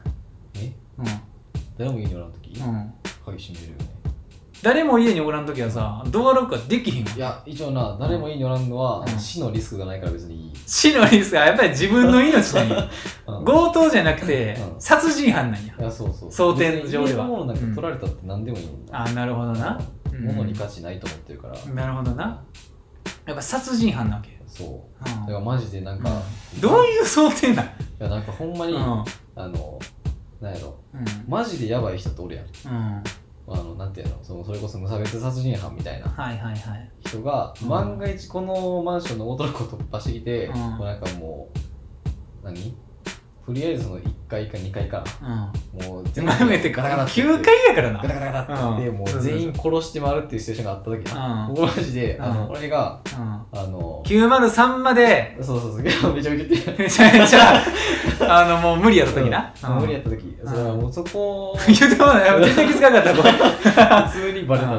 誰も家におらん時鍵閉めるよね。 誰も家におらんときはさ、ドアロックはできひんわ。 いや、一応な、誰も家におらんのは、死のリスクがないから別にいい。 死のリスクはやっぱり自分の命なんや。強盗じゃなくて、殺人犯なんや。 いや、そう。 想定上では。 家のものなんか取られたって何でもいいんだ。 あ、なるほどな。 物に価値ないと思ってるから。 なるほどな。やっぱ殺人犯なわけ。 そう。だからマジでなんか。 どういう想定なん？いや、なんかほんまに、なんやろ。マジでやばい人っておるやん。なんていうの、それこそ無差別殺人犯みたいな人が万が一このマンションの男の子を突破してきて、なんかもうとりあえずその1階か2階から、もう全部ガタガタって9 階やからなガタガタガタってもう全員殺して回るっていうシチュエーションがあった時な、マジで俺が 903までそうめちゃめちゃ言ってるめちゃめちゃもう無理やった時な、 無理やった時、それはもうそこ言うてもない全然気づかなかったこれ普通にバレた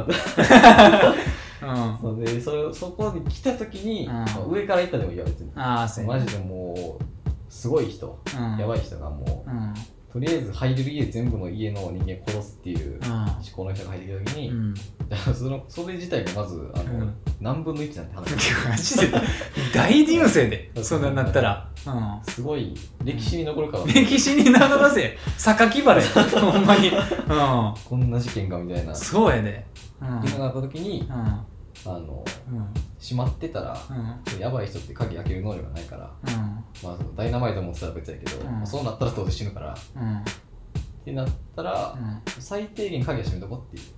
でそこに来た時に上から行ったでもいいよ別に。マジでもうすごい人、やばい人がもう、とりあえず入れる家全部の家の人間殺すっていう思考の人が入ってきた時に、それ自体がまず何分の1なんて話。 マジで大流星でそんなになったら、 すごい歴史に残るから。 歴史に残らせ榊原やほんまに、 こんな事件がみたいな。 そうやで。 ってなった時に閉まってたら、やばい人って鍵開ける能力がないから、ダイナマイト持ってたら別やけど、そうなったら当然死ぬから、ってなったら、最低限鍵は閉めとこっていう。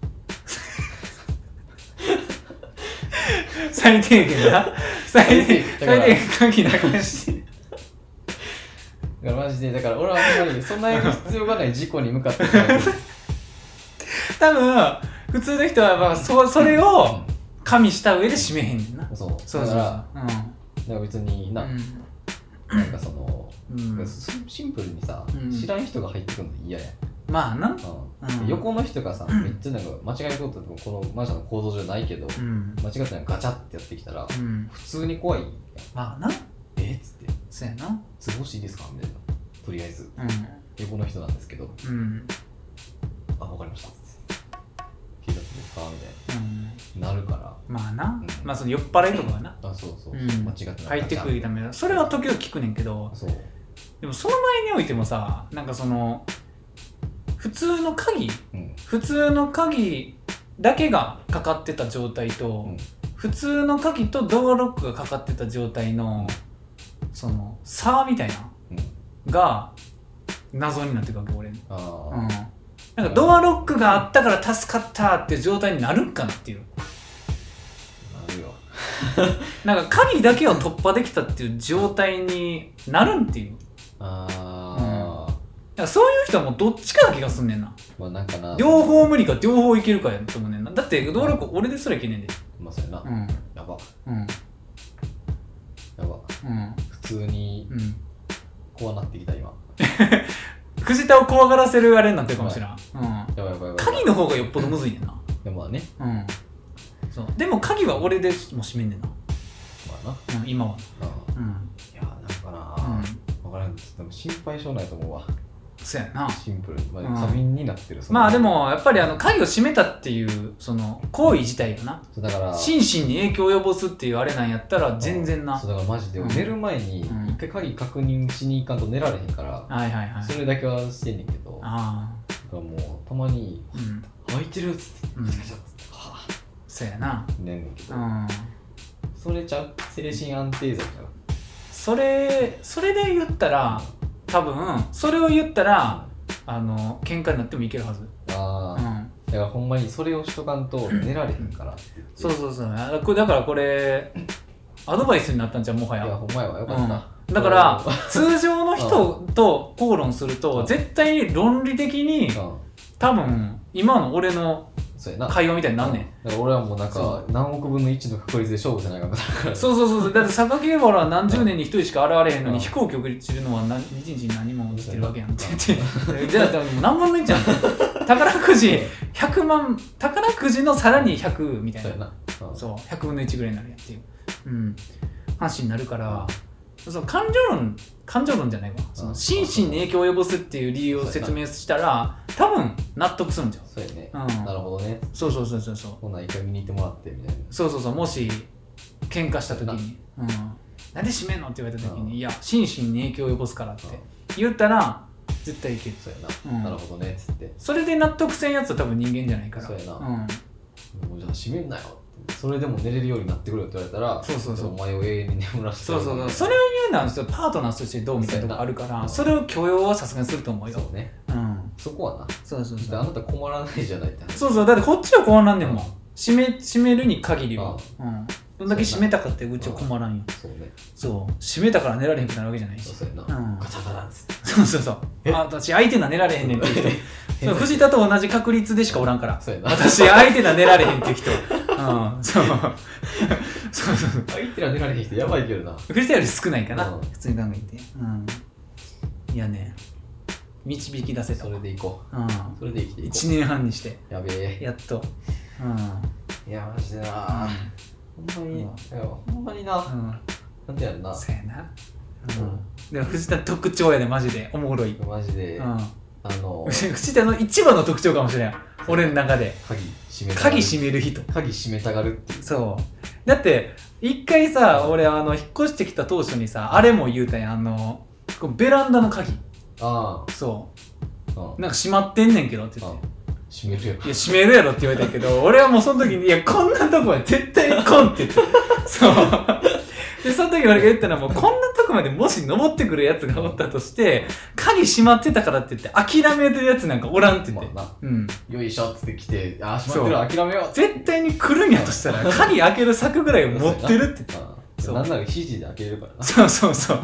最低限な。最低限鍵なくして。 だからマジで、だから俺はあんまりそんなに必要がない事故に向かって多分普通の人はそれを加味した上で締めへんねんな。 そうだから別になんかそのシンプルにさ知らん人が入ってくるの嫌や。 まあな、 横の人がさめっちゃなんか間違い事ってこのマンションの構造上ないけど間違ってなんかガチャってやってきたら普通に怖いやん。 まあな、 っつってそうやな、 通報していいですかみたいな、とりあえず横の人なんですけど、あ、わかりました警察ですかみたいななるから。 まあな、まあその酔っ払いとかはな、 そう間違って入ってくるためだ。それは時々聞くねんけど、でもその前においてもさ、なんかその普通の鍵だけがかかってた状態と、普通の鍵とドアロックがかかってた状態のその差みたいなが謎になってくわけ俺。なんかドアロックがあったから助かったっていう状態になるんかなっていう。 なるよ。 なんか鍵だけを突破できたっていう状態になるんっていう。そういう人はもうどっちかな気がすんねんな。 まあなんかな。 両方無理か両方いけるかやと思うねんな。だってドアロック俺ですらいけねんで。 まあそうやな。やば。やば。普通に怖なってきた今。 藤田を怖がらせるあれになってるかもしれん。 やばい。 鍵の方がよっぽどむずいねんな。 まあね。 そう。でも鍵は俺でも閉めんねんな。 まあな。 今は。 いやなんかな。分からん。でも心配性ないと思うわ。 そうやな。 シンプルに過敏になってる。 まあでもやっぱり鍵を閉めたっていうその行為自体がな、 だから心身に影響を及ぼすっていうあれなんやったら全然な。 そうだからマジで寝る前に一回鍵確認しに行かんと寝られへんから、それだけはしてんねんけど、だからもうたまに開いてるっつってそうやな、 寝んねんけど、それちゃう精神安定剤ちゃう。 それで言ったら多分それを言ったら喧嘩になってもいけるはず。 だからほんまにそれをしとかんと寝られへんからって言って。 そうだからこれアドバイスになったんじゃんもはや。 いやほんまやわ、よかった、 だから通常の人と口論すると絶対に論理的に多分今の俺の会話みたいになんねん。 だから俺はもうなんか何億分の1の確率で勝負せないかんから。 そうだって榊原は何十年に一人しか現れへんのに飛行機送り散るのは一日に何も落ちてるわけやんって言ってじゃあ何分の1じゃん。宝くじ100万、宝くじのさらに100みたいな、そう100分の1ぐらいになるやんっていう話になるから、その感情論じゃないわ、その心身に影響を及ぼすっていう理由を説明したら多分納得するんじゃん。 そうやね、なるほどね。 そうほな一回見に行ってもらってみたいな。 そうもし喧嘩した時になんで閉めんのって言われた時にいや心身に影響を及ぼすからって言ったら絶対いける。 そうやな、なるほどねっつって。 それで納得せんやつは多分人間じゃないから。 そうやな、もうじゃあ閉めんなよ、それでも寝れるようになってくるよって言われたら、お前を永遠に眠らせて。それを言うのはパートナーとしてどうみたいなとこあるから、それを許容はさすがにすると思うよ。 そうね、そこはな。そうあなた困らないじゃないって話。 そうだってこっちは困らんねんもん。閉めるに限りは。どんだけ閉めたかってうちは困らんよ。そう閉めたから寝られへんくなるわけじゃないし。そうやな、ガチャガチャっつって。そう私相手な寝られへんねんっていう人、藤田と同じ確率でしかおらんから。私相手な寝られへんっていう人、そう相手な寝られへん人やばいけどな。 藤田より少ないかな、普通に考えて。いやね、導き出せた。 それでいこう。それで生きていこう。 1年半にしてやべえ、 やっと。 いやマジでな、ほんまにな、なんてやるな。 そうやな。でも藤田特徴やでマジでおもろい。 マジで藤田の一番の特徴かもしれん、俺の中で。鍵閉める人。 鍵閉めたがるっていう。 そうだって一回さ、俺引っ越してきた当初にさあれも言うたんや、ベランダの鍵。そうなんか閉まってんねんけどって言って。 閉めるやろ。 いや閉めるやろって言われたけど俺はもうその時にいやこんなとこまで絶対に来んって言ってそうでその時俺が言ったのはもうこんなとこまでもし登ってくるやつがおったとして鍵閉まってたからって言って諦めてるやつなんかおらんって言って、 よいしょっつって来て閉まってる諦めよう絶対に来るんやとしたら鍵開ける柵ぐらいを持ってるって言ってなんなら肘で開けれるからな。 そう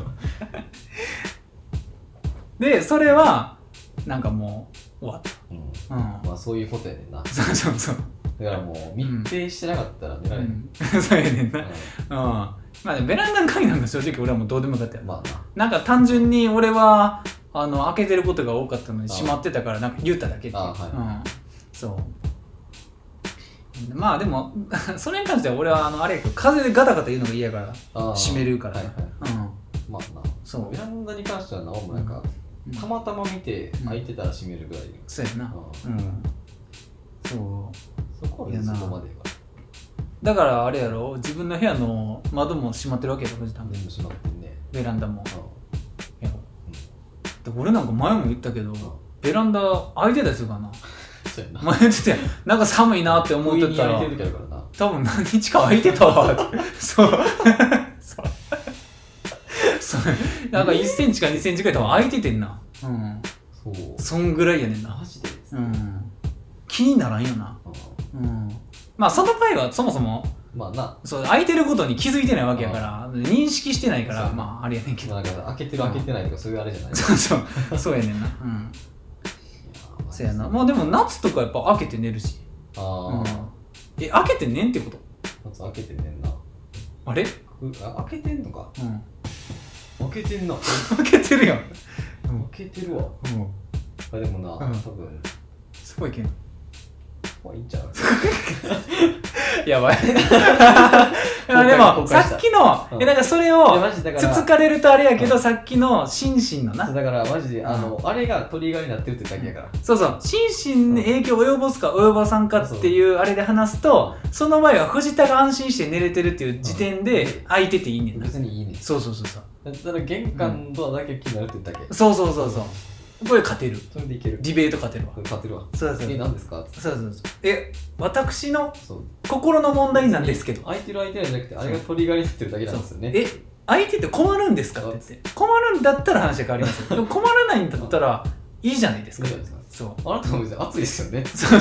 でそれはなんかもう終わった。 まあそういうことやねんな。 そうだからもう密閉してなかったら寝られへん、 そうやねんな、まあでもベランダの鍵なんか正直俺はもうどうでもよかったよ、なんか単純に俺は開けてることが多かったのに閉まってたからなんか言っただけっていう、そうまあでもそれに関しては俺はあれ風でガタガタ言うのが嫌やから閉めるから、 まあな、そうベランダに関してはな、もなんかたまたま見て開いてたら閉めるぐらい、 そうやな、そこは別にそこまでやからだからあれやろ、自分の部屋の窓も閉まってるわけやろ、藤田も全部閉まってんね、 ベランダも、やろ、で俺なんか前も言ったけど、ベランダ開いてたりするからな、 そうやな、 前言っててなんか寒いなって思ってたら開いてる時あるからな、 多分何日か開いてたわってそうなんか1センチか2センチくらい多分開いててんな、そんぐらいやねんな、 マジで、 気にならんよな、まあその場合はそもそもまあな、 そう開いてることに気づいてないわけやから認識してないからまああれやねんけど、 なんか開けてる開けてないとかそういうあれじゃない、 そうやねんな、そうやな、まあでも夏とかやっぱ開けて寝るし、開けて寝んってこと？ 夏開けて寝んな、 あれ？ 開けてんのか？開けてんな、 開けてるやん、 開けてるわ、でもな、多分すごいけんいいんちゃうやばいでもさっきのだからそれをつつかれるとあれやけど、さっきの心身のな、 だからマジであれがトリガーになってるってだけやから、 そうそう、心身に影響を及ぼすか及ぼさんかっていうあれで話すと、その場合は藤田が安心して寝れてるっていう時点で開いてていいねんな、 別にいいねん、 そうだったら玄関ドアだけ気になるってだけ、 そうこれ勝てる、 それでいける、 ディベート勝てるわ、 そう何ですか、 私の心の問題なんですけど、 開いてる開いてないじゃなくてあれがトリガーになってるだけなんですよね、 開いてて困るんですかって言って、困るんだったら話が変わりますよでも困らないんだったらいいじゃないですか、そう、 あなたも別に暑いですよね、 そう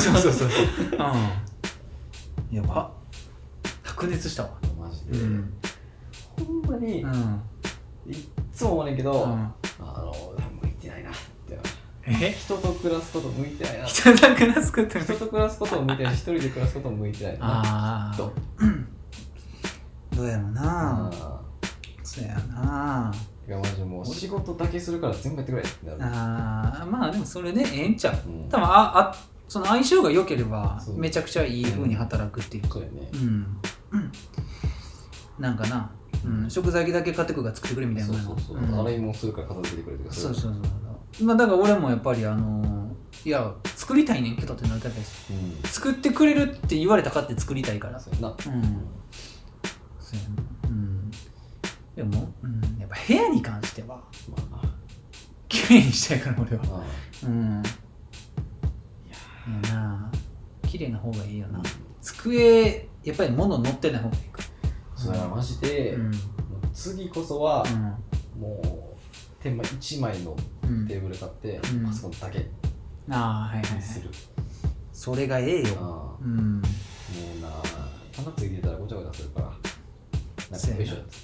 やば、白熱したわマジで、ほんまに、いっつも思うねんけど、向いてないなって、人と暮らすこと向いてないな、 人と暮らすことも向いてないし、一人で暮らすことも向いてないな、どうやろな、そうやな、 マジでもう仕事だけするから全部やってくれってなる、 まあでもそれでええんちゃう、多分その相性が良ければめちゃくちゃいい風に働くっていうか、なんかな、食材だけ買ってくるから作ってくれみたいな、 洗い物するから片付けてくれとか、 そうまあだから俺もやっぱりいや作りたいねんけどってなりたいし、作ってくれるって言われたかって作りたいから、そうやな、でもやっぱ部屋に関しては綺麗にしたいから俺は、いやな、綺麗な方がいいよな、机やっぱり物乗ってない方がいいから、 それはマジで、次こそは、もう天板1枚のテーブル買って、パソコンだけにする、 それがええよ、 もうな、棚ついてたらごちゃごちゃするから、なんかよいしょっつって、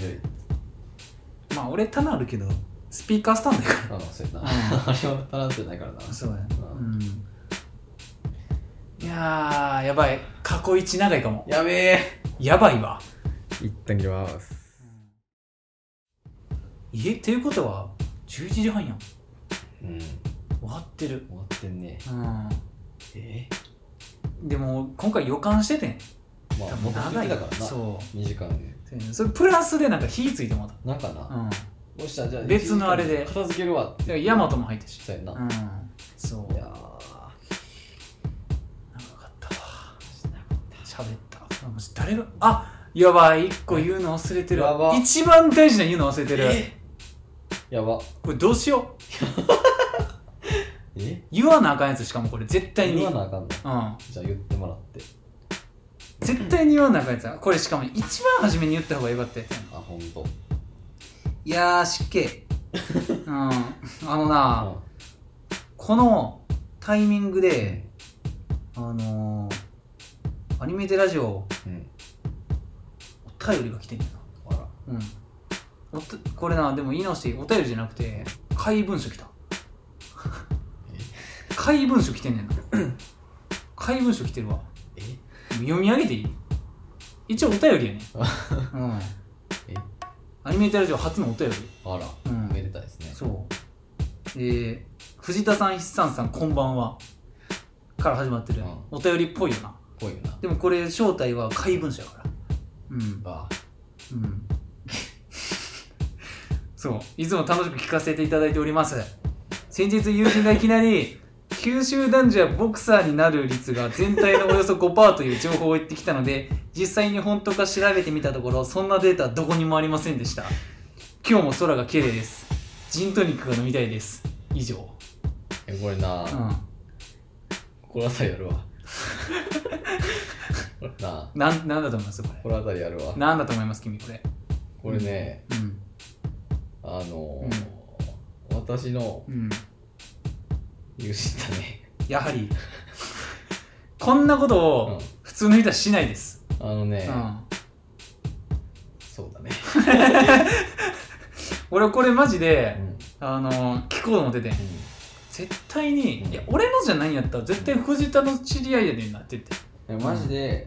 まあ俺棚あるけどスピーカースタンドやから、 そうやな、あれは棚じゃないからな、 そうや、いやーやばい、過去一長いかも、 やべえ、 やばいわ、 一旦切ります、 っていうことは11時半やん、終わってる、 終わってんね、 でも今回予感しててん、 まあもう長いだからな、そう2時間で、 それプラスでなんか火ついてもらった、 なんかな、よっしゃ、じゃあ別のあれで片付けるわって、 ヤマトも入ったし、 そうやな、 そう、 いや長かったわ、喋った、誰が、やばい、1個言うの忘れてる、一番大事な言うの忘れてる、 やば、 これどうしよう言わなあかんやつ、しかもこれ絶対に言わなあかんの、じゃあ言ってもらって、 絶対に言わなあかんやつや、これしかも一番初めに言った方がよかったやつやん、 ほんと、 いやー湿気このタイミングでアニメテラジオ、お便りが来てんねんな、これな、でも言い直していい、お便りじゃなくて怪文書来た怪文書来てんねんな怪文書来てるわ。読み上げていい？一応お便りやね。うん。アニメーターラジオ初のお便り。 あら、めでたいですね。 そう。藤田さん、筆算さん、こんばんは。から始まってる。お便りっぽいよな。 ぽいよな。 でもこれ正体は怪文書やから。そう。いつも楽しく聞かせていただいております。先日友人がいきなり九州男児はボクサーになる率が全体のおよそ 5% という情報を言ってきたので、実際に本当か調べてみたところ、そんなデータはどこにもありませんでした。今日も空が綺麗です。ジントニックが飲みたいです。以上。これな、これあたりやるわ。 なんだと思いますこれ。 これあたりやるわ。 なんだと思います君これ。 これね、私の友人だね。 やはりこんなことを普通の人はしないです。 そうだね。 俺これマジで、聞こうと思ってて、絶対に、いや俺のじゃないんやったら絶対藤田の知り合いやでんなって言って、 マジで、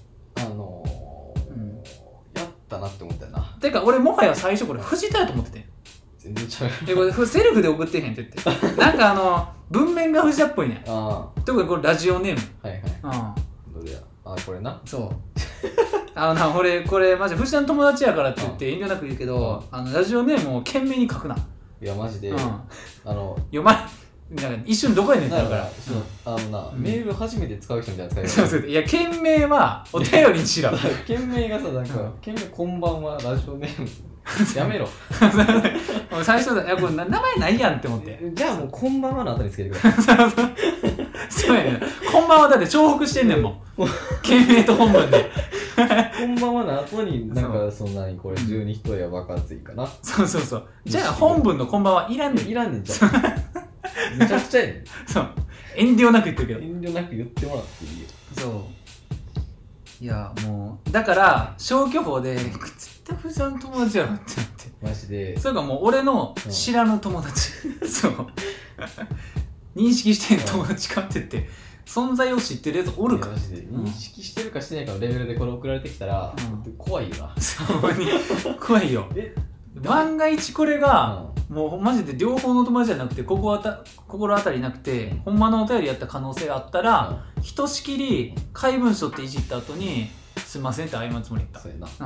やったなって思ったよな。 てか俺もはや最初これ藤田やと思ってて。 全然ちゃう。 これセルフで送ってへんって言って。なんか文面が藤田っぽいね。特にこれラジオネーム。 はいはい。どれや。これな。 そう。俺これマジ藤田の友達やからって言って遠慮なく言うけど、ラジオネームを懸命に書くな。 いやマジで。 読まなんか一瞬どこやねんってなるから。 メール初めて使う人みたいな使い方。 そうそう。いや件名はお便りにしろ。 件名がさなんか件名こんばんはラジオネーム。やめろ。 最初だ、いやこれ名前ないやんって思って。 じゃあもうこんばんはの後につけてください。 そうやね。こんばんはだって重複してんねんもん。件名と本文で。 こんばんはの後になんかそんなにこれ十二一重は爆発いいかな。 そうそうそう。じゃあ本文のこんばんはいらんねん。 いらんねんじゃん。めちゃくちゃやねん。 そう。遠慮なく言ってるけど。 遠慮なく言ってもらっていいよ。 そう。いやもうだから消去法で絶対藤田の友達やろってなって。 マジで。 それかもう俺の知らぬ友達。そう。認識してん友達かって言って存在を知ってるやつおるか。 マジで認識してるかしてないかのレベルでこれ送られてきたら、怖いよな。 そうに怖いよ。万が一これが、もうマジで両方の友達じゃなくて心当たりなくて、ほんまのお便りやった可能性があったら、ひとしきり怪文書っていじった後にすいませんって謝るつもりやった。 そうやな。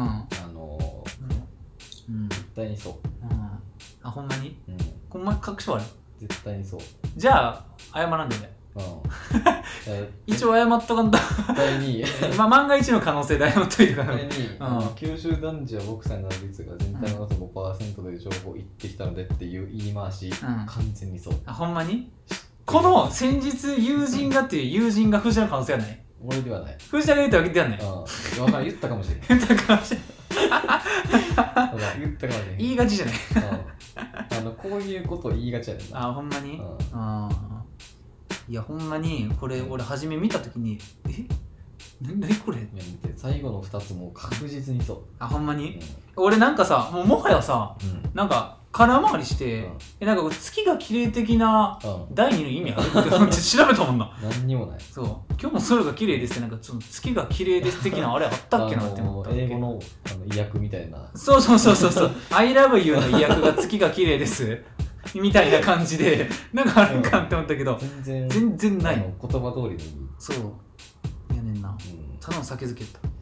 絶対にそう。 ほんまに？ほんまに確証ある？ 絶対にそう。 じゃあ謝らんでね。一応謝っとかんと。 絶対に万が一の可能性で謝っといてから。 絶対に九州男児はボクサーになる率が全体の 5% という情報を言ってきたのでっていう言い回し、完全にそう。 ほんまに？この先日友人がっていう友人が藤田の可能性はない？ 俺ではない。 藤田が言ったわけではない。 言ったかもしれない。 言ったかもしれない。 言ったかもしれない。 言いがちじゃない。 こういうことを言いがちやねんな。 ほんまに？いやほんまにこれ俺初め見た時に何これ？いや見て最後の2つも確実にそう。 ほんまに？俺なんかさもはやさ、なんか空回りして、なんか月が綺麗的な第二の意味あるって調べたもんな。 何にもない。 そう今日も空が綺麗ですってなんかその月が綺麗です的なあれあったっけなって思った。 英語の意訳みたいな。 そうI love you の意訳が月が綺麗ですみたいな感じでなんかあるかって思ったけど、全然ない。 言葉通りの意味。 そうやねんな。ただの酒漬けやった。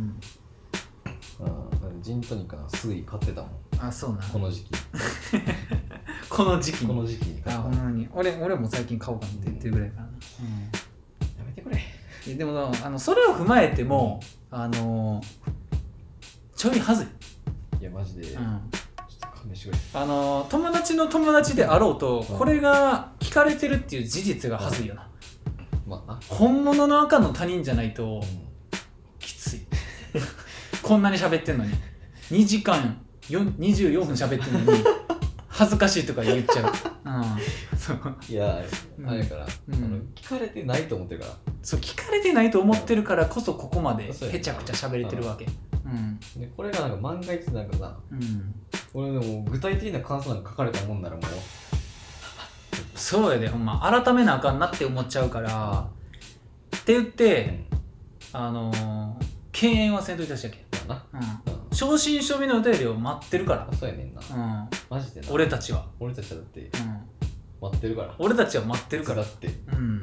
ジントニックの水位買ってたもん。 そうな。 この時期この時期に買った。 ほんまに俺も最近買おうかなって言ってるぐらいからな。 やめてくれ。 でもそれを踏まえてもちょいはずい。 いやマジでちょっと勘弁してくれ。 友達の友達であろうとこれが聞かれてるっていう事実がはずいよな。本物の赤の他人じゃないときつい。こんなに喋ってんのに2時間24分喋ってんのに恥ずかしいとか言っちゃう。 いやあれから、聞かれてないと思ってるから。 そう聞かれてないと思ってるからこそここまでへちゃくちゃ喋れてるわけ。 でこれがなんか万が一なんかさ、俺でも具体的な感想なんか書かれたもんならもうそうやでほんま改めなあかんなって思っちゃうから。 って言って、敬遠はせんといたしやけ正真正銘のお便りを待ってるから。 そうやねんな。マジでな。 俺たちはだって、待ってるから。 俺たちは待ってるから。 だって。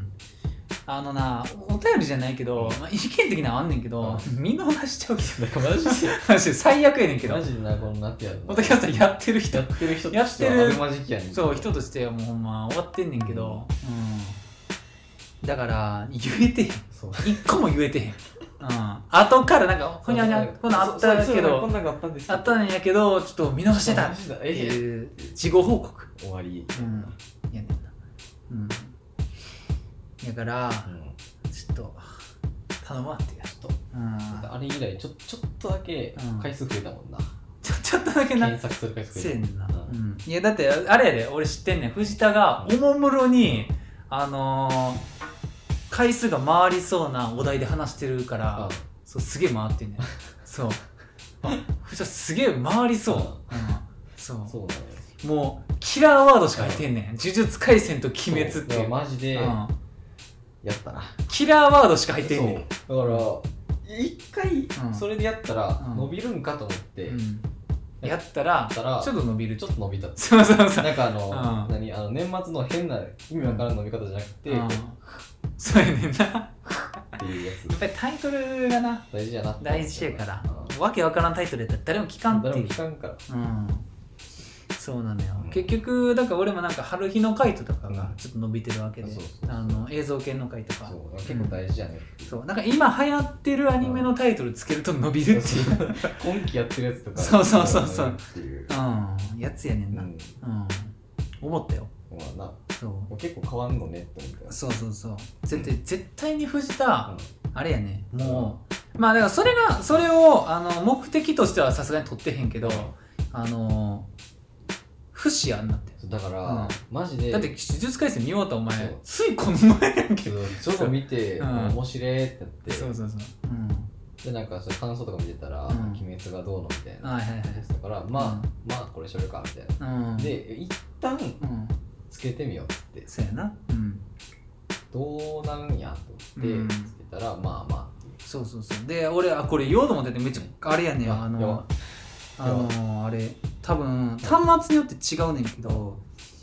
お便りじゃないけど、意見的にはあんねんけど、見逃しちゃうけど、マジで最悪やねんけど。 マジでな、このなってやる。 ポッドキャストやってる人としてはあるまじきやねん。 そう、人としてはもうほんま終わってんねんけど、だから言えてへん。一個も言えてへん。後からなんかほにゃほにゃこんなんあったけど、あったんやけど、ちょっと見逃してたっていう事後報告。 終わり。 やねんな。だから、ちょっと頼むわってやっと。 あれ以来ちょっとだけ回数増えたもんな。 ちょっとだけな。 検索する回数増えた。 せんな。いやだってあれやで、俺知ってんねん。藤田がおもむろに回数が回りそうなお題で話してるから、そうすげえ回ってんねん。そう。藤田すげえ回りそう。そう。そうだね。もうキラーワードしか入ってんねん。呪術廻戦と鬼滅っていう。 マジでやったな。 キラーワードしか入ってんねん。 だから一回それでやったら伸びるんかと思ってやったらちょっと伸びる。 ちょっと伸びた。 そう。 なんか年末の変な意味わからん伸び方じゃなくて、 そうやねんな。 っていうやつ。 やっぱりタイトルがな大事やな。 大事やから。わけわからんタイトルやったら誰も聞かんっていう。 誰も聞かんから。 そうなのよ。結局だから俺もなんか春日の回とかがちょっと伸びてるわけで、映像系の回とか。 そう結構大事やね。 そうなんか今流行ってるアニメのタイトルつけると伸びるっていう。 今期やってるやつとか。 そうやつやねんな。思ったよ。そう結構変わんのねって思った。 そう絶対に藤田あれやね。もうまあだからそれを目的としてはさすがに取ってへんけど、不死やんなって。 だからマジでだって呪術廻戦見終わったお前ついこの前やんけど、 ちょっと見て面白いってなって、 そうでなんかそれ感想とか見てたら鬼滅がどうのみたいなだからまあこれしよるかみたいなで一旦つけてみようって。 そうやな。 どうなんやと思ってつけたらまあそうで俺これ言おうと思っててめっちゃあれやねん。あれ多分端末によって違うねんけど、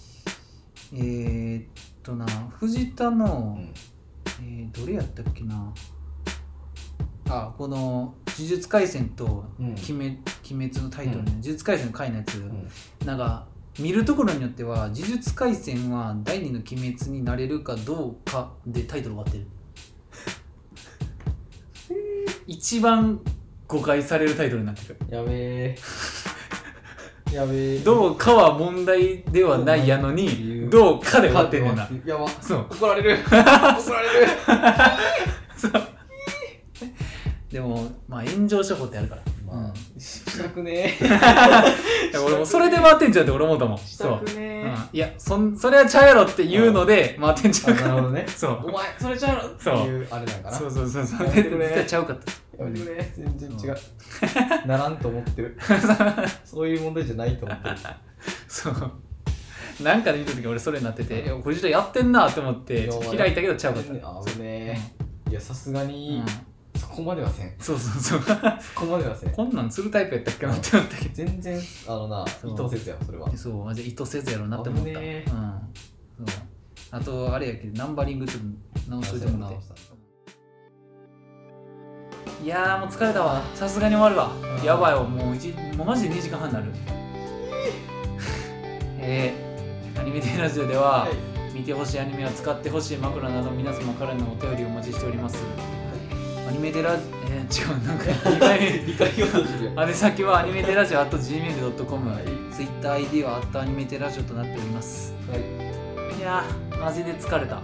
藤田の、どれやったっけな。この呪術廻戦と鬼滅のタイトルね、呪術廻戦の回のやつ、なんか見るところによっては呪術廻戦は第二の鬼滅になれるかどうかでタイトル終わってる。一番誤解されるタイトルになってる。 やべえどうかは問題ではないやのにどうかで終わってんねんな。 やば。 そう怒られるそうでもまあ炎上処方ってあるからしたくね俺もそれで回ってんじゃんって俺思ったもん。 したくねいやそれはちゃうやろっていうので回ってんちゃうから。 なるほどね。 そうお前それちゃうやろっていうあれなんかな。 そう実はちゃうかった。 やめてくれ全然違うならんと思ってるそういう問題じゃないと思ってる。 そうなんかで見た時俺それになっててこれ自体やってんなって思って開いたけどちゃうかった。 危ねえ。いやさすがにそこまではせん。 そうそこまではせん。 こんなんするタイプやったっけなって思ったけど全然意図せずやそれは。 そうマジ意図せずやろうなって思った。あとあれやけどナンバリングちょっと直しといてもらって。いやーもう疲れたわ。さすがに終わるわ。やばいわもうマジで2時間半になる。アニメテラジオでは、見てほしいアニメを使ってほしい枕など皆様からのお便りをお待ちしております。アニメテラジオ違うなんか2回目宛先はアニメテラジオ@gmail.com、TwitterID はアニメテラジオとなっております。いやーマジで疲れた。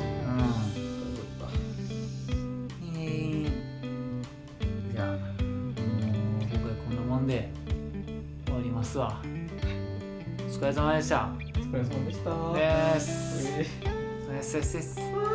じゃあ今回こんなもんで終わりますわ。お疲れ様でした。 お疲れ様でした。 です。